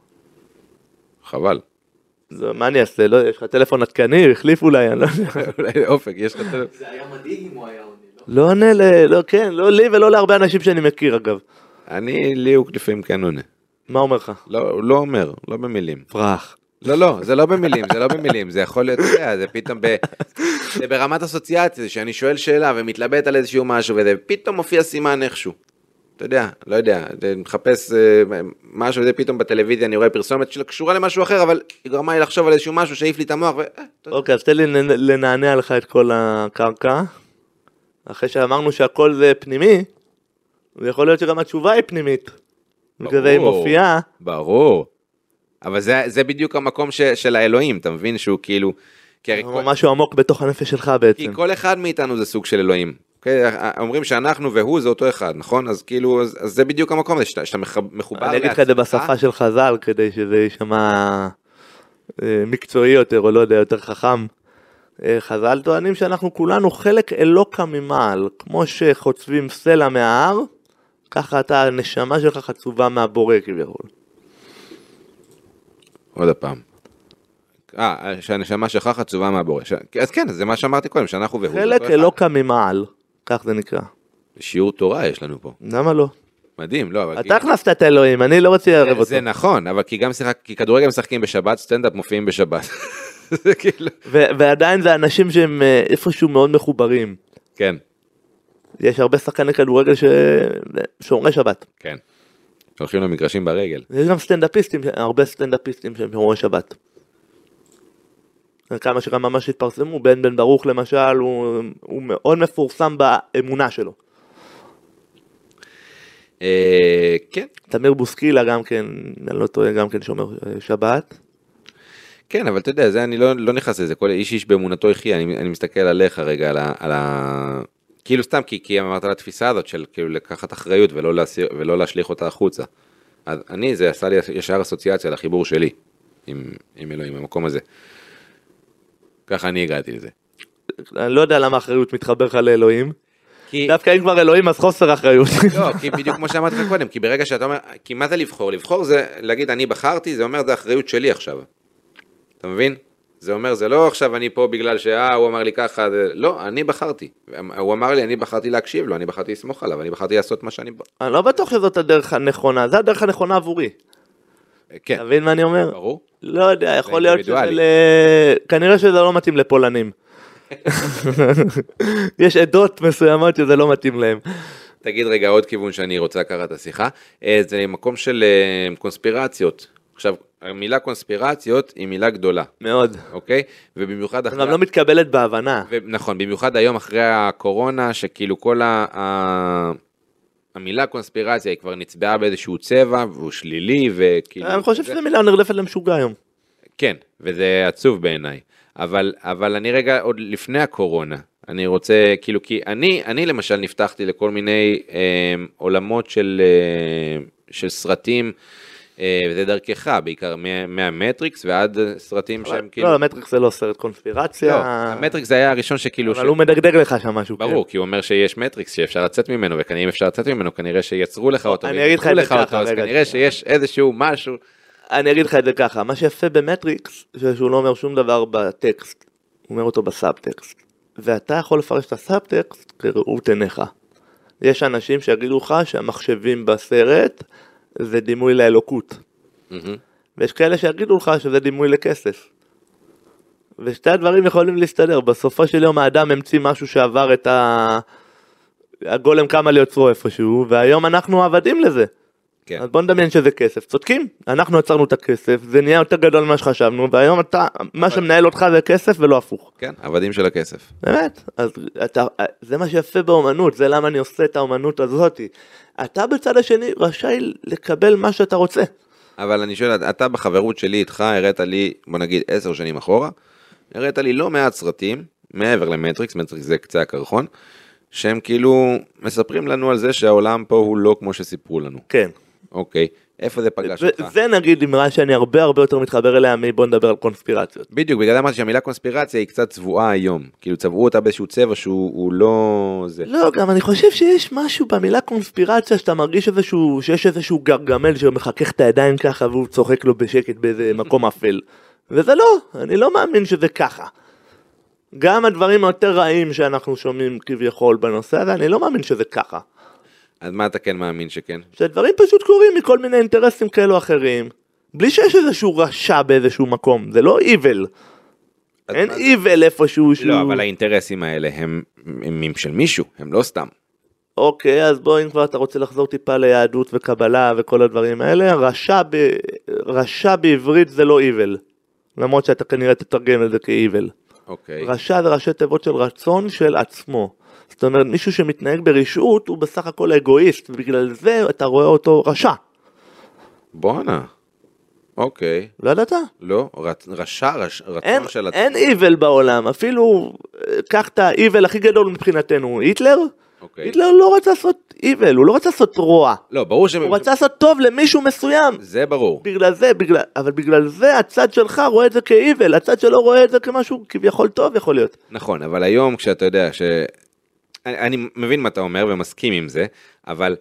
חבל. זה, מה אני אעשה? לא, יש לך טלפון עדכני, החליף אולי, אני לא יודע. אולי אופק, יש לך טלפון. זה היה מדהים אם הוא היה עונה, לא? לא עונה, ל... לא, כן, לא לי ולא להרבה אנשים שאני מכיר אגב. אני, לי הוא לפעמים כן עונה. מה אומר לך? לא, הוא לא אומר, לא במילים. פרח. לא, לא, זה לא במילים, זה לא במילים, זה יכול להיות, אתה יודע, זה פתאום ב... זה ברמת אסוציאציה, שאני שואל שאלה ומתלבט על איזשהו משהו, וזה פתאום מופיע סימן איכשהו. אתה יודע, לא יודע, אני מחפש משהו, וזה פתאום בטלוויזיה, אני רואה פרסומת שלה קשורה למשהו אחר, אבל היא גרמה לי לחשוב על איזשהו משהו, שהעיף לי את המוח, ו... אוקיי, אז תן לי לנענע לך את כל הקרקע. אחרי שאמרנו שהכל זה פנימי, זה יכול להיות שגם התשובה היא פנימית. וכזה היא מופיעה. ברור. אבל זה, זה בדיוק המקום ש, של האלוהים, אתה מבין שהוא כאילו... משהו עמוק בתוך הנפש שלך בעצם. כי כל אחד מאיתנו זה סוג של אלוהים. אומרים שאנחנו והוא זה אותו אחד, נכון? אז כאילו, אז, אז זה בדיוק המקום הזה, שאתה, שאתה מחובר... אני אגיד לך את זה בשפה של חז"ל, כדי שזה יישמע מקצועי יותר, או לא יודע, יותר חכם. חז"ל טוענים שאנחנו כולנו חלק אלוקה ממעל, כמו שחוצבים סלע מההר, ככה אתה, הנשמה שלך חצובה מהבורא כביכול. עוד הפעם. אה, שהנשמה שלך חצובה מהבורא. ש... אז כן, זה מה שאמרתי קודם, שאנחנו והוא. חלק אלוקה ממעל, כך זה נקרא. שיעור תורה יש לנו פה. למה לא? מדהים, לא, אבל... אתה הכנסת את האלוהים, אני לא רוצה לערב אותו. זה נכון, אבל כי גם שיחק, כי כדורגל משחקים בשבת, סטנדאפ מופיעים בשבת. זה כאילו... ועדיין זה אנשים שהם איפשהו מאוד מחוברים. כן. יש הרבה שחקני כדורגל ששומרי שבת. כן. הולכים למגרשים ברגל. יש גם סטנדאפיסטים, הרבה סטנדאפיסטים שהם שומרי שבת. כמה שגם ממש התפרסמו, בן בן ברוך למשל, הוא, הוא מאוד מפורסם באמונה שלו. כן. תמיר בוסקילה גם כן, אני לא טועה, גם כן שומר שבת. כן, אבל אתה יודע, זה אני לא, לא נכנס לזה, כל איש איש באמונתו יחיה, אני, אני מסתכל עליך רגע, על ה... על ה... כאילו סתם, כי, כי אמרת על התפיסה הזאת של כאילו לקחת אחריות ולא, להסיר, ולא להשליך אותה החוצה. אז אני, זה עשה לי ישר אסוציאציה לחיבור שלי עם, עם אלוהים, המקום הזה. ככה אני הגעתי לזה. אני לא יודע למה האחריות מתחבר לך לאלוהים. כי... דווקא אם כבר אלוהים, אז חוסר אחריות. לא, כי בדיוק כמו שאמרתי לך קודם, כי ברגע שאתה אומר, כי מה זה לבחור? לבחור זה להגיד אני בחרתי, זה אומר זה אחריות שלי עכשיו. אתה מבין? זה אומר, זה לא עכשיו אני פה בגלל שאה, הוא אמר לי ככה, זה... לא, אני בחרתי. הוא אמר לי, אני בחרתי להקשיב לו, אני בחרתי לסמוך עליו, אני בחרתי לעשות מה שאני... אני לא בטוח שזאת הדרך הנכונה, זה הדרך הנכונה עבורי. כן. אתה מבין מה אני אומר? ברור. לא יודע, יכול להיות שזה ל... כנראה שזה לא מתאים לפולנים. יש עדות מסוימות שזה לא מתאים להם. תגיד רגע עוד כיוון שאני רוצה לקחת את השיחה, זה מקום של קונספירציות. עכשיו, המילה קונספירציות היא מילה גדולה. מאוד. אוקיי? ובמיוחד אחרי... גם לא מתקבלת בהבנה. נכון, במיוחד היום אחרי הקורונה, שכאילו כל ה... המילה קונספירציה היא כבר נצבעה באיזשהו צבע, והוא שלילי, וכאילו... אני חושב שזו מילה נרדפת למשוגע היום. כן, וזה עצוב בעיניי. אבל, אבל אני רגע, עוד לפני הקורונה, אני רוצה, כאילו, כי אני, אני למשל נפתחתי לכל מיני אה, עולמות של, אה, של סרטים, אה, וזה דרכך, בעיקר מה, מהמטריקס ועד סרטים שהם כאילו... לא, המטריקס זה לא סרט קונספירציה. לא, המטריקס זה היה הראשון שכאילו... אבל ש... הוא מדגדג לך שם משהו. ברור, כן. כי הוא אומר שיש מטריקס שאפשר לצאת ממנו, וכנראה אם אפשר לצאת ממנו, כנראה שיצרו לך אותו. אני אגיד לך את זה ככה, אז כנראה שיש איזשהו משהו... אני אגיד לך את זה ככה, מה שיפה במטריקס, זה שהוא לא אומר שום דבר בטקסט, הוא אומר אותו בסאבטקסט. ואתה יכול לפרש את הסאבטקסט כראות עיניך. יש אנשים שיגידו לך שהמחשבים בסרט זה דימוי לאלוקות. ויש כאלה שיגידו לך שזה דימוי לכסף. ושתי הדברים יכולים להסתדר. בסופו של יום האדם המציא משהו שעבר את ה... הגולם קם על יוצרו איפשהו, והיום אנחנו עבדים לזה. כן. אז בוא נדמיין שזה כסף. צודקים, אנחנו יצרנו את הכסף, זה נהיה יותר גדול ממה שחשבנו, והיום אתה, מה שמנהל אותך זה כסף ולא הפוך. כן, עבדים של הכסף. באמת, אז אתה, זה מה שיפה באומנות, זה למה אני עושה את האומנות הזאת. אתה בצד השני רשאי לקבל מה שאתה רוצה. אבל אני שואל, אתה בחברות שלי איתך, הראת לי, בוא נגיד עשר שנים אחורה, הראת לי לא מעט סרטים, מעבר למטריקס, מטריקס זה קצה הקרחון, שהם כאילו מספרים לנו על זה שהעולם פה הוא לא כמו שסיפרו לנו. כן. אוקיי, איפה זה פגש אותך? זה נגיד אמרה שאני הרבה הרבה יותר מתחבר אליה מבוא נדבר על קונספירציות. בדיוק, בגלל זה אמרתי שהמילה קונספירציה היא קצת צבועה היום. כאילו צבעו אותה באיזשהו צבע שהוא לא... זה. לא, גם אני חושב שיש משהו במילה קונספירציה שאתה מרגיש איזשהו, שיש איזשהו גרגמל שמחכך את הידיים ככה והוא צוחק לו בשקט באיזה מקום אפל. וזה לא, אני לא מאמין שזה ככה. גם הדברים היותר רעים שאנחנו שומעים כביכול בנושא הזה, אני לא מאמין שזה ככה. אז מה אתה כן מאמין שכן? שדברים פשוט קורים מכל מיני אינטרסים כאלו אחרים, בלי שיש איזשהו רשע באיזשהו מקום, זה לא evil. אין evil איפשהו שהוא... לא, אבל האינטרסים האלה הם, הם, הם של מישהו, הם לא סתם. אוקיי, אז בוא, אם כבר אתה רוצה לחזור טיפה ליהדות וקבלה וכל הדברים האלה, רשע, ב... רשע בעברית זה לא evil. למרות שאתה כנראה תתרגם את זה כ-evil. אוקיי. רשע זה ראשי תיבות של רצון של עצמו. זאת אומרת, מישהו שמתנהג ברשעות הוא בסך הכל אגואיסט, ובגלל זה אתה רואה אותו רשע. בואנה. אוקיי. לא ידעת? לא, רשע, רש, רצון אין, של... אין איבל בעולם, אפילו קח את האיבל הכי גדול מבחינתנו, היטלר, אוקיי. היטלר לא רצה לעשות איבל, הוא לא רצה לעשות רוע. לא, ברור ש... הוא רצה לעשות טוב למישהו מסוים. זה ברור. בגלל זה, בגלל, אבל בגלל זה הצד שלך רואה את זה כאיבל, הצד שלו רואה את זה כמשהו כביכול טוב יכול להיות. נכון, אבל היום כשאתה יודע ש... אני, אני מבין מה אתה אומר ומסכים עם זה, אבל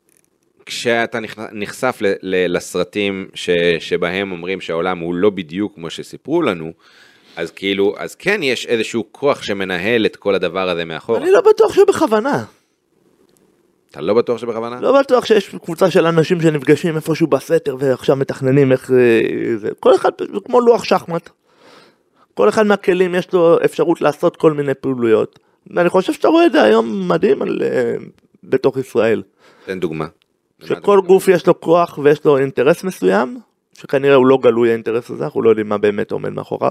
כשאתה נחשף ל, ל, לסרטים ש, שבהם אומרים שהעולם הוא לא בדיוק כמו שסיפרו לנו, אז כאילו, אז כן יש איזשהו כוח שמנהל את כל הדבר הזה מאחור. אני לא בטוח שבכוונה. אתה לא בטוח שבכוונה? לא בטוח שיש קבוצה של אנשים שנפגשים איפשהו בסתר ועכשיו מתכננים איך זה. כל אחד כמו לוח שחמט. כל אחד מהכלים יש לו אפשרות לעשות כל מיני פעולויות. ואני חושב שאתה רואה את זה היום מדהים על, uh, בתוך ישראל. תן דוגמה. שכל גוף יש לו כוח ויש לו אינטרס מסוים, שכנראה הוא לא גלוי האינטרס הזה, אנחנו לא יודעים מה באמת עומד מאחוריו.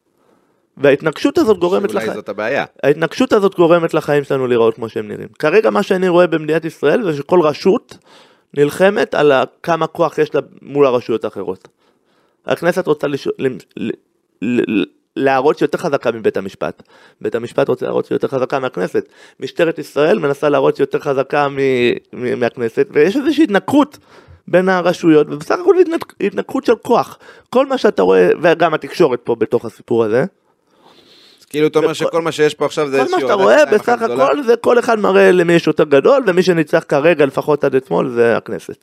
וההתנגשות הזאת גורמת שאולי לחיים. זאת הבעיה. ההתנגשות הזאת גורמת לחיים שלנו לראות כמו שהם נראים. כרגע מה שאני רואה במדינת ישראל זה שכל רשות נלחמת על כמה כוח יש לה מול הרשויות האחרות. הכנסת רוצה לש... ל... ל... ל... להראות שיותר חזקה מבית המשפט. בית המשפט רוצה להראות שיותר חזקה מהכנסת. משטרת ישראל מנסה להראות שיותר חזקה מ... מ... מהכנסת, ויש איזושהי התנגחות בין הרשויות, ובסך הכל התנגחות של כוח. כל מה שאתה רואה, וגם התקשורת פה בתוך הסיפור הזה, כאילו אתה אומר שכל מה שיש פה עכשיו זה... כל מה שאתה רואה בסך הכל זה כל אחד מראה למי יש יותר גדול, ומי שניצח כרגע לפחות עד אתמול זה הכנסת.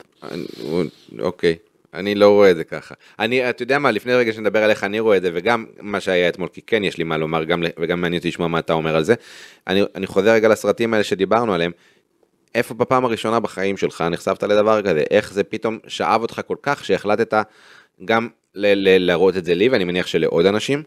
אוקיי, אני לא רואה את זה ככה. אני, אתה יודע מה, לפני רגע שנדבר עליך אני רואה את זה, וגם מה שהיה אתמול, כי כן יש לי מה לומר, וגם מעניין אותי לשמוע מה אתה אומר על זה. אני, אני חוזר רגע לסרטים האלה שדיברנו עליהם, איפה בפעם הראשונה בחיים שלך נחשפת לדבר כזה, איך זה פתאום שאב אותך כל כך, שהחלטת גם ל- ל- להראות את זה לי, ואני מניח שלעוד אנשים?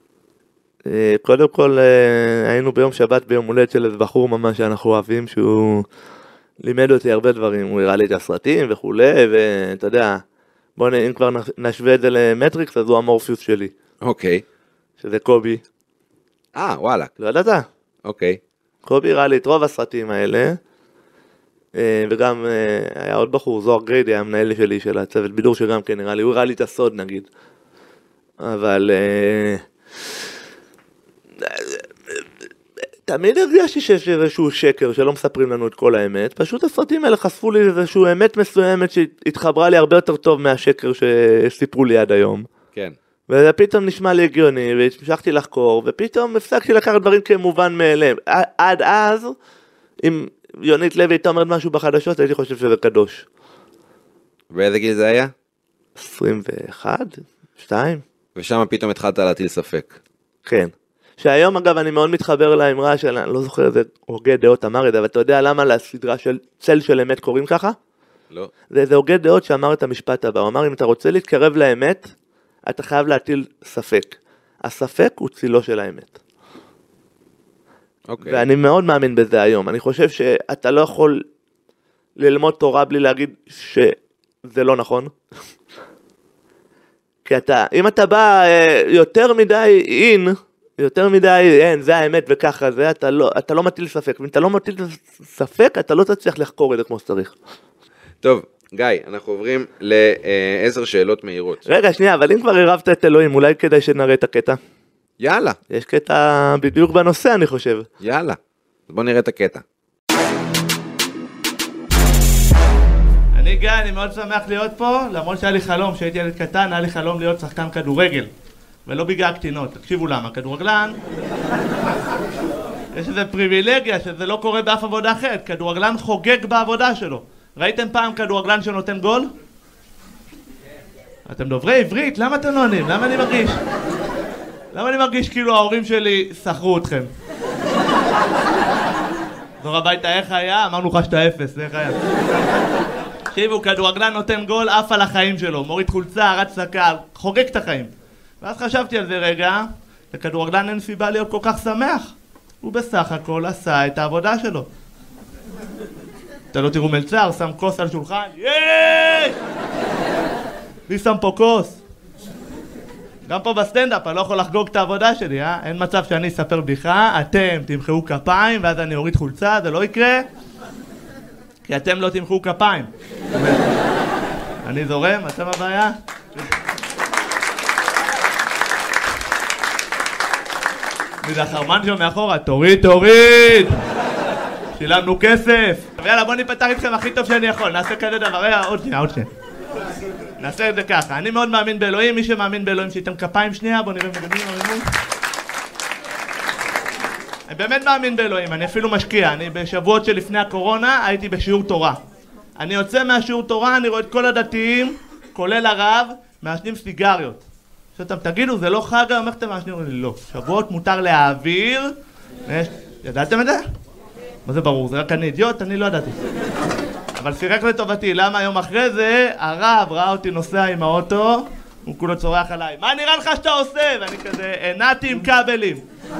קודם כל היינו ביום שבת ביום הולדת של איזה בחור ממש שאנחנו אוהבים, שהוא לימד אותי הרבה דברים, הוא הראה לי את הסרטים וכולי, ואתה יודע, בוא אם כבר נשווה את זה למטריקס, אז הוא המורפיוס שלי. אוקיי. שזה קובי. אה, וואלה. לא ידעת? אוקיי. קובי הראה לי את רוב הסרטים האלה, וגם היה עוד בחור, זוהר גריידי, היה המנהל שלי של הצוות בידור, שגם כן הראה לי, הוא הראה לי את הסוד נגיד. אבל... תמיד הרגשתי שיש איזשהו שקר שלא מספרים לנו את כל האמת, פשוט הסרטים האלה חשפו לי איזשהו אמת מסוימת שהתחברה לי הרבה יותר טוב מהשקר שסיפרו לי עד היום. כן. וזה פתאום נשמע לי הגיוני, והמשכתי לחקור, ופתאום הפסקתי לקחת דברים כמובן מאליהם. עד אז, אם יונית לוי הייתה אומרת משהו בחדשות, הייתי חושב שזה קדוש. ואיזה גיל זה היה? עשרים ואחת, שתיים. ושם פתאום התחלת להטיל ספק. כן. שהיום אגב אני מאוד מתחבר לאמרה של, אני לא זוכר איזה הוגה דעות אמר את זה, אבל אתה יודע למה לסדרה של צל של אמת קוראים ככה? לא. זה איזה הוגה דעות שאמר את המשפט הבא, הוא אמר אם אתה רוצה להתקרב לאמת, אתה חייב להטיל ספק. הספק הוא צילו של האמת. אוקיי. ואני מאוד מאמין בזה היום, אני חושב שאתה לא יכול ללמוד תורה בלי להגיד שזה לא נכון. כי אתה, אם אתה בא יותר מדי אין, יותר מדי אין, זה האמת וככה זה, אתה לא, אתה לא מטיל ספק, ואם אתה לא מטיל ספק, אתה לא תצליח לחקור את זה כמו שצריך. טוב, גיא, אנחנו עוברים לעשר שאלות מהירות. רגע, שנייה, אבל אם כבר הרבת את אלוהים, אולי כדאי שנראה את הקטע. יאללה. יש קטע בדיוק בנושא, אני חושב. יאללה. בוא נראה את הקטע. אני גיא, אני מאוד שמח להיות פה, למרות שהיה לי חלום, שהייתי ילד קטן, היה לי חלום להיות שחקן כדורגל. ולא בגלל קטינות, תקשיבו למה, כדורגלן, יש איזו פריבילגיה שזה לא קורה באף עבודה אחרת, כדורגלן חוגג בעבודה שלו. ראיתם פעם כדורגלן שנותן גול? אתם דוברי עברית? למה אתם לא עונים? למה אני מרגיש? למה אני מרגיש כאילו ההורים שלי שכרו אתכם? זור הביתה, איך היה? אמרנו לך שאתה אפס, איך היה? תקשיבו, כדורגלן נותן גול, עף על החיים שלו, מוריד חולצה, רץ לקהל, חוגג את החיים. ואז חשבתי על זה רגע, לכדורגלן אין סיבה להיות כל כך שמח. הוא בסך הכל עשה את העבודה שלו. אתה לא תראו מלצר, שם כוס על שולחן, יש! אני שם פה כוס. גם פה בסטנדאפ, אני לא יכול לחגוג את העבודה שלי, אה? אין מצב שאני אספר בדיחה, אתם תמחאו כפיים, ואז אני אוריד חולצה, זה לא יקרה. כי אתם לא תמחאו כפיים. אני זורם, אתם הבעיה? מדחרמן שם מאחורה, תוריד, תוריד! שילמנו כסף! ויאללה, בוא ניפתח איתכם הכי טוב שאני יכול, נעשה כזה דבר, עוד שנייה, עוד שנייה. נעשה את זה ככה, אני מאוד מאמין באלוהים, מי שמאמין באלוהים שייתן כפיים שנייה, בוא נראה מגדלים, מרימו. אני באמת מאמין באלוהים, אני אפילו משקיע, אני בשבועות שלפני הקורונה הייתי בשיעור תורה. אני יוצא מהשיעור תורה, אני רואה את כל הדתיים, כולל הרב, מעשנים סיגריות. שאתם תגידו, זה לא חג, איך אתם מעשנים? לא. שבועות מותר להעביר. ידעתם את זה? מה זה ברור? זה רק אני אידיוט? אני לא ידעתי. אבל סירק לטובתי, למה יום אחרי זה, הרב ראה אותי נוסע עם האוטו, הוא כולו צורח עליי, מה נראה לך שאתה עושה? ואני כזה, ענתי עם כבלים.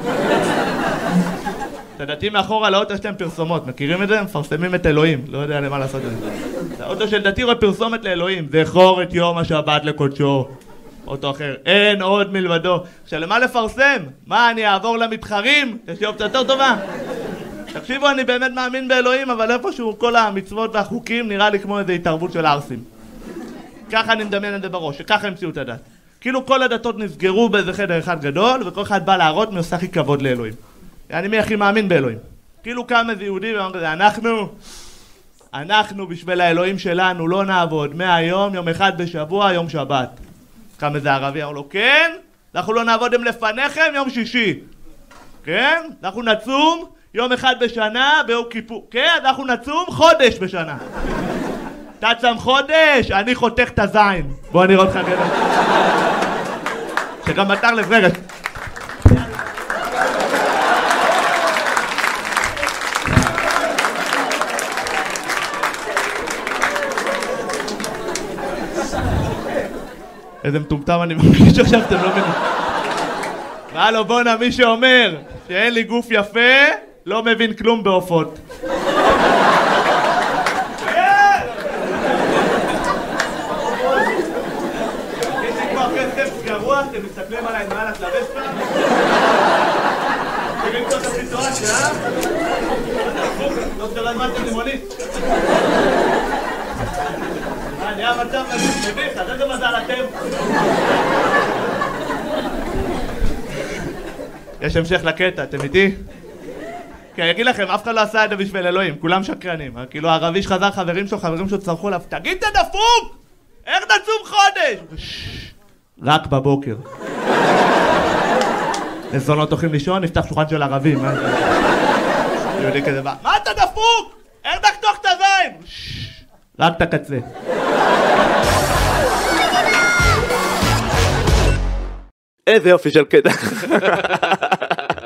את הדתיים מאחורה לאוטו יש להם פרסומות, מכירים את זה? מפרסמים את אלוהים, לא יודע למה לעשות את זה. האוטו של דתי רואה פרסומת לאלוהים, זכור את יום השבת לקודשו. אוטו אחר, אין עוד מלבדו. עכשיו, למה לפרסם? מה, אני אעבור למתחרים? יש לי אופציה יותר טובה? תקשיבו, אני באמת מאמין באלוהים, אבל איפשהו כל המצוות והחוקים נראה לי כמו איזו התערבות של הערסים. ככה אני מדמיין את זה בראש, שככה המציאו את הדת. כאילו כל הדתות נסגרו באיזה חדר אחד גדול, וכל אחד בא להראות מי עושה הכי כבוד לאלוהים. אני מי הכי מאמין באלוהים. כאילו קם איזה יהודי ואומר כזה, אנחנו, אנחנו בשביל האלוהים שלנו לא נעבוד מהיום, יום אחד בשבוע, יום שבת. קם איזה ערבי, אמר לו, כן, אנחנו לא נעבוד עם לפניכם יום שישי. כן, אנחנו נצום יום אחד בשנה ביום כיפור. כן, אנחנו נצום חודש בשנה. אתה צם חודש, אני חותך את הזין. בוא נראה אותך גדול. שגם מטר לב, רגע. איזה מטומטם אני מרגיש עכשיו, אתם לא מבינים. הלו, בונה, מי שאומר שאין לי גוף יפה, לא מבין כלום בעופות. יש לי כבר כסף גרוע, אתם מסתכלים עליי מעל הטלבסטה? תראים פה את הסיטואציה, אה? לא תדעת מה אתם לימונית. נהיה מצב מביך, אז איזה מזל אתם? יש המשך לקטע, אתם איתי? כי אני אגיד לכם, אף אחד לא עשה את זה בשביל אלוהים, כולם שקרנים. כאילו הערבי שחזר חברים שלו, חברים שלו צרכו עליו, תגיד את הדפוק! איך נצום חודש? רק בבוקר. זונות הולכים לישון, נפתח שולחן של ערבים. יהודי כזה בא, מה אתה דפוק? איך נחתוך את הזין? רק את הקצה. איזה יופי של קטע.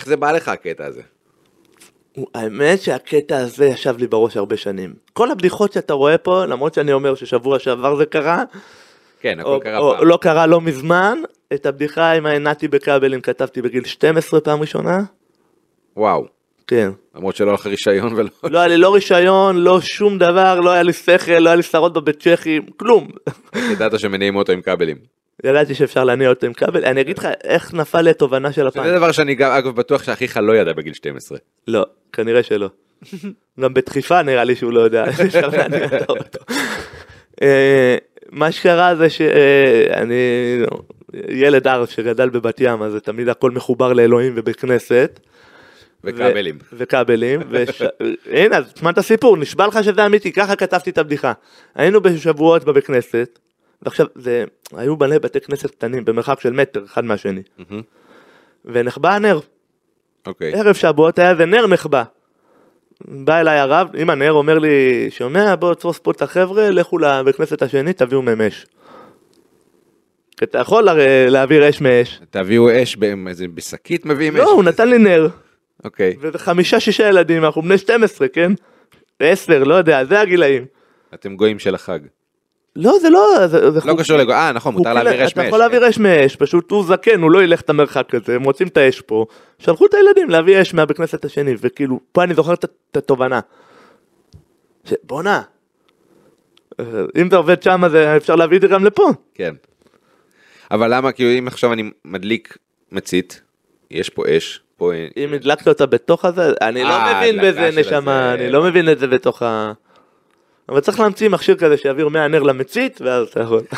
איך זה בא לך הקטע הזה? האמת שהקטע הזה ישב לי בראש הרבה שנים. כל הבדיחות שאתה רואה פה, למרות שאני אומר ששבוע שעבר זה קרה, כן, הכל או, קרה או פעם. לא קרה לא מזמן, את הבדיחה עם העינתי בכבלים כתבתי בגיל שתים עשרה פעם ראשונה. וואו. כן. למרות שלא לך רישיון ולא... לא היה לי לא רישיון, לא שום דבר, לא היה לי שכל, לא היה לי שרות בבית צ'כי, כלום. ידעת שמניעים אותו עם כבלים. ידעתי שאפשר להניע אותו עם כבל. אני אגיד לך איך נפל לי התובנה של הפעם. זה דבר שאני גם, אגב, בטוח שאחיך לא ידע בגיל שתים עשרה. לא, כנראה שלא. גם בדחיפה נראה לי שהוא לא יודע. אפשר להניע אותו. אה, מה שקרה זה שאני ילד ארץ שגדל בבת ים, אז זה תמיד הכל מחובר לאלוהים ובית כנסת. וכבלים. ו- וכבלים. וש... הנה, אז תשמע את הסיפור, נשבע לך שזה אמיתי, ככה כתבתי את הבדיחה. היינו בשבועות בבית כנסת, ועכשיו, זה, היו בני בתי כנסת קטנים, במרחק של מטר, אחד מהשני. ונחבא הנר. אוקיי. ערב שבועות היה זה נר נחבא. בא אליי הרב, עם הנר אומר לי, שומע, בוא תפוס פה את החבר'ה, לכו לבית כנסת השני, תביאו מהם אש. כי אתה יכול הרי להעביר אש מאש. תביאו אש באיזה בשקית מביאים אש? לא, הוא נתן לי נר. אוקיי. וזה חמישה, שישה ילדים, אנחנו בני שתים עשרה, כן? עשר, לא יודע, זה הגילאים. אתם גויים של החג. לא, זה לא... זה, זה לא חוק- קשור לגוי, אה נכון, מותר חוקי- להעביר אש אתה מאש. יכול להעביר אש מאש, פשוט הוא זקן, הוא לא ילך את המרחק הזה, הם רוצים את האש פה, שלחו את הילדים להביא אש מהבית כנסת השני, וכאילו, פה אני זוכר את את התובנה. ש- בוא'נה, אם זה עובד שם, אז אפשר להביא את זה גם לפה. כן. אבל למה, כאילו אם עכשיו אני מדליק מצית, יש פה אש, פה... אם הדלקת אותה בתוך הזה, אני לא אה, מבין הדלקה בזה של נשמה, הזה. אני לא מבין את זה בתוך ה... אבל צריך להמציא מכשיר כזה שיעביר מהנר למצית, ואז אתה יכול.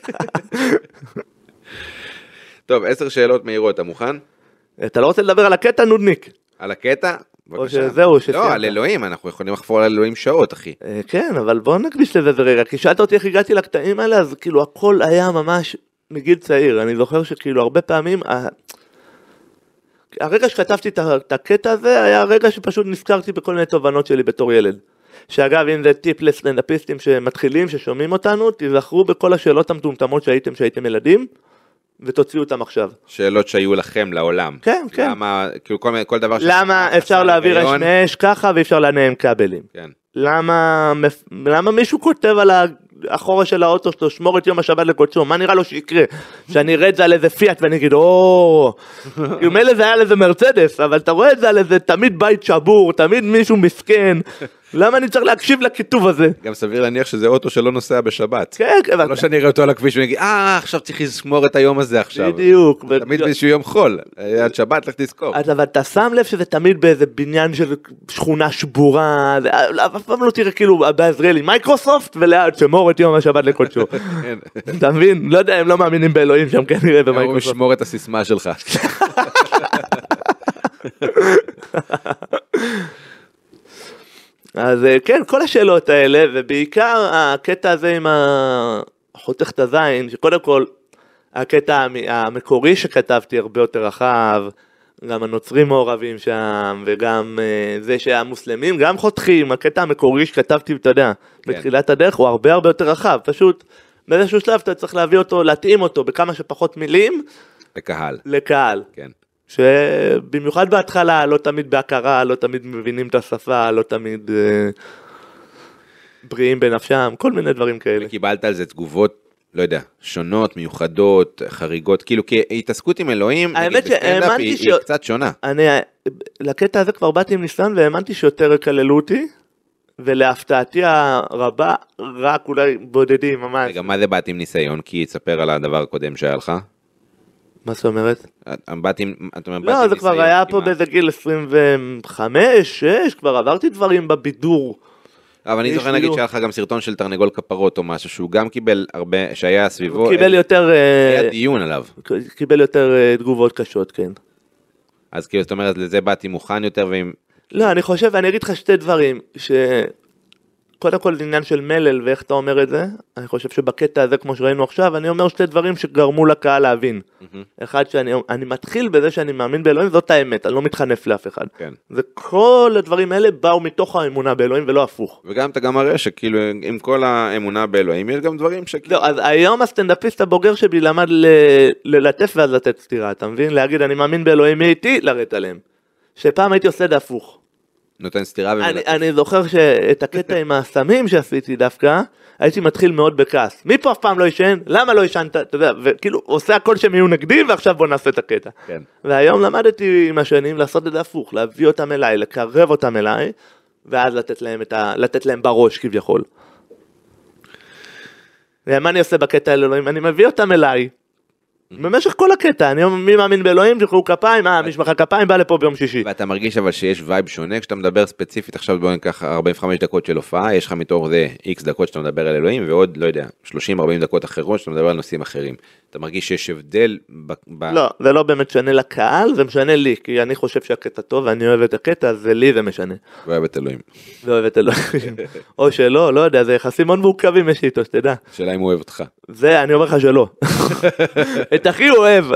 טוב, עשר שאלות מהירות, אתה מוכן? אתה לא רוצה לדבר על הקטע נודניק? על הקטע? בבקשה. שזהו, שסיימת. לא, על אלוהים, אנחנו יכולים לחפור על אלוהים שעות, אחי. אה, כן, אבל בוא נקדיש לזה זה רגע, כי שאלת אותי איך הגעתי לקטעים האלה, אז כאילו הכל היה ממש מגיל צעיר, אני זוכר שכאילו הרבה פעמים, ה- הרגע שכתבתי את ה- את הקטע הזה, היה הרגע שפשוט נזכרתי בכל מיני תובנות שלי בתור ילד. שאגב, אם זה טיפ לסטנדאפיסטים שמתחילים, ששומעים אותנו, תזכרו בכל השאלות המטומטמות שהייתם שהייתם ילדים, ותוציאו אותם עכשיו. שאלות שהיו לכם לעולם. כן, כן. למה, כאילו כל, כל דבר... למה חסר אפשר להעביר אש היגיון. מאש ככה ואפשר להניע עם כבלים? כן. למה, למה מישהו כותב על האחורה של האוטו שלו, שמור את יום השבת לקודשו, מה נראה לו שיקרה? שאני אראה את זה על איזה פיאט ואני אגיד, או, כאילו מילא זה היה על איזה מרצדס, אבל אתה רואה את זה על איזה תמיד בית שבור, תמיד מישהו מסכן, למה אני צריך להקשיב לכיתוב הזה? גם סביר להניח שזה אוטו שלא נוסע בשבת. כן, אבל... לא שאני אראה אותו על הכביש ואני אגיד, אה, עכשיו צריך לזמור את היום הזה עכשיו. בדיוק. תמיד באיזשהו יום חול, עד שבת לך תזכור. אז אבל אתה שם לב שזה תמיד באיזה בניין של שכונה שבורה, זה- אף פעם לא תראה כאילו בעזריאלי מייקרוסופט וליד שמור את יום השבת לקודשו. כן. אתה מבין? לא יודע, הם לא מאמינים באלוהים שם כנראה אמרו במייקרוסופט. לשמור את הסיסמה שלך. אז כן, כל השאלות האלה, ובעיקר הקטע הזה עם החותך את הזין, שקודם כל, הקטע המ- המקורי שכתבתי הרבה יותר רחב, גם הנוצרים מעורבים שם, וגם אה, זה שהמוסלמים גם חותכים, הקטע המקורי שכתבתי, אתה יודע, כן. בתחילת הדרך, הוא הרבה הרבה יותר רחב, פשוט באיזשהו שלב אתה צריך להביא אותו, להתאים אותו בכמה שפחות מילים לקהל. לקהל. כן. שבמיוחד בהתחלה לא תמיד בהכרה, לא תמיד מבינים את השפה, לא תמיד אה, בריאים בנפשם, כל מיני דברים כאלה. קיבלת על זה תגובות, לא יודע, שונות, מיוחדות, חריגות, כאילו כי התעסקות עם אלוהים, האמת נגיד בסטנדאפ, שהאמנתי היא ש- היא קצת שונה. אני, לקטע הזה כבר באתי עם ניסיון והאמנתי שיותר יקללו אותי, ולהפתעתי הרבה, רק אולי בודדים ממש. רגע, מה זה באתי עם ניסיון? כי תספר על הדבר הקודם שהיה לך. מה זאת אומרת? באתי עם, אתה אומר, באתי לא, עם זה כבר ניסיון, היה כי פה מה? באיזה גיל עשרים וחמש, שש, כבר עברתי דברים בבידור. אבל אני יש זוכר לי נגיד לא. שהיה לך גם סרטון של תרנגול כפרות או משהו, שהוא גם קיבל הרבה, שהיה סביבו, הוא קיבל יותר, היה אה, דיון עליו. קיבל יותר אה, תגובות קשות, כן. אז כאילו, זאת אומרת, לזה באתי מוכן יותר, ועם... לא, אני חושב, אני אגיד לך שתי דברים, שקודם כל זה עניין של מלל ואיך אתה אומר את זה, אני חושב שבקטע הזה, כמו שראינו עכשיו, אני אומר שתי דברים שגרמו לקהל להבין. אחד, שאני אני מתחיל בזה שאני מאמין באלוהים, זאת האמת, אני לא מתחנף לאף אחד. כן. זה כל הדברים האלה באו מתוך האמונה באלוהים ולא הפוך. וגם אתה גם מראה שכאילו, עם כל האמונה באלוהים, יש גם דברים שכאילו... לא, אז היום הסטנדאפיסט הבוגר שבי למד ל- ללטף ואז לתת סתירה, אתה מבין? להגיד אני מאמין באלוהים, מי איתי? לרדת עליהם. שפעם הייתי עושה את זה הפוך. נותן סתירה אני, ומלטף. אני זוכר שאת הקטע עם הסמים שעשיתי דווקא, הייתי מתחיל מאוד בכעס. מי פה אף פעם לא ישן? למה לא ישנת? אתה יודע, וכאילו עושה הכל שהם יהיו נגדי, ועכשיו בוא נעשה את הקטע. כן. והיום למדתי עם השנים לעשות את זה הפוך, להביא אותם אליי, לקרב אותם אליי, ואז לתת להם, את ה... לתת להם בראש כביכול. ומה אני עושה בקטע על אלוהים? אני מביא אותם אליי, במשך כל הקטע, אני מי מאמין באלוהים, שחררו כפיים, אה, מי שמחא כפיים, בא לפה ביום שישי. ואתה מרגיש אבל שיש וייב שונה, כשאתה מדבר ספציפית, עכשיו בוא ניקח ארבעים וחמש דקות של הופעה, יש לך מתוך זה איקס דקות שאתה מדבר על אלוהים, ועוד, לא יודע, שלושים ארבעים דקות אחרות שאתה מדבר על נושאים אחרים. אתה מרגיש שיש הבדל ב... ב... לא, זה לא באמת משנה לקהל, זה משנה לי, כי אני חושב שהקטע טוב, ואני אוהב את הקטע, אז לי זה משנה. ואוהב את אלוהים. ואוהב את אלוהים. או שלא, לא יודע, זה יחסים מאוד מורכבים יש איתו, שתדע. שאלה אם הוא אוהב אותך. זה, אני אומר לך שלא. את אחי הוא אוהב.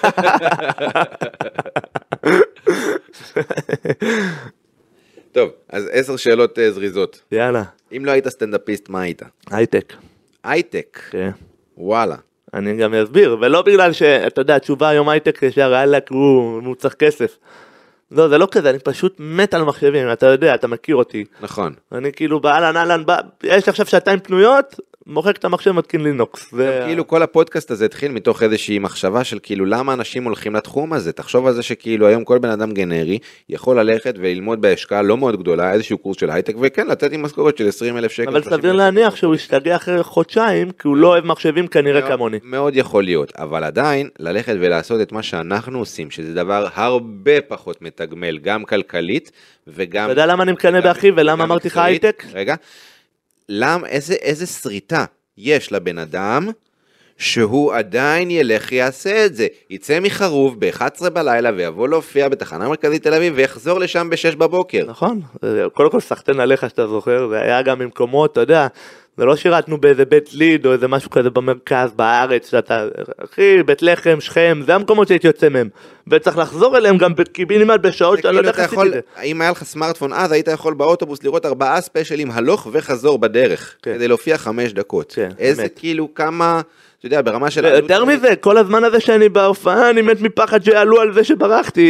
טוב, אז עשר שאלות uh, זריזות. יאללה. אם לא היית סטנדאפיסט, מה היית? הייטק. הייטק. כן. וואלה. אני גם אסביר, ולא בגלל שאתה יודע, התשובה היום הייטק שהרעלק הוא, הוא צריך כסף. לא, זה לא כזה, אני פשוט מת על מחשבים, אתה יודע, אתה מכיר אותי. נכון. אני כאילו באלן אלן, בא, יש עכשיו שעתיים פנויות, מוחק את המחשב מתקין לינוקס. ו... כאילו כל הפודקאסט הזה התחיל מתוך איזושהי מחשבה של כאילו למה אנשים הולכים לתחום הזה, תחשוב על זה שכאילו היום כל בן אדם גנרי יכול ללכת וללמוד בהשקעה לא מאוד גדולה, איזשהו קורס של הייטק, וכן לתת עם משכורת של עשרים אלף שקל. אבל סביר להניח שהוא ישתגע אחרי חודשיים, כי הוא לא אוהב מחשבים כנראה מאוד, כמוני. מאוד יכול להיות, אבל עדיין ללכת ולעשות את מה שאנחנו עושים, שזה דבר הרבה פחות מתגמל, גם כלכלית וגם... אתה יודע למה אני מקנה באחי ולמה אמרתי לך הייטק? רגע, למה, איזה, איזה שריטה יש לבן אדם שהוא עדיין ילך יעשה את זה, יצא מחרוב ב-אחת עשרה בלילה ויבוא להופיע בתחנה מרכזית תל אביב ויחזור לשם ב-שש בבוקר. נכון, קודם כל סחטן עליך שאתה זוכר, זה היה גם במקומות, אתה יודע, זה לא שירתנו באיזה בית ליד או איזה משהו כזה במרכז, בארץ, שאתה, אחי, בית לחם, שכם, זה המקומות שהייתי יוצא מהם, וצריך לחזור אליהם גם בקיבינימט בשעות שאני לא יודע איך עשיתי את זה. אם היה לך סמארטפון אז, היית יכול באוטובוס לראות ארבעה ספיישלים הלוך וחזור בדרך, כן. כדי להופיע חמש דקות. כן, איזה באמת. כאילו כמה, אתה יודע, ברמה של... יותר מזה, כל הזמן הזה שאני בהופעה, אני מת מפחד שיעלו על זה שברחתי.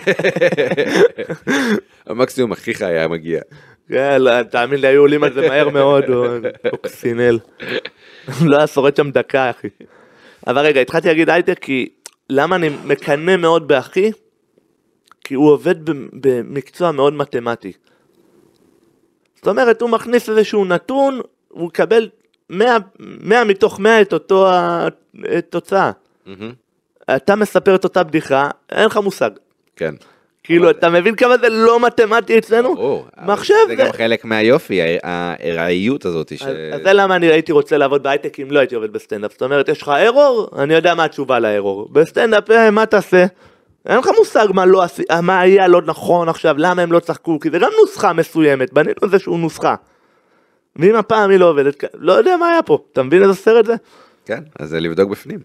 המקסימום אחיך היה מגיע. כן, לא, תאמין לי, היו עולים על זה מהר מאוד, או קסינל. לא היה שורד שם דקה, אחי. אבל רגע, התחלתי להגיד הייטק, כי למה אני מקנה מאוד באחי? כי הוא עובד במקצוע מאוד מתמטי. זאת אומרת, הוא מכניס איזשהו נתון, הוא מקבל מאה מתוך מאה את אותו התוצאה. אתה מספר את אותה בדיחה, אין לך מושג. כן. כאילו, אתה מבין כמה זה לא מתמטי אצלנו? מחשב זה גם חלק מהיופי, הראיות הזאת. אז זה למה אני הייתי רוצה לעבוד בהייטק אם לא הייתי עובד בסטנדאפ. זאת אומרת, יש לך ארור, אני יודע מה התשובה לארור. בסטנדאפ, מה תעשה? אין לך מושג מה היה לא נכון עכשיו, למה הם לא צחקו, כי זה גם נוסחה מסוימת, בנינו איזשהו נוסחה. ואם הפעם היא לא עובדת, לא יודע מה היה פה, אתה מבין איזה סרט זה? כן, אז זה לבדוק בפנים.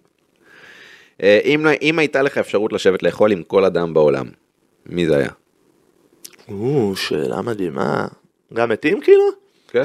אם הייתה לך אפשרות לשבת לאכול עם כל אדם בעולם, מי זה היה? או, שאלה מדהימה. גם מתים כאילו? כן.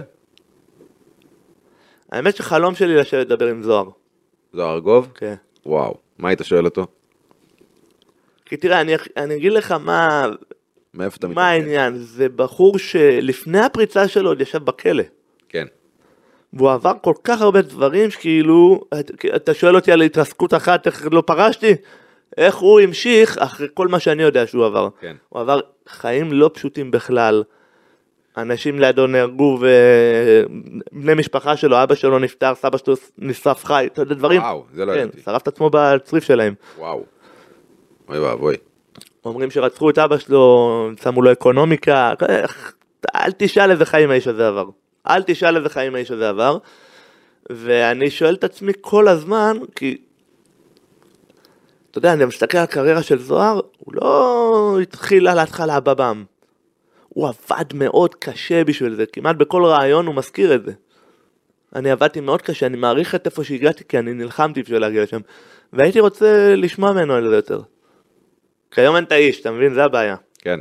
האמת שחלום שלי לשבת לדבר עם זוהר. זוהר ארגוב? כן. וואו, מה היית שואל אותו? כי תראה, אני, אני אגיד לך מה... מאיפה אתה מתנגד? מה העניין? זה בחור שלפני הפריצה שלו עוד ישב בכלא. כן. והוא עבר כל כך הרבה דברים שכאילו, אתה שואל אותי על התרסקות אחת, איך לא פרשתי? איך הוא המשיך אחרי כל מה שאני יודע שהוא עבר. כן. הוא עבר חיים לא פשוטים בכלל. אנשים לידו נהרגו ובני משפחה שלו, אבא שלו נפטר, סבא שלו נשרף חי, אתה יודע דברים. וואו, זה לא כן, ידעתי. שרף את עצמו בצריף שלהם. וואו. אוי ואבוי. אומרים שרצחו את אבא שלו, שמו לו אקונומיקה, אל תשאל איזה חיים האיש הזה עבר. אל תשאל איזה חיים האיש הזה עבר. ואני שואל את עצמי כל הזמן, כי אתה יודע, אני מסתכל על הקריירה של זוהר, הוא לא התחיל על ההתחלה בבם. הוא עבד מאוד קשה בשביל זה, כמעט בכל רעיון הוא מזכיר את זה. אני עבדתי מאוד קשה, אני מעריך את איפה שהגעתי, כי אני נלחמתי בשביל להגיע לשם. והייתי רוצה לשמוע ממנו על זה יותר. כיום אין את האיש, אתה מבין? זה הבעיה. כן.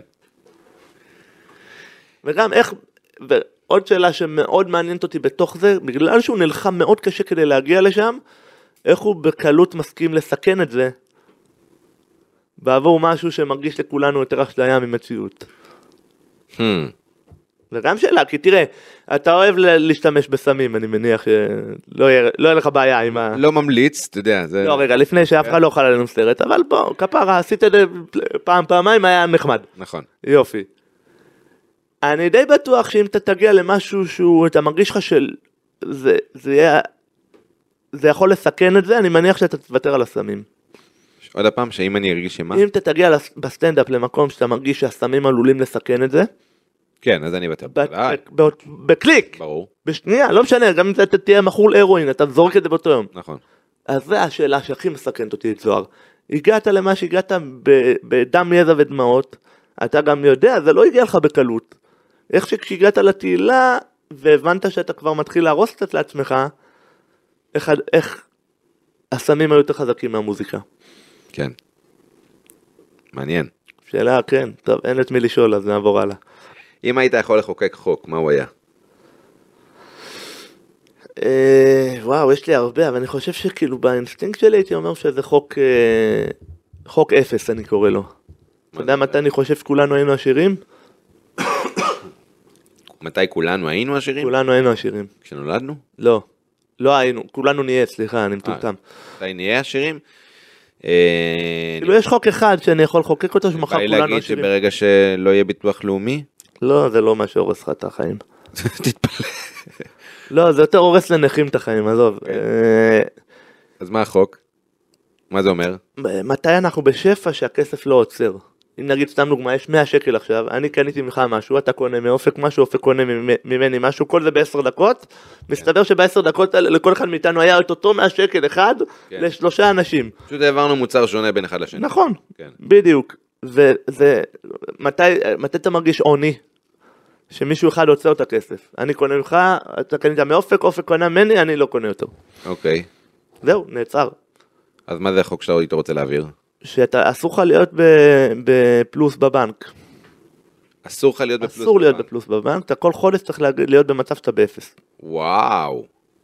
וגם איך, ועוד שאלה שמאוד מעניינת אותי בתוך זה, בגלל שהוא נלחם מאוד קשה כדי להגיע לשם, איך הוא בקלות מסכים לסכן את זה, בעבור משהו שמרגיש לכולנו יותר אשליה ממציאות. Hmm. זה גם שאלה, כי תראה, אתה אוהב ל- להשתמש בסמים, אני מניח שלא יהיה, לא יהיה לך בעיה עם ה... לא ממליץ, אתה יודע, זה... לא, רגע, לפני שאף אחד לא אוכל עלינו סרט, אבל בוא, כפרה, עשית את זה פעם, פעמיים, היה נחמד. נכון. יופי. אני די בטוח שאם אתה תגיע למשהו שהוא, אתה מרגיש לך של... זה, זה יהיה... זה יכול לסכן את זה, אני מניח שאתה תוותר על הסמים. עוד הפעם, שאם אני ארגיש שמה? אם אתה תגיע לס- בסטנדאפ למקום שאתה מרגיש שהסמים עלולים לסכן את זה, כן, אז אני אוותר. ב- ב- ב- בקליק, ברור, בשנייה, לא משנה, גם אם אתה תהיה מכור להרואין, אתה זורק את זה באותו יום. נכון. אז זו השאלה שהכי מסכנת אותי את זוהר. הגעת למה שהגעת ב- בדם, יזע ודמעות, אתה גם יודע, זה לא הגיע לך בקלות. איך שכשהגעת לתהילה, והבנת שאתה כבר מתחיל להרוס קצת לעצמך, איך, איך הסמים היו יותר חזקים מהמוזיקה. כן. מעניין. שאלה, כן, טוב, אין את מי לשאול, אז נעבור הלאה. אם היית יכול לחוקק חוק, מה הוא היה? אה, וואו, יש לי הרבה, אבל אני חושב שכאילו באינסטינקט שלי הייתי אומר שזה חוק, אה, חוק אפס, אני קורא לו. אתה יודע מתי אני חושב שכולנו היינו עשירים? מתי כולנו היינו עשירים? כולנו היינו עשירים. כשנולדנו? לא, לא היינו, כולנו נהיה, סליחה, אני מטומטם. מתי נהיה עשירים? אה, כאילו יש חוק אחד שאני יכול לחוקק אותו שמחר בא לי כולנו להגיד עשירים. שברגע שלא יהיה ביטוח לאומי? לא, זה לא מה שהורס לך את החיים. תתפלא. לא, זה יותר הורס לנכים את החיים, עזוב. אה, אז מה החוק? מה זה אומר? מתי אנחנו בשפע שהכסף לא עוצר? אם נגיד סתם דוגמה, יש מאה שקל עכשיו, אני קניתי ממך משהו, אתה קונה מאופק משהו, אופק קונה ממני משהו, כל זה בעשר דקות, מסתבר שבעשר דקות האלה לכל אחד מאיתנו היה את אותו מאה שקל אחד לשלושה אנשים. פשוט העברנו מוצר שונה בין אחד לשני. נכון, כן. בדיוק. וזה, מתי, מתי אתה מרגיש עוני? שמישהו אחד עוצר את הכסף. אני קונה ממך, אתה קנית מאופק, אופק קונה ממני, אני לא קונה אותו. אוקיי. זהו, נעצר. אז מה זה החוק שאתה היית רוצה להעביר? שאתה אסור לך להיות ב- בפלוס בבנק. אסור לך להיות בפלוס. אסור להיות בבנק. בפלוס בבנק, אתה כל חודש צריך להג- להיות במצב שאתה באפס. וואו.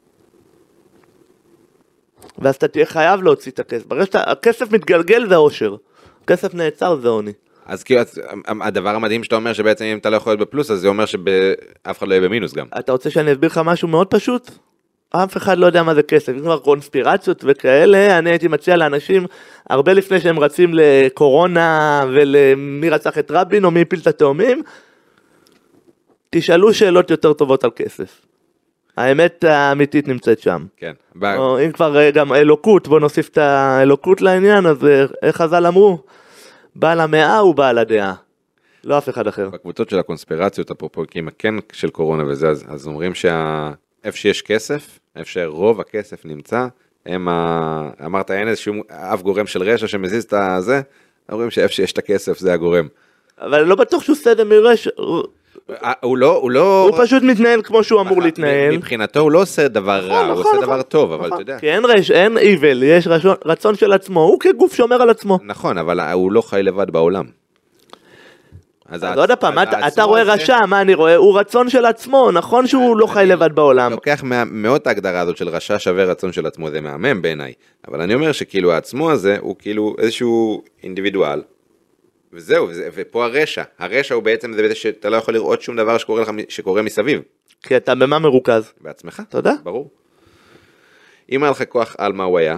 ואז אתה תהיה חייב להוציא את הכסף. ברגע שהכסף מתגלגל זה עושר. כסף נעצר זה עוני. אז כאילו, אז, הדבר המדהים שאתה אומר שבעצם אם אתה לא יכול להיות בפלוס, אז זה אומר שאף אחד לא יהיה במינוס גם. אתה רוצה שאני אסביר לך משהו מאוד פשוט? אף אחד לא יודע מה זה כסף. אם כבר קונספירציות וכאלה, אני הייתי מציע לאנשים, הרבה לפני שהם רצים לקורונה ולמי רצח את רבין או מי הפיל את התאומים, תשאלו שאלות יותר טובות על כסף. האמת האמיתית נמצאת שם. כן. או אם כבר גם אלוקות, בוא נוסיף את האלוקות לעניין, אז איך חז"ל אמרו? בעל המאה הוא בעל הדעה, לא אף אחד אחר. בקבוצות של הקונספירציות, אפרופו עם הכן של קורונה וזה, אז, אז אומרים שאיפה שיש כסף, איפה שרוב הכסף נמצא, הם ה... אמרת אין איזשהו אף גורם של רשע שמזיז את הזה, אומרים שאיפה שיש את הכסף זה הגורם. אבל לא בטוח שהוא עושה את זה מרשע, הוא לא, הוא לא... הוא פשוט מתנהל כמו שהוא אמור להתנהל. מבחינתו הוא לא עושה דבר רע, הוא עושה דבר טוב, אבל אתה יודע. כי אין רשע, אין איבל, יש רצון של עצמו, הוא כגוף שומר על עצמו. נכון, אבל הוא לא חי לבד בעולם. אז עוד פעם, אתה רואה רשע, מה אני רואה? הוא רצון של עצמו, נכון שהוא לא חי לבד בעולם. לוקח מאוד את ההגדרה הזאת של רשע שווה רצון של עצמו, זה מהמם בעיניי. אבל אני אומר שכאילו העצמו הזה הוא כאילו איזשהו אינדיבידואל, וזהו, ופה הרשע. הרשע הוא בעצם זה שאתה לא יכול לראות שום דבר שקורה לך, שקורה מסביב. כי אתה במה מרוכז? בעצמך. תודה. ברור. אם היה לך כוח על מה הוא היה?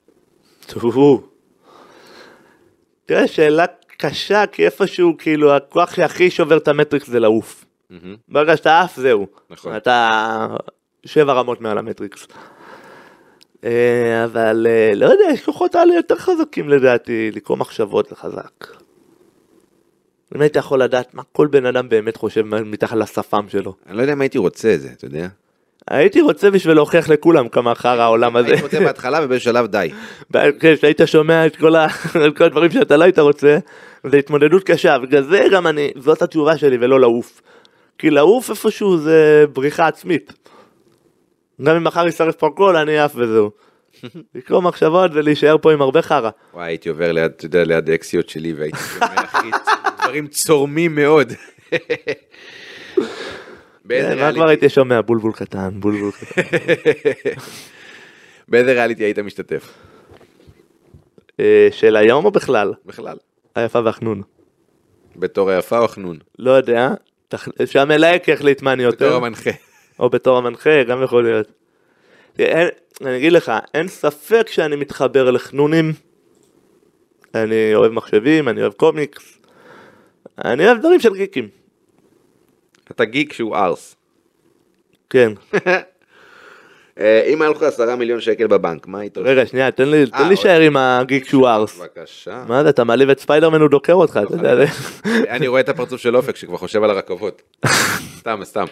תראה, שאלה קשה, כי איפשהו, כאילו, הכוח שהכי שובר את המטריקס זה לעוף. ברגע שאתה עף, זהו. נכון. אתה שבע רמות מעל המטריקס. אבל לא יודע, יש כוחות האלה יותר חזקים לדעתי, לקרוא מחשבות זה חזק. אם הייתי יכול לדעת מה כל בן אדם באמת חושב מתחת לשפם שלו. אני לא יודע אם הייתי רוצה את זה, אתה יודע? הייתי רוצה בשביל להוכיח לכולם כמה חר העולם הזה. הייתי רוצה בהתחלה ובשלב די. כשהיית שומע את כל הדברים שאתה לא היית רוצה, זה התמודדות קשה, בגלל זה גם אני, זאת התשובה שלי ולא לעוף. כי לעוף איפשהו זה בריחה עצמית. גם אם מחר ישרף פה הכל, אני אף וזהו. לקרוא מחשבות ולהישאר פה עם הרבה חרה. וואי, הייתי עובר ליד, אתה יודע, ליד אקסיות שלי, והייתי שומע אחי, דברים צורמים מאוד. מה כבר הייתי שומע? בולבול קטן, בולבול קטן. באיזה ריאליטי היית משתתף? אה, של היום או בכלל? בכלל. היפה והחנון. בתור היפה או החנון? לא יודע, תח- שהמלהק יחליט מה אני יותר. בתור המנחה. או בתור המנחה, גם יכול להיות. אין, אני אגיד לך, אין ספק שאני מתחבר לחנונים. אני אוהב מחשבים, אני אוהב קומיקס. אני אוהב דברים של גיקים. אתה גיק שהוא ארס. כן. אה, אם היה לך עשרה מיליון שקל בבנק, מה איתו? רגע, שנייה, תן לי, תן אה, לי עוד- שער עם הגיק שהוא ארס. בבקשה. מה זה, אתה מעליב את ספיידרמן, הוא דוקר אותך, אתה יודע. זה- אני רואה את הפרצוף של אופק שכבר חושב על הרכבות. סתם, סתם.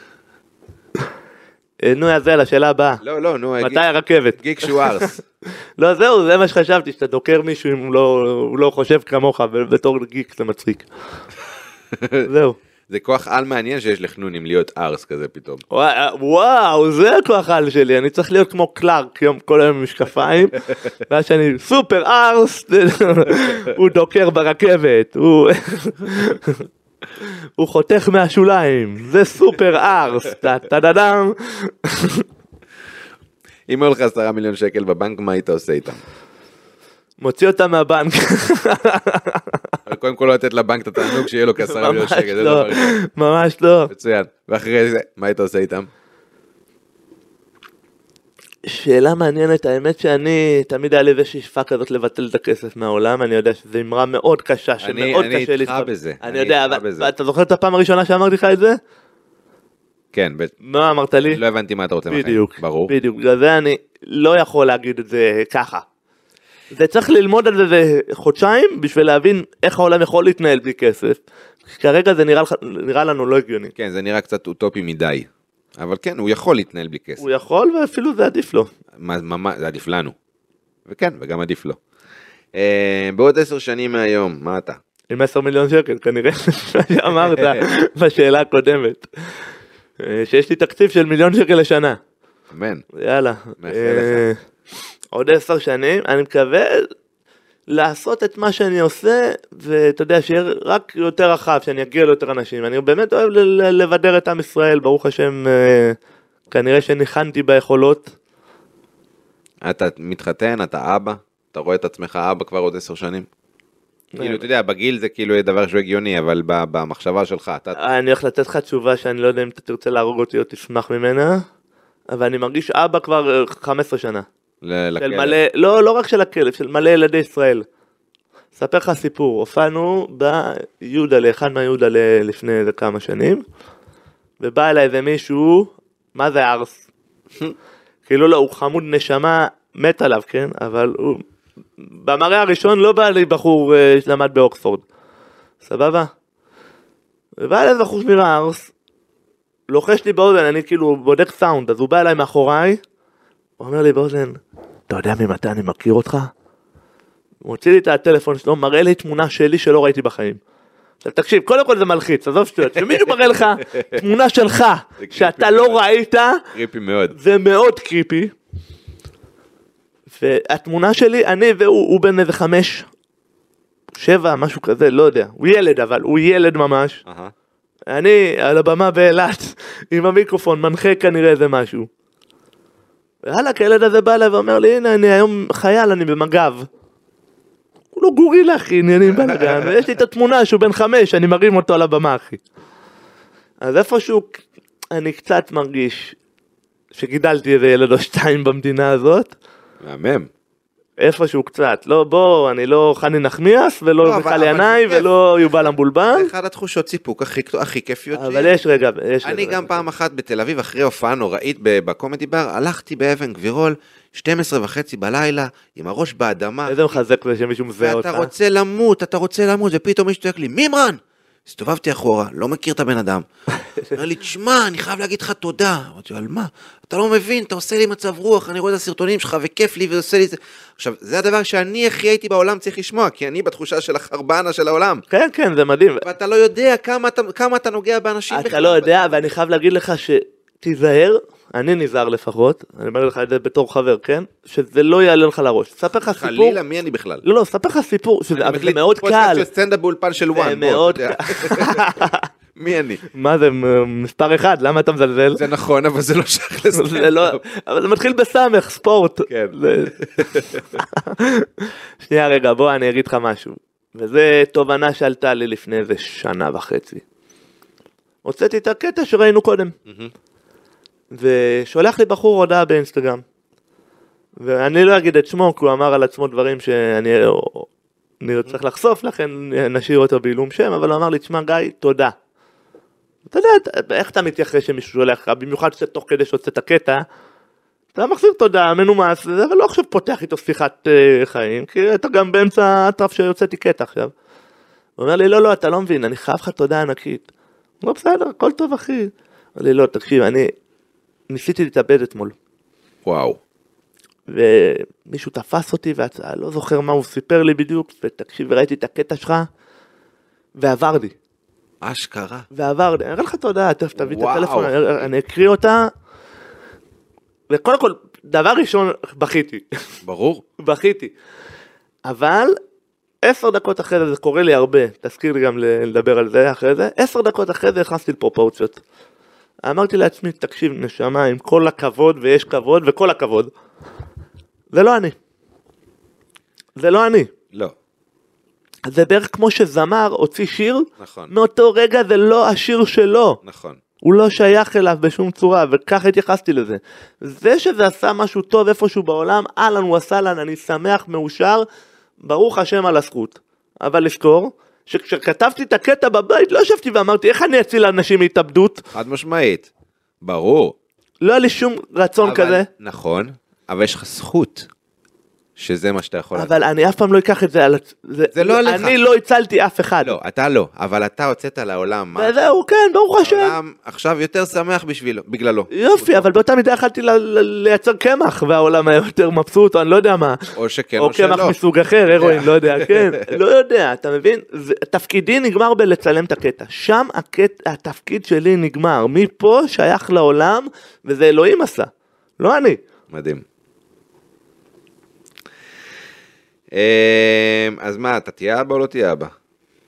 אה, נו, אז זה, לשאלה הבאה. לא, לא, נו, מתי גיק- הרכבת? גיק שהוא ארס. לא, זהו, זה מה שחשבתי, שאתה דוקר מישהו אם הוא לא- הוא לא חושב כמוך, ובתור גיק זה מצחיק. זהו. זה כוח על מעניין שיש לחנונים להיות ארס כזה פתאום. וואו, וואו, זה הכוח על שלי, אני צריך להיות כמו קלארק יום, כל היום עם משקפיים, ואז שאני סופר ארס, הוא דוקר ברכבת, הוא... הוא חותך מהשוליים, זה סופר ארס, טה-טה-דם. אם היו לך עשרה מיליון שקל בבנק, מה היית עושה איתם? מוציא אותם מהבנק. קודם כל לא לתת לבנק את התענוג שיהיה לו כעשרה מיליון ממש שקל, זה לא, דבר ראשון. ממש לא. מצוין. ואחרי זה, מה היית עושה איתם? שאלה מעניינת, האמת שאני, תמיד היה לי איזו שאיפה כזאת לבטל את הכסף מהעולם, אני יודע שזו אמרה מאוד קשה, אני- שמאוד אני קשה איתך לסחוב. בזה, אני אני יודע, איתך אבל בזה. אתה זוכר את הפעם הראשונה שאמרתי לך את זה? כן, ב- מה אמרת לי? לא הבנתי מה אתה רוצה מהחיים. בדיוק, ברור. בדיוק, בגלל זה אני לא יכול להגיד את זה ככה. זה צריך ללמוד על זה איזה חודשיים בשביל להבין איך העולם יכול להתנהל בלי כסף. כרגע זה נראה, לך- נראה לנו לא הגיוני. כן, זה נראה קצת אוטופי מדי. אבל כן, הוא יכול להתנהל בלי כסף. הוא יכול ואפילו זה עדיף לו. מה- ממש, זה עדיף לנו. וכן, וגם עדיף לו. אה, בעוד עשר שנים מהיום, מה אתה? עם עשר מיליון שקל כנראה, מה שאמרת בשאלה הקודמת. אה, שיש לי תקציב של מיליון שקל לשנה. אמן. יאללה. מאחל אה, עוד עשר שנים, אני מקווה לעשות את מה שאני עושה, ואתה יודע, שיהיה רק יותר רחב, שאני אגיע ליותר אנשים. אני באמת אוהב ל- ל- לבדר את עם ישראל, ברוך השם, אה, כנראה שניחנתי ביכולות. אתה מתחתן, אתה אבא, אתה רואה את עצמך אבא כבר עוד עשר שנים? כאילו, אתה יודע, בגיל זה כאילו דבר שהוא הגיוני, אבל ב- במחשבה שלך, אתה... אני הולך לתת לך תשובה שאני לא יודע אם אתה תרצה להרוג אותי או תשמח ממנה, אבל אני מרגיש אבא כבר אה, חמש עשרה שנה. ל- של לכלב. מלא, לא, לא רק של הכלב, של מלא ילדי ישראל. אספר לך סיפור, הופענו ביהודלה, אחד מהיהודלה לפני איזה כמה שנים, ובא אליי איזה מישהו, מה זה ארס? כאילו לא, הוא חמוד נשמה, מת עליו, כן? אבל הוא, במראה הראשון לא בא לי בחור אה, שלמד באוקספורד, סבבה? ובא אליי בחור שמירה ארס, לוחש לי באוזן, אני כאילו בודק סאונד, אז הוא בא אליי מאחוריי, הוא אומר לי באוזן, אתה יודע ממתי אני מכיר אותך? הוא מוציא לי את הטלפון שלו, מראה לי תמונה שלי שלא ראיתי בחיים. עכשיו תקשיב, קודם כל זה מלחיץ, עזוב שטויות, שמישהו מראה לך תמונה שלך שאתה לא ראית, קריפי מאוד. זה מאוד קריפי. והתמונה שלי, אני והוא, הוא בן איזה חמש, שבע, משהו כזה, לא יודע. הוא ילד אבל, הוא ילד ממש. אהה. אני על הבמה באילת, עם המיקרופון, מנחה כנראה איזה משהו. והלאה, הילד הזה בא אליי ואומר לי, הנה, אני היום חייל, אני במג"ב. הוא לא גורילה, אחי, עניינים בלגן, ויש לי את התמונה שהוא בן חמש, אני מרים אותו על הבמה, אחי. אז איפשהו, אני קצת מרגיש שגידלתי איזה ילד או שתיים במדינה הזאת, מהמם. איפשהו קצת, לא בוא, אני לא חני נחמיאס, לא, ולא אבל- מיכל אבל ינאי, זה כיף. ולא יובל המבולבן, זה אחד התחושות סיפוק הכי, הכי כיפיות אבל יש רגע, יש אני רגע. גם פעם אחת בתל אביב, אחרי הופעה נוראית ב- בקומדי בר, הלכתי באבן גבירול, שתים עשרה וחצי בלילה, עם הראש באדמה, איזה מחזק זה שמישהו מזהה אותך. ואתה רוצה למות, אתה רוצה למות, ופתאום מישהו צועק לי, מימרן! הסתובבתי אחורה, לא מכיר את הבן אדם. אומר לי, תשמע, אני חייב להגיד לך תודה. אמרתי לו, על מה? אתה לא מבין, אתה עושה לי מצב רוח, אני רואה את הסרטונים שלך, וכיף לי, ועושה לי זה. עכשיו, זה הדבר שאני הכי הייתי בעולם צריך לשמוע, כי אני בתחושה של החרבנה של העולם. כן, כן, זה מדהים. ואתה לא יודע כמה אתה, כמה אתה נוגע באנשים אתה לא יודע, ואני חייב להגיד לך שתיזהר, אני נזהר לפחות, אני אומר לך את זה בתור חבר, כן? שזה לא יעלה לך לראש. ספר לך סיפור. חלילה, מי אני בכלל? לא, לא, ספר לך סיפור, שזה- אני אבל זה מקליט מאוד פודקאסט קל. של סטנדאפ באולפן של זה וואן. בוא, מאוד אתה יודע. קל. מי אני? מה זה, מ- מספר אחד, למה אתה מזלזל? זה נכון, אבל זה לא שייך לסטנדאפ. זה לא, אבל זה מתחיל בסמך, ספורט. כן. זה- שנייה רגע, בוא אני אגיד לך משהו. וזה תובנה שעלתה לי לפני איזה שנה וחצי. הוצאתי את הקטע שראינו קודם. ושולח לי בחור הודעה באינסטגרם. ואני לא אגיד את שמו, כי הוא אמר על עצמו דברים שאני אני צריך לחשוף, לכן נשאיר אותו בעילום שם, אבל הוא אמר לי, תשמע גיא, תודה. אתה יודע, איך אתה מתייחס שמישהו שולח לך, במיוחד שתוך כדי שעושה את הקטע, אתה מחזיר תודה, מנומס, אבל לא עכשיו פותח איתו שיחת uh, חיים, כי אתה גם באמצע הטרף שיוצאתי קטע עכשיו. הוא אומר לי, לא, לא, אתה לא מבין, אני חייב לך תודה ענקית. הוא אומר, בסדר, הכל טוב אחי. הוא אומר לי, לא, תקשיב, אני ניסיתי להתאבד אתמול. וואו. ומישהו תפס אותי, ואתה לא זוכר מה הוא סיפר לי בדיוק, ותקשיב, וראיתי את הקטע שלך, ועבר לי. אשכרה. ועבר לי, אני אראה לך תודה, תכף תביא את וואו. הטלפון, אני אקריא אותה, וקודם כל, דבר ראשון, בכיתי, ברור. בכיתי, אבל עשר דקות אחרי זה, זה קורה לי הרבה, תזכיר לי גם לדבר על זה אחרי זה, עשר דקות אחרי זה הכנסתי לפרופורציות. אמרתי לעצמי, תקשיב נשמה, עם כל הכבוד, ויש כבוד, וכל הכבוד, זה לא אני. זה לא אני. לא. זה בערך כמו שזמר הוציא שיר, נכון. מאותו רגע זה לא השיר שלו. נכון. הוא לא שייך אליו בשום צורה, וככה התייחסתי לזה. זה שזה עשה משהו טוב איפשהו בעולם, אהלן הוא עשה לנו, אני שמח, מאושר, ברוך השם על הזכות. אבל לזכור, שכשכתבתי את הקטע בבית, לא ישבתי ואמרתי, איך אני אציל אנשים מהתאבדות? חד משמעית. ברור. לא היה לי שום רצון אבל- כזה. נכון, אבל יש לך זכות שזה מה שאתה יכול לעשות. אבל אני אף פעם לא אקח את זה על... זה, זה לא עליך. אני לא הצלתי אף אחד. לא, אתה לא, אבל אתה הוצאת לעולם. מה- וזהו, כן, ברוך השם. העולם עכשיו יותר שמח בשבילו, בגללו. יופי, אבל באותה מידה יכלתי ל- ל- לייצר קמח, והעולם היה יותר מבסוט, או אני לא יודע מה. או שכן או או קמח שלא. מסוג אחר, הרואין, לא יודע, כן. לא יודע, אתה מבין? זה- תפקידי נגמר בלצלם את הקטע. שם הקטע, התפקיד שלי נגמר. מפה שייך לעולם, וזה אלוהים עשה. לא אני. מדהים. אמ, אז מה, אתה תהיה אבא או לא תהיה אבא?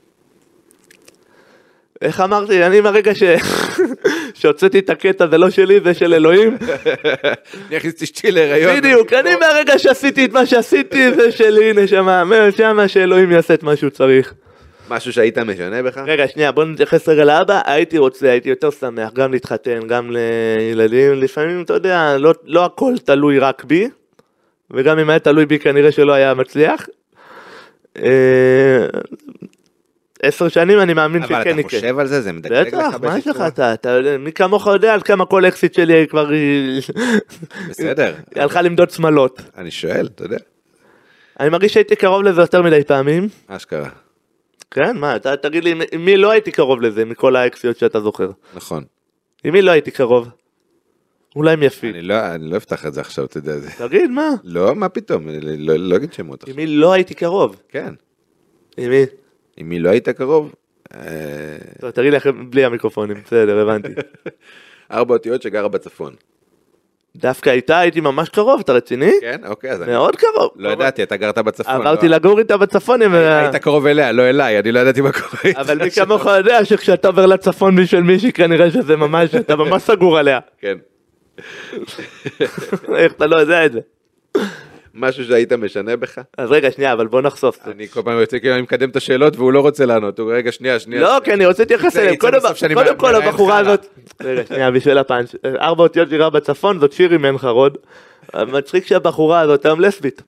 איך אמרתי, אני מהרגע ש... שהוצאתי את הקטע, זה לא שלי, זה של אלוהים. אני אכניס את אשתי להיריון. בדיוק, אני מהרגע שעשיתי את מה שעשיתי, זה שלי, נשמה. שמה שאלוהים יעשה את מה שהוא צריך. משהו שהיית משנה בך? רגע, שנייה, בוא נתייחס רגע לאבא. הייתי רוצה, הייתי יותר שמח, גם להתחתן, גם לילדים. לפעמים, אתה יודע, לא, לא הכל תלוי רק בי, וגם אם היה תלוי בי, כנראה שלא היה מצליח. אה, עשר שנים אני מאמין אבל שכן אתה יקרה. חושב על זה? זה מדגדג לך בטח, מה יש לך בסיפור? אתה? אתה יודע, מי כמוך יודע על כמה כל אקסיט שלי כבר בסדר. היא הלכה למדוד שמלות. אני שואל, אתה יודע. אני מרגיש שהייתי קרוב לזה יותר מדי פעמים. אשכרה. כן, מה, אתה תגיד לי, עם מי לא הייתי קרוב לזה, מכל האקסיות שאתה זוכר? נכון. עם מי לא הייתי קרוב? אולי עם יפי. אני לא אני לא אפתח את זה עכשיו, אתה יודע. זה- תגיד, מה? לא, מה פתאום? אני לא לא אגיד שמות עם עכשיו. מי לא הייתי קרוב? כן. עם מי? אם מי לא היית קרוב, אה, טוב, תגיד לי אחרי, בלי המיקרופונים, בסדר, הבנתי. ארבע אותיות שגרה בצפון. דווקא איתה הייתי ממש קרוב, אתה רציני? כן? אוקיי, אז אני מאוד קרוב. לא ידעתי, אתה גרת בצפון. עברתי לא? לגור איתה בצפון, עם ה- היית קרוב אליה, לא אליי, אני לא ידעתי מה קורה איתך. אבל מי כמוך יודע שכשאתה עובר לצפון בשביל מישהי כנראה שזה ממש, אתה ממש סגור עליה. כן. איך אתה לא יודע את זה? משהו שהיית משנה בך? אז רגע, שנייה, אבל בוא נחשוף. אני כל פעם יוצא כאילו אני מקדם את השאלות והוא לא רוצה לענות. הוא רגע, שנייה, שנייה. לא, כי אני רוצה להתייחס זה אליהם. יצא קודם בסוף שאני קודם כל מראיין הבחורה חרא. הזאת, רגע, שנייה, בשביל הפאנץ', ארבע אותיות שירה בצפון, זאת שירי מעין חרוד. מצחיק שהבחורה הזאת היום לסבית.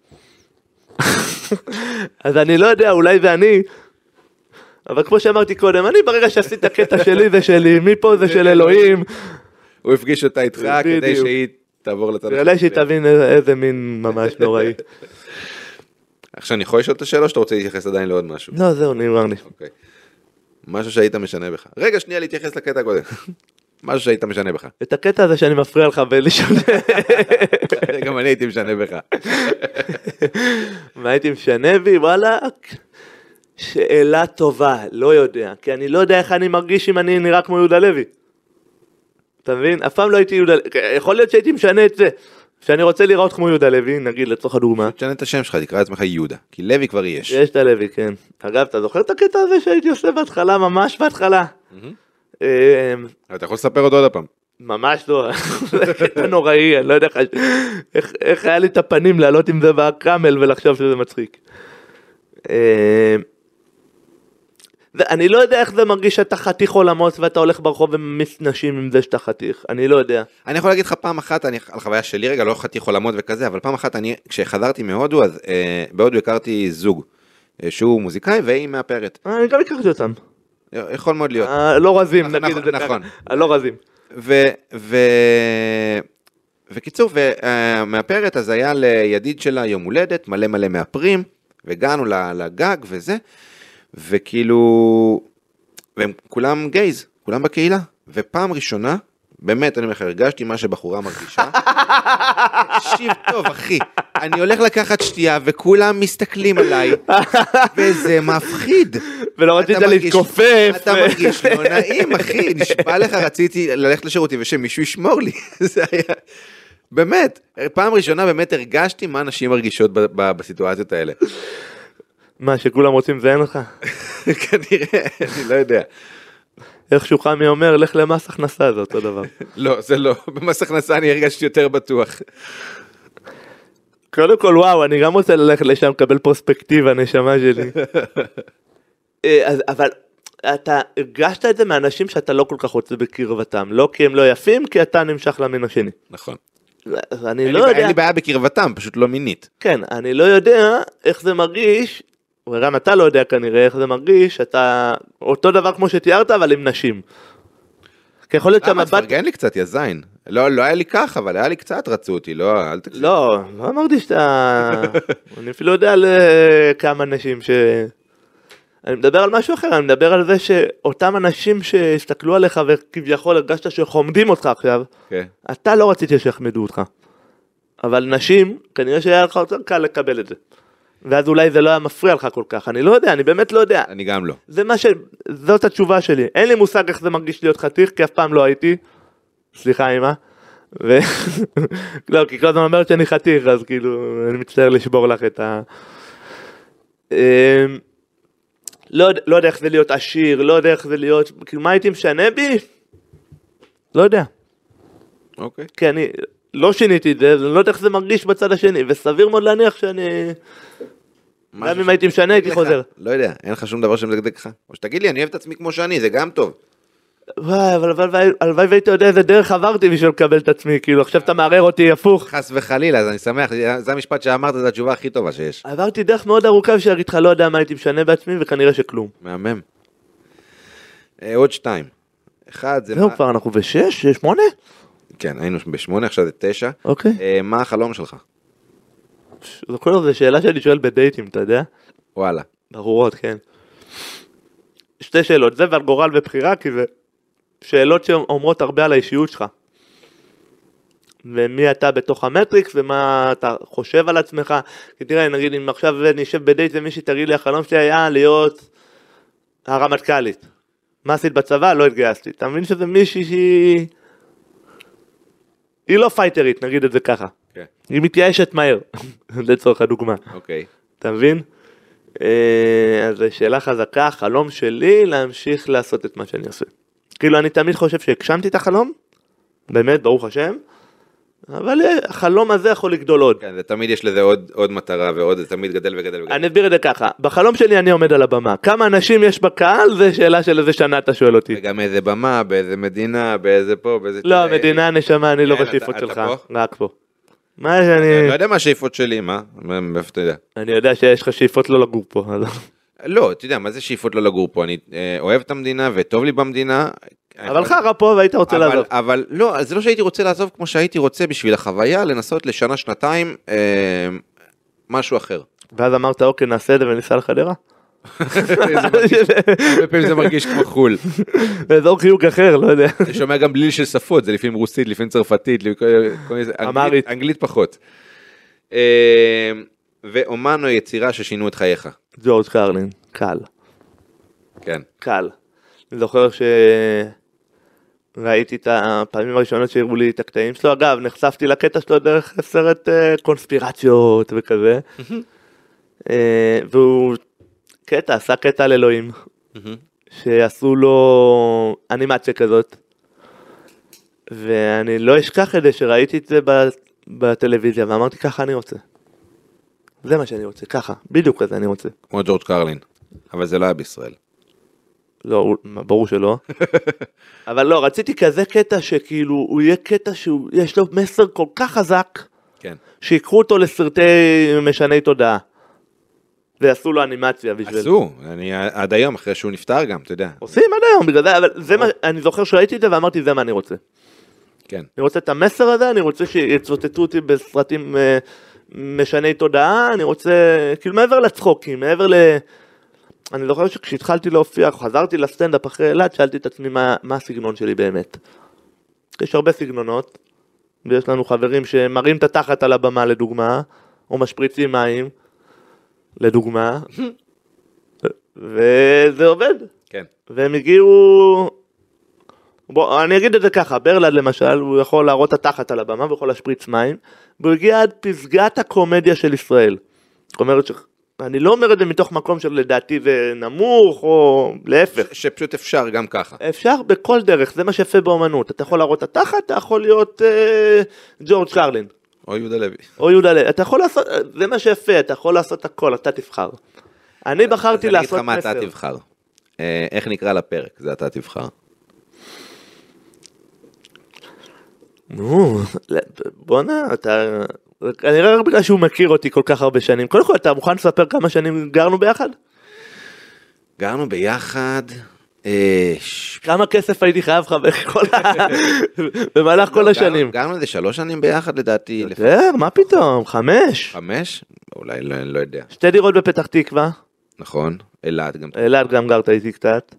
אז אני לא יודע, אולי זה אני, אבל כמו שאמרתי קודם, אני ברגע שעשיתי את הקטע שלי זה שלי, מפה זה של אלוהים, הוא הפגיש אותה איתך כדי בדיוק. שהיא תעבור לצד נראה לי שהיא תבין איזה מין ממש נוראי. עכשיו אני יכול לשאול את השאלה או שאתה רוצה להתייחס עדיין לעוד משהו? לא, זהו, נגמר לי. אוקיי. משהו שהיית משנה בך. רגע, שנייה להתייחס לקטע הקודם. משהו שהיית משנה בך. את הקטע הזה שאני מפריע לך ולשאול, גם אני הייתי משנה בך. מה הייתי משנה בי, וואלה, שאלה טובה, לא יודע, כי אני לא יודע איך אני מרגיש אם אני נראה כמו יהודה לוי. אתה מבין? אף פעם לא הייתי יהודה, יכול להיות שהייתי משנה את זה, שאני רוצה לראות כמו יהודה לוי, נגיד לצורך הדוגמה. תשנה את השם שלך, תקרא לעצמך יהודה. כי לוי כבר יש. יש את הלוי, כן. אגב, אתה זוכר את הקטע הזה שהייתי עושה בהתחלה, ממש בהתחלה? אה, אתה יכול לספר אותו עוד הפעם. ממש לא, זה קטע נוראי, אני לא יודע איך, איך היה לי את הפנים לעלות עם זה בקאמל ולחשוב שזה מצחיק. אה, אני לא יודע איך זה מרגיש שאתה חתיך עולמות ואתה הולך ברחוב וממיס נשים עם זה שאתה חתיך, אני לא יודע. אני יכול להגיד לך פעם אחת, אני, על חוויה שלי רגע, לא חתיך עולמות וכזה, אבל פעם אחת אני, כשחזרתי מהודו, אז אה, בהודו הכרתי זוג, אה, שהוא מוזיקאי והיא מאפרת. אני גם הכרתי אותם. יכול מאוד להיות. לא רזים, נכון, נגיד את זה נכון. ככה. לא רזים. ו... ו... וקיצור, ומאפרת, אז היה לידיד שלה יום הולדת, מלא מלא מאפרים, והגענו לגג וזה, וכאילו, והם כולם גייז, כולם בקהילה, ופעם ראשונה, באמת, אני אומר, הרגשתי מה שבחורה מרגישה, תקשיב טוב, אחי, אני הולך לקחת שתייה, וכולם מסתכלים עליי, וזה מפחיד. ולא רצית להתכופף. אתה מרגיש לא נעים, אחי, נשבע לך, רציתי ללכת לשירותים, ושמישהו ישמור לי, זה היה, באמת, פעם ראשונה באמת הרגשתי מה נשים מרגישות בסיטואציות האלה. מה, שכולם רוצים זה אין לך? כנראה, אני לא יודע. איך שוחמי אומר, לך למס הכנסה, זה אותו דבר. לא, זה לא, במס הכנסה אני הרגשתי יותר בטוח. קודם כל, וואו, אני גם רוצה ללכת לשם, לקבל פרספקטיבה, נשמה שלי. אבל אתה הרגשת את זה מאנשים שאתה לא כל כך רוצה בקרבתם, לא כי הם לא יפים, כי אתה נמשך למין השני. נכון. אני לא יודע... אין לי בעיה בקרבתם, פשוט לא מינית. כן, אני לא יודע איך זה מרגיש, וגם אתה לא יודע כנראה איך זה מרגיש, אתה אותו דבר כמו שתיארת, אבל עם נשים. כי יכול להיות שהמבט... תפרגן לי קצת, יא זין. לא, לא היה לי כך, אבל היה לי קצת, רצו אותי, לא, אל תקשיב. לא, לא אמרתי שאתה... אני אפילו יודע על כמה נשים ש... אני מדבר על משהו אחר, אני מדבר על זה שאותם אנשים שהסתכלו עליך וכביכול הרגשת שחומדים אותך עכשיו, okay. אתה לא רציתי שיחמדו אותך. אבל נשים, כנראה שהיה לך יותר קל לקבל את זה. ואז אולי זה לא היה מפריע לך כל כך, אני לא יודע, אני באמת לא יודע. אני גם לא. זה מה ש... זאת התשובה שלי. אין לי מושג איך זה מרגיש להיות חתיך, כי אף פעם לא הייתי. סליחה, אמא. ו... לא, כי כל הזמן אומרת שאני חתיך, אז כאילו, אני מצטער לשבור לך את ה... לא, לא יודע איך זה להיות עשיר, לא יודע איך זה להיות... כאילו, מה הייתי משנה בי? לא יודע. אוקיי. כי אני... לא שיניתי את זה, אני לא יודע איך זה מרגיש בצד השני, וסביר מאוד להניח שאני... גם אם הייתי משנה, הייתי חוזר. לא יודע, אין לך שום דבר שמדגדג לך. או שתגיד לי, אני אוהב את עצמי כמו שאני, זה גם טוב. וואי, אבל הלוואי והייתי יודע איזה דרך עברתי בשביל לקבל את עצמי, כאילו עכשיו אתה מערער אותי הפוך. חס וחלילה, אז אני שמח, זה המשפט שאמרת, זה התשובה הכי טובה שיש. עברתי דרך מאוד ארוכה בשביל להגיד לך, לא יודע מה הייתי משנה בעצמי, וכנראה שכלום. מהמם. עוד שתיים. אחד זה... זהו, כבר אנחנו בשש, שמונה? כן, היינו בשמונה, עכשיו זה תשע. אוקיי. מה החלום שלך? זו כל זו שאלה שאני שואל בדייטים, אתה יודע? וואלה. ברורות, כן. שתי שאלות, זה ועל גורל ובחירה, כי זה שאלות שאומרות הרבה על האישיות שלך. ומי אתה בתוך המטריקס, ומה אתה חושב על עצמך. כי תראה, נגיד, אם עכשיו נשב בדייט ומישהי תגיד לי, החלום שלי היה להיות הרמטכ"לית. מה עשית בצבא? לא התגייסתי. אתה מבין שזה מישהי שהיא... היא לא פייטרית, נגיד את זה ככה. כן. היא מתייאשת מהר, לצורך הדוגמה. אוקיי. אתה מבין? אז שאלה חזקה, החלום שלי להמשיך לעשות את מה שאני עושה. כאילו אני תמיד חושב שהגשמתי את החלום, באמת, ברוך השם, אבל החלום הזה יכול לגדול עוד. כן, ותמיד יש לזה עוד, עוד מטרה ועוד, זה תמיד גדל וגדל וגדל. אני אסביר את זה ככה, בחלום שלי אני עומד על הבמה, כמה אנשים יש בקהל, זה שאלה של איזה שנה אתה שואל אותי. וגם איזה במה, באיזה מדינה, באיזה פה, באיזה... לא, מדינה נשמה, אני לא בשאיפות שלך, רק פה. מה שאני... אני לא יודע מה השאיפות שלי, מה? מאיפה אתה יודע? אני יודע שיש לך שאיפות לא לגור פה. לא, אתה יודע, מה זה שאיפות לא לגור פה? אני אוהב את המדינה וטוב לי במדינה. אבל חרה פה והיית רוצה לעזוב. אבל לא, זה לא שהייתי רוצה לעזוב כמו שהייתי רוצה בשביל החוויה, לנסות לשנה, שנתיים, משהו אחר. ואז אמרת, אוקיי, נעשה את זה וניסע לחדרה? הרבה פעמים זה מרגיש כמו חול. באזור חיוג אחר, לא יודע. אני שומע גם בליל של שפות, זה לפעמים רוסית, לפעמים צרפתית, אמרית. אנגלית פחות. ואומן או יצירה ששינו את חייך? ג'ורג' קרלין, קל. כן. קל. אני זוכר שראיתי את הפעמים הראשונות שהראו לי את הקטעים שלו, אגב, נחשפתי לקטע שלו דרך סרט קונספירציות וכזה, והוא קטע, עשה קטע על אלוהים. שעשו לו אנימציה כזאת, ואני לא אשכח את זה שראיתי את זה בטלוויזיה, ואמרתי ככה אני רוצה. זה מה שאני רוצה, ככה, בדיוק כזה אני רוצה. כמו ג'ורג' קרלין, אבל זה לא היה בישראל. לא, ברור שלא. אבל לא, רציתי כזה קטע שכאילו, הוא יהיה קטע שיש לו מסר כל כך חזק, כן. שיקחו אותו לסרטי משני תודעה. ועשו לו אנימציה בשביל... עשו, אני עד היום, אחרי שהוא נפטר גם, אתה יודע. עושים עד היום, בגלל זה, אבל זה מה, אני זוכר שראיתי את זה ואמרתי, זה מה אני רוצה. כן. אני רוצה את המסר הזה, אני רוצה שיצוטטו אותי בסרטים אה, משני תודעה, אני רוצה, כאילו מעבר לצחוקים, מעבר ל... אני זוכר שכשהתחלתי להופיע, חזרתי לסטנדאפ אחרי אלעד, שאלתי את עצמי מה, מה הסגנון שלי באמת. יש הרבה סגנונות, ויש לנו חברים שמראים את התחת על הבמה לדוגמה, או משפריצים מים, לדוגמה, וזה עובד. כן. והם הגיעו... בוא, אני אגיד את זה ככה, ברלד למשל, הוא יכול להראות את התחת על הבמה, הוא יכול להשפריץ מים, והוא הגיע עד פסגת הקומדיה של ישראל. זאת אומרת ש... אני לא אומר את זה מתוך מקום של לדעתי זה נמוך, או להפך. ש- שפשוט אפשר גם ככה. אפשר בכל דרך, זה מה שיפה באומנות. אתה יכול להראות את התחת, אתה יכול להיות אה, ג'ורג' קרלין. או יהודה לוי. או יהודה לוי. אתה יכול לעשות, זה מה שיפה, אתה יכול לעשות הכל, אתה תבחר. אני בחרתי לעשות מסר. אז אני אגיד לך מה אתה תבחר. אה, איך נקרא לפרק? זה אתה תבחר. נו, בוא'נה, אתה... כנראה רק בגלל שהוא מכיר אותי כל כך הרבה שנים. קודם כל, אתה מוכן לספר כמה שנים גרנו ביחד? גרנו ביחד... אה, כמה כסף הייתי חייב לך במהלך כל השנים? גרנו איזה שלוש שנים ביחד לדעתי. יותר, מה פתאום? חמש? חמש? אולי לא יודע. שתי דירות בפתח תקווה. נכון, אלעד גם. אלעד גם גרת איתי קצת.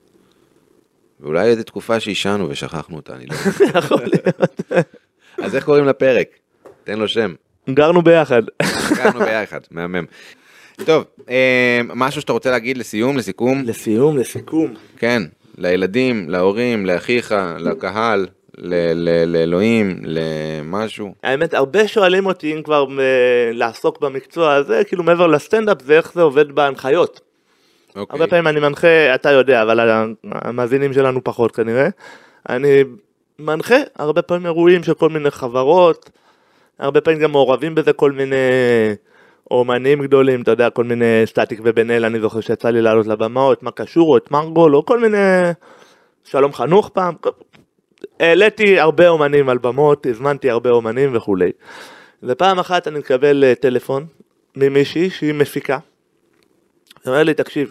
ואולי איזו תקופה שהשענו ושכחנו אותה, אני לא יודע. יכול להיות. אז איך קוראים לפרק? תן לו שם. גרנו ביחד. גרנו ביחד, מהמם. טוב, אה, משהו שאתה רוצה להגיד לסיום, לסיכום? לסיום, לסיכום. כן, לילדים, להורים, לאחיך, לקהל, ל- ל- לאלוהים, למשהו. האמת, הרבה שואלים אותי אם כבר אה, לעסוק במקצוע הזה, כאילו מעבר לסטנדאפ, זה איך זה עובד בהנחיות. אוקיי. הרבה פעמים אני מנחה, אתה יודע, אבל המאזינים שלנו פחות כנראה. אני מנחה הרבה פעמים אירועים של כל מיני חברות, הרבה פעמים גם מעורבים בזה כל מיני אומנים גדולים, אתה יודע, כל מיני סטטיק ובן אל, אני זוכר שיצא לי לעלות לבמה, או את מה קשור, או את מרגול, או כל מיני שלום חנוך פעם. העליתי הרבה אומנים על במות, הזמנתי הרבה אומנים וכולי. ופעם אחת אני מקבל טלפון ממישהי שהיא מפיקה. היא אומרת לי, תקשיב,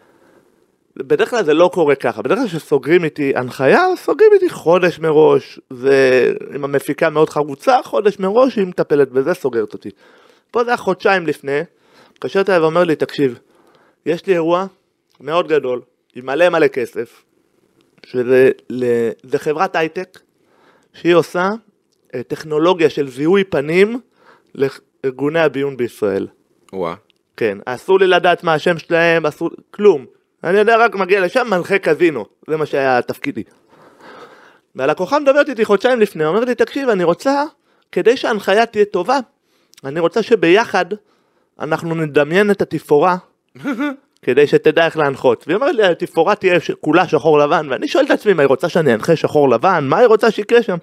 בדרך כלל זה לא קורה ככה, בדרך כלל שסוגרים איתי הנחיה, סוגרים איתי חודש מראש, ועם המפיקה מאוד חרוצה, חודש מראש, היא מטפלת בזה, סוגרת אותי. פה זה היה חודשיים לפני, קשרת אליי ואומר לי, תקשיב, יש לי אירוע מאוד גדול, עם מלא מלא כסף, שזה זה חברת הייטק, שהיא עושה טכנולוגיה של זיהוי פנים לארגוני הביון בישראל. וואה. כן, אסור לי לדעת מה השם שלהם, אסור, כלום. אני יודע רק מגיע לשם, מנחה קזינו, זה מה שהיה תפקידי. והלקוחה מדברת איתי חודשיים לפני, אומר לי, תקשיב, אני רוצה, כדי שההנחיה תהיה טובה, אני רוצה שביחד אנחנו נדמיין את התפאורה, כדי שתדע איך להנחות. והיא אומרת לי, התפאורה תהיה כולה שחור לבן, ואני שואל את עצמי, מה היא רוצה שאני אנחה שחור לבן? מה היא רוצה שיקרה שם?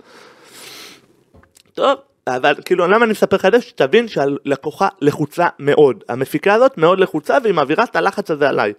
טוב, אבל כאילו, למה אני מספר לך את זה? שתבין שהלקוחה לחוצה מאוד. המפיקה הזאת מאוד לחוצה, והיא מעבירה את הלחץ הזה עליי.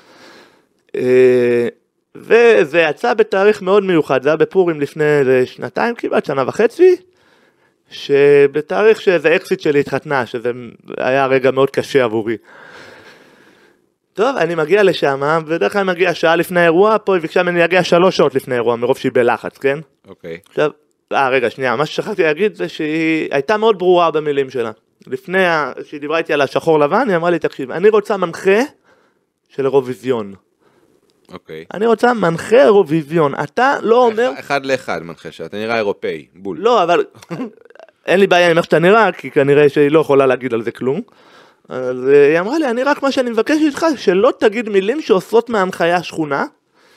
וזה יצא בתאריך מאוד מיוחד, זה היה בפורים לפני שנתיים, כמעט שנה וחצי, שבתאריך שזה אקסיט שלי התחתנה, שזה היה רגע מאוד קשה עבורי. טוב, אני מגיע לשם, בדרך כלל מגיע שעה לפני האירוע, פה היא ביקשה ממני להגיע שלוש שעות לפני האירוע, מרוב שהיא בלחץ, כן? אוקיי. עכשיו, אה, רגע, שנייה, מה ששכחתי להגיד זה שהיא הייתה מאוד ברורה במילים שלה. לפני שהיא דיברה איתי על השחור לבן, היא אמרה לי, תקשיב, אני רוצה מנחה של אירוויזיון. אוקיי. אני רוצה מנחה אירוויזיון, אתה לא אומר... אחד לאחד מנחה, שאתה נראה אירופאי, בול. לא, אבל אין לי בעיה עם איך שאתה נראה, כי כנראה שהיא לא יכולה להגיד על זה כלום. אז היא אמרה לי, אני רק מה שאני מבקש איתך, שלא תגיד מילים שעושות מההנחיה שכונה,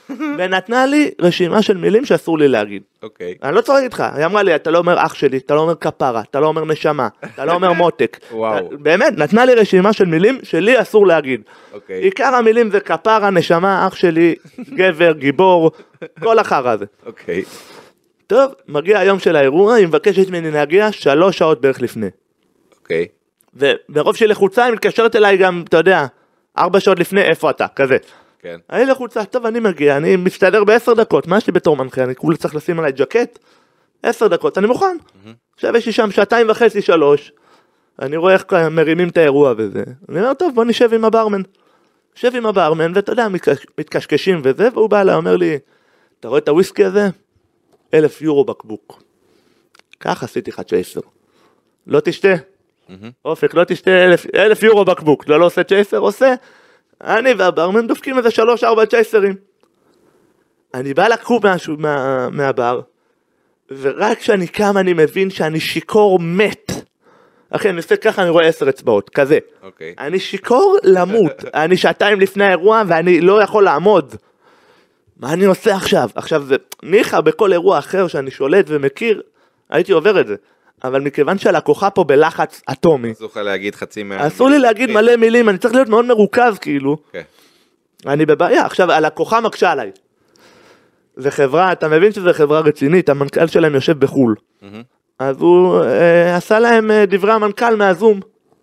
ונתנה לי רשימה של מילים שאסור לי להגיד. אוקיי. אני לא צוחק איתך, היא אמרה לי, אתה לא אומר אח שלי, אתה לא אומר כפרה, אתה לא אומר נשמה, אתה לא אומר מותק. וואו. באמת, נתנה לי רשימה של מילים שלי אסור להגיד. אוקיי. עיקר המילים זה כפרה, נשמה, אח שלי, גבר, גיבור, כל החרא הזה. אוקיי. טוב, מגיע היום של האירוע, היא מבקשת ממני להגיע שלוש שעות בערך לפני. אוקיי. וברוב של לחוצה, היא מתקשרת אליי גם, אתה יודע, ארבע שעות לפני, איפה אתה, כזה. כן. אני לחוצה, טוב, אני מגיע, אני מסתדר בעשר דקות, מה יש לי בתור מנחה, אני כולה צריך לשים עליי ג'קט, עשר דקות, אני מוכן. עכשיו יש לי שם שעתיים וחצי, שלוש, אני רואה איך מרימים את האירוע וזה, אני אומר, טוב, בוא נשב עם הברמן. נשב עם הברמן, ואתה יודע, מתקשקשים וזה, והוא בא אליי, אומר לי, אתה רואה את הוויסקי הזה? אלף יורו בקבוק. כך עשיתי לך צ'ייסר. לא תשתה. אופק, לא תשתה אלף, אלף יורו בקבוק. אתה לא עושה צ'ייסר, עושה. אני והברמן דופקים איזה שלוש, ארבע צ'ייסרים. אני בא לקחו משהו מה, מהבר, ורק כשאני קם אני מבין שאני שיקור מת. אחי, אני עושה ככה, אני רואה עשר אצבעות, כזה. אוקיי. אני שיקור למות. אני שעתיים לפני האירוע ואני לא יכול לעמוד. מה אני עושה עכשיו? עכשיו זה ניחא בכל אירוע אחר שאני שולט ומכיר, הייתי עובר את זה. אבל מכיוון שהלקוחה פה בלחץ אטומי, אסור לך להגיד חצי מה... אסור לי להגיד מלא מילים, אני צריך להיות מאוד מרוכז כאילו. כן. אני בבעיה, עכשיו הלקוחה מקשה עליי. זה חברה, אתה מבין שזה חברה רצינית, המנכ"ל שלהם יושב בחול. אז הוא אה, עשה להם אה, דברי המנכ"ל מהזום.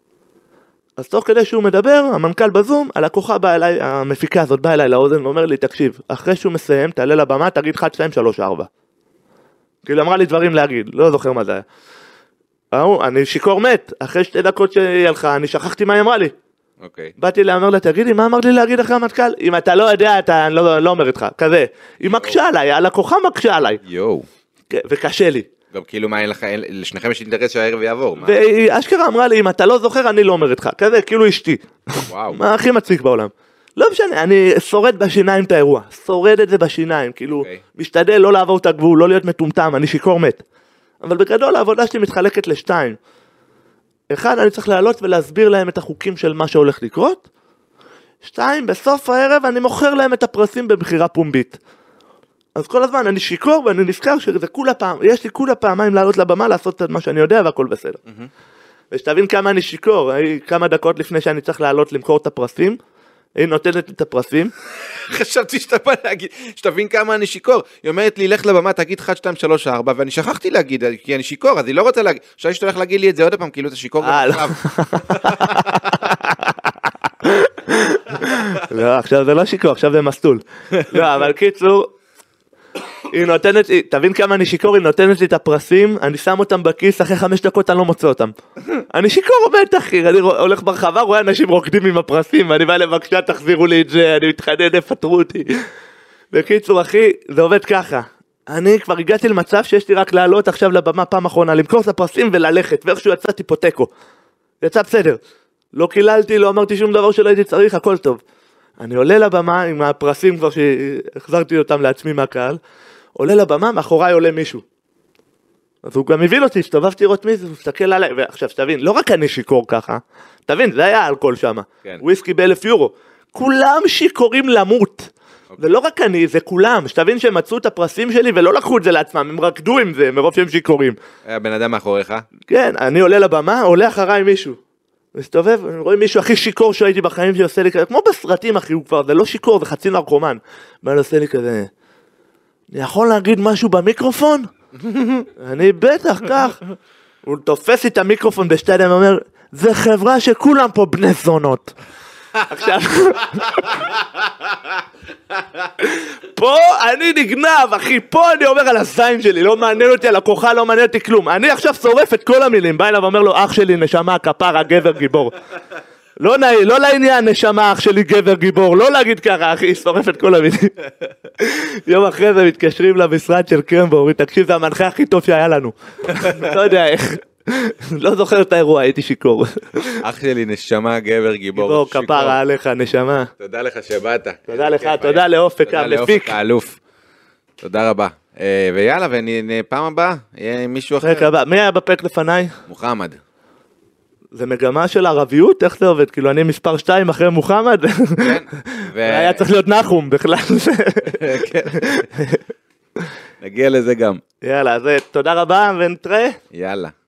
אז תוך כדי שהוא מדבר, המנכ"ל בזום, הלקוחה באה אליי, המפיקה הזאת באה אליי לאוזן ואומר לי, תקשיב, אחרי שהוא מסיים, תעלה לבמה, תגיד אחת, שתיים, שלוש, ארבע. כאילו אמרה לי דברים להגיד, לא זוכר מה זה היה. אהו, אני שיקור מת, אחרי שתי דקות שהיא הלכה, אני שכחתי מה היא אמרה לי. אוקיי. באתי לאמר לה, תגידי, מה אמרת לי להגיד אחרי המנכ"ל? אם אתה לא יודע, אתה לא, לא אומר איתך, כזה. היא מקשה עליי, הלקוחה מקשה עליי. יואו. וקשה לי. גם כאילו מה אין לך, לשניכם יש אינטרס שהערב יעבור. מה? והיא אשכרה אמרה לי, אם אתה לא זוכר, אני לא אומר איתך. כזה, כאילו אשתי. וואו. מה הכי מציק בעולם. לא משנה, אני שורד בשיניים את האירוע. שורד את זה בשיניים, כאילו, Okay. משתדל לא לעבור את הגבול, לא להיות מטומטם, אני שיקור מת. אבל בגדול העבודה שלי מתחלקת לשתיים. אחד, אני צריך לעלות ולהסביר להם את החוקים של מה שהולך לקרות. שתיים, בסוף הערב אני מוכר להם את הפרסים במחירה פומבית. אז כל הזמן אני שיקור ואני נזכר שזה כולה פעם, יש לי כולה פעמיים לעלות לבמה לעשות את מה שאני יודע והכל בסדר. Mm-hmm. ושתבין כמה אני שיקור, כמה דקות לפני שאני צריך לעלות למכור את הפרסים, היא נותנת את הפרסים. חשבתי שאתה בא להגיד, שתבין כמה אני שיקור. היא אומרת לי, לך לבמה, תגיד אחת, שתיים, שלוש, ארבע, ואני שכחתי להגיד, כי אני שיקור, אז היא לא רוצה להגיד. עכשיו שאתה הולך להגיד לי את זה עוד פעם, כאילו אתה שיקור. לא, עכשיו זה לא שיקור, עכשיו זה מסטול. לא, אבל קיצור, היא נותנת, תבין כמה אני שיקור, היא נותנת לי את הפרסים, אני שם אותם בכיס, אחרי חמש דקות אני לא מוצא אותם. אני שיקור עומד, אחי, אני הולך ברחבה, רואה אנשים רוקדים עם הפרסים, ואני בא לבקשה, תחזירו לי את זה, אני מתחנן, פטרו אותי. בקיצור, אחי, זה עובד ככה. אני כבר הגעתי למצב שיש לי רק לעלות עכשיו לבמה פעם אחרונה, למכור את הפרסים וללכת, ואיכשהו יצאתי פוטקו. יצא בסדר. לא קיללתי, לא אמרתי שום דבר שלא הייתי צריך, הכל טוב. אני עולה לבמה עם הפרסים כבר שהחזרתי אותם לעצמי מהקהל, עולה לבמה, מאחוריי עולה מישהו. אז הוא גם הבין אותי, הסתובבתי לראות מי זה, הוא מסתכל עליי, ועכשיו שתבין, לא רק אני שיקור ככה, תבין, זה היה אלכוהול שם, כן. וויסקי באלף יורו, כולם שיקורים למות, אוקיי. ולא רק אני, זה כולם, שתבין שהם מצאו את הפרסים שלי ולא לקחו את זה לעצמם, הם רקדו עם זה, מרוב שהם שיקורים. היה בן אדם מאחוריך? כן, אני עולה לבמה, עולה אחריי מישהו. מסתובב, אני רואה מישהו הכי שיקור שהייתי בחיים שעושה לי כזה, כמו בסרטים אחי, הוא כבר, זה לא שיקור, זה חצי נרקומן. מה עושה לי כזה, אני יכול להגיד משהו במיקרופון? אני בטח כך. הוא תופס לי את המיקרופון בשתי ידיים ואומר, זה חברה שכולם פה בני זונות. עכשיו, פה אני נגנב, אחי, פה אני אומר על הזין שלי, לא מעניין אותי הלקוחה, לא מעניין אותי כלום. אני עכשיו שורף את כל המילים, בא אליו ואומר לו, אח שלי, נשמה, כפרה, גבר, גיבור. לא נעים, לא לעניין, נשמה, אח שלי, גבר, גיבור, לא להגיד ככה, אחי, שורף את כל המילים. יום אחרי זה מתקשרים למשרד של קרמבו, אומרים, תקשיב, זה המנחה הכי טוב שהיה לנו. לא יודע איך. לא זוכר את האירוע, הייתי שיקור. אח שלי, נשמה, גבר, גיבור. גיבור, כפרה עליך, נשמה. תודה לך שבאת. תודה לך, תודה לאופק, המפיק. האלוף. תודה רבה. ויאללה, ופעם הבאה, יהיה מישהו אחר. מי היה בפק לפניי? מוחמד. זה מגמה של ערביות? איך זה עובד? כאילו אני מספר שתיים אחרי מוחמד? כן. היה צריך להיות נחום בכלל. נגיע לזה גם. יאללה, אז תודה רבה ונתראה. יאללה.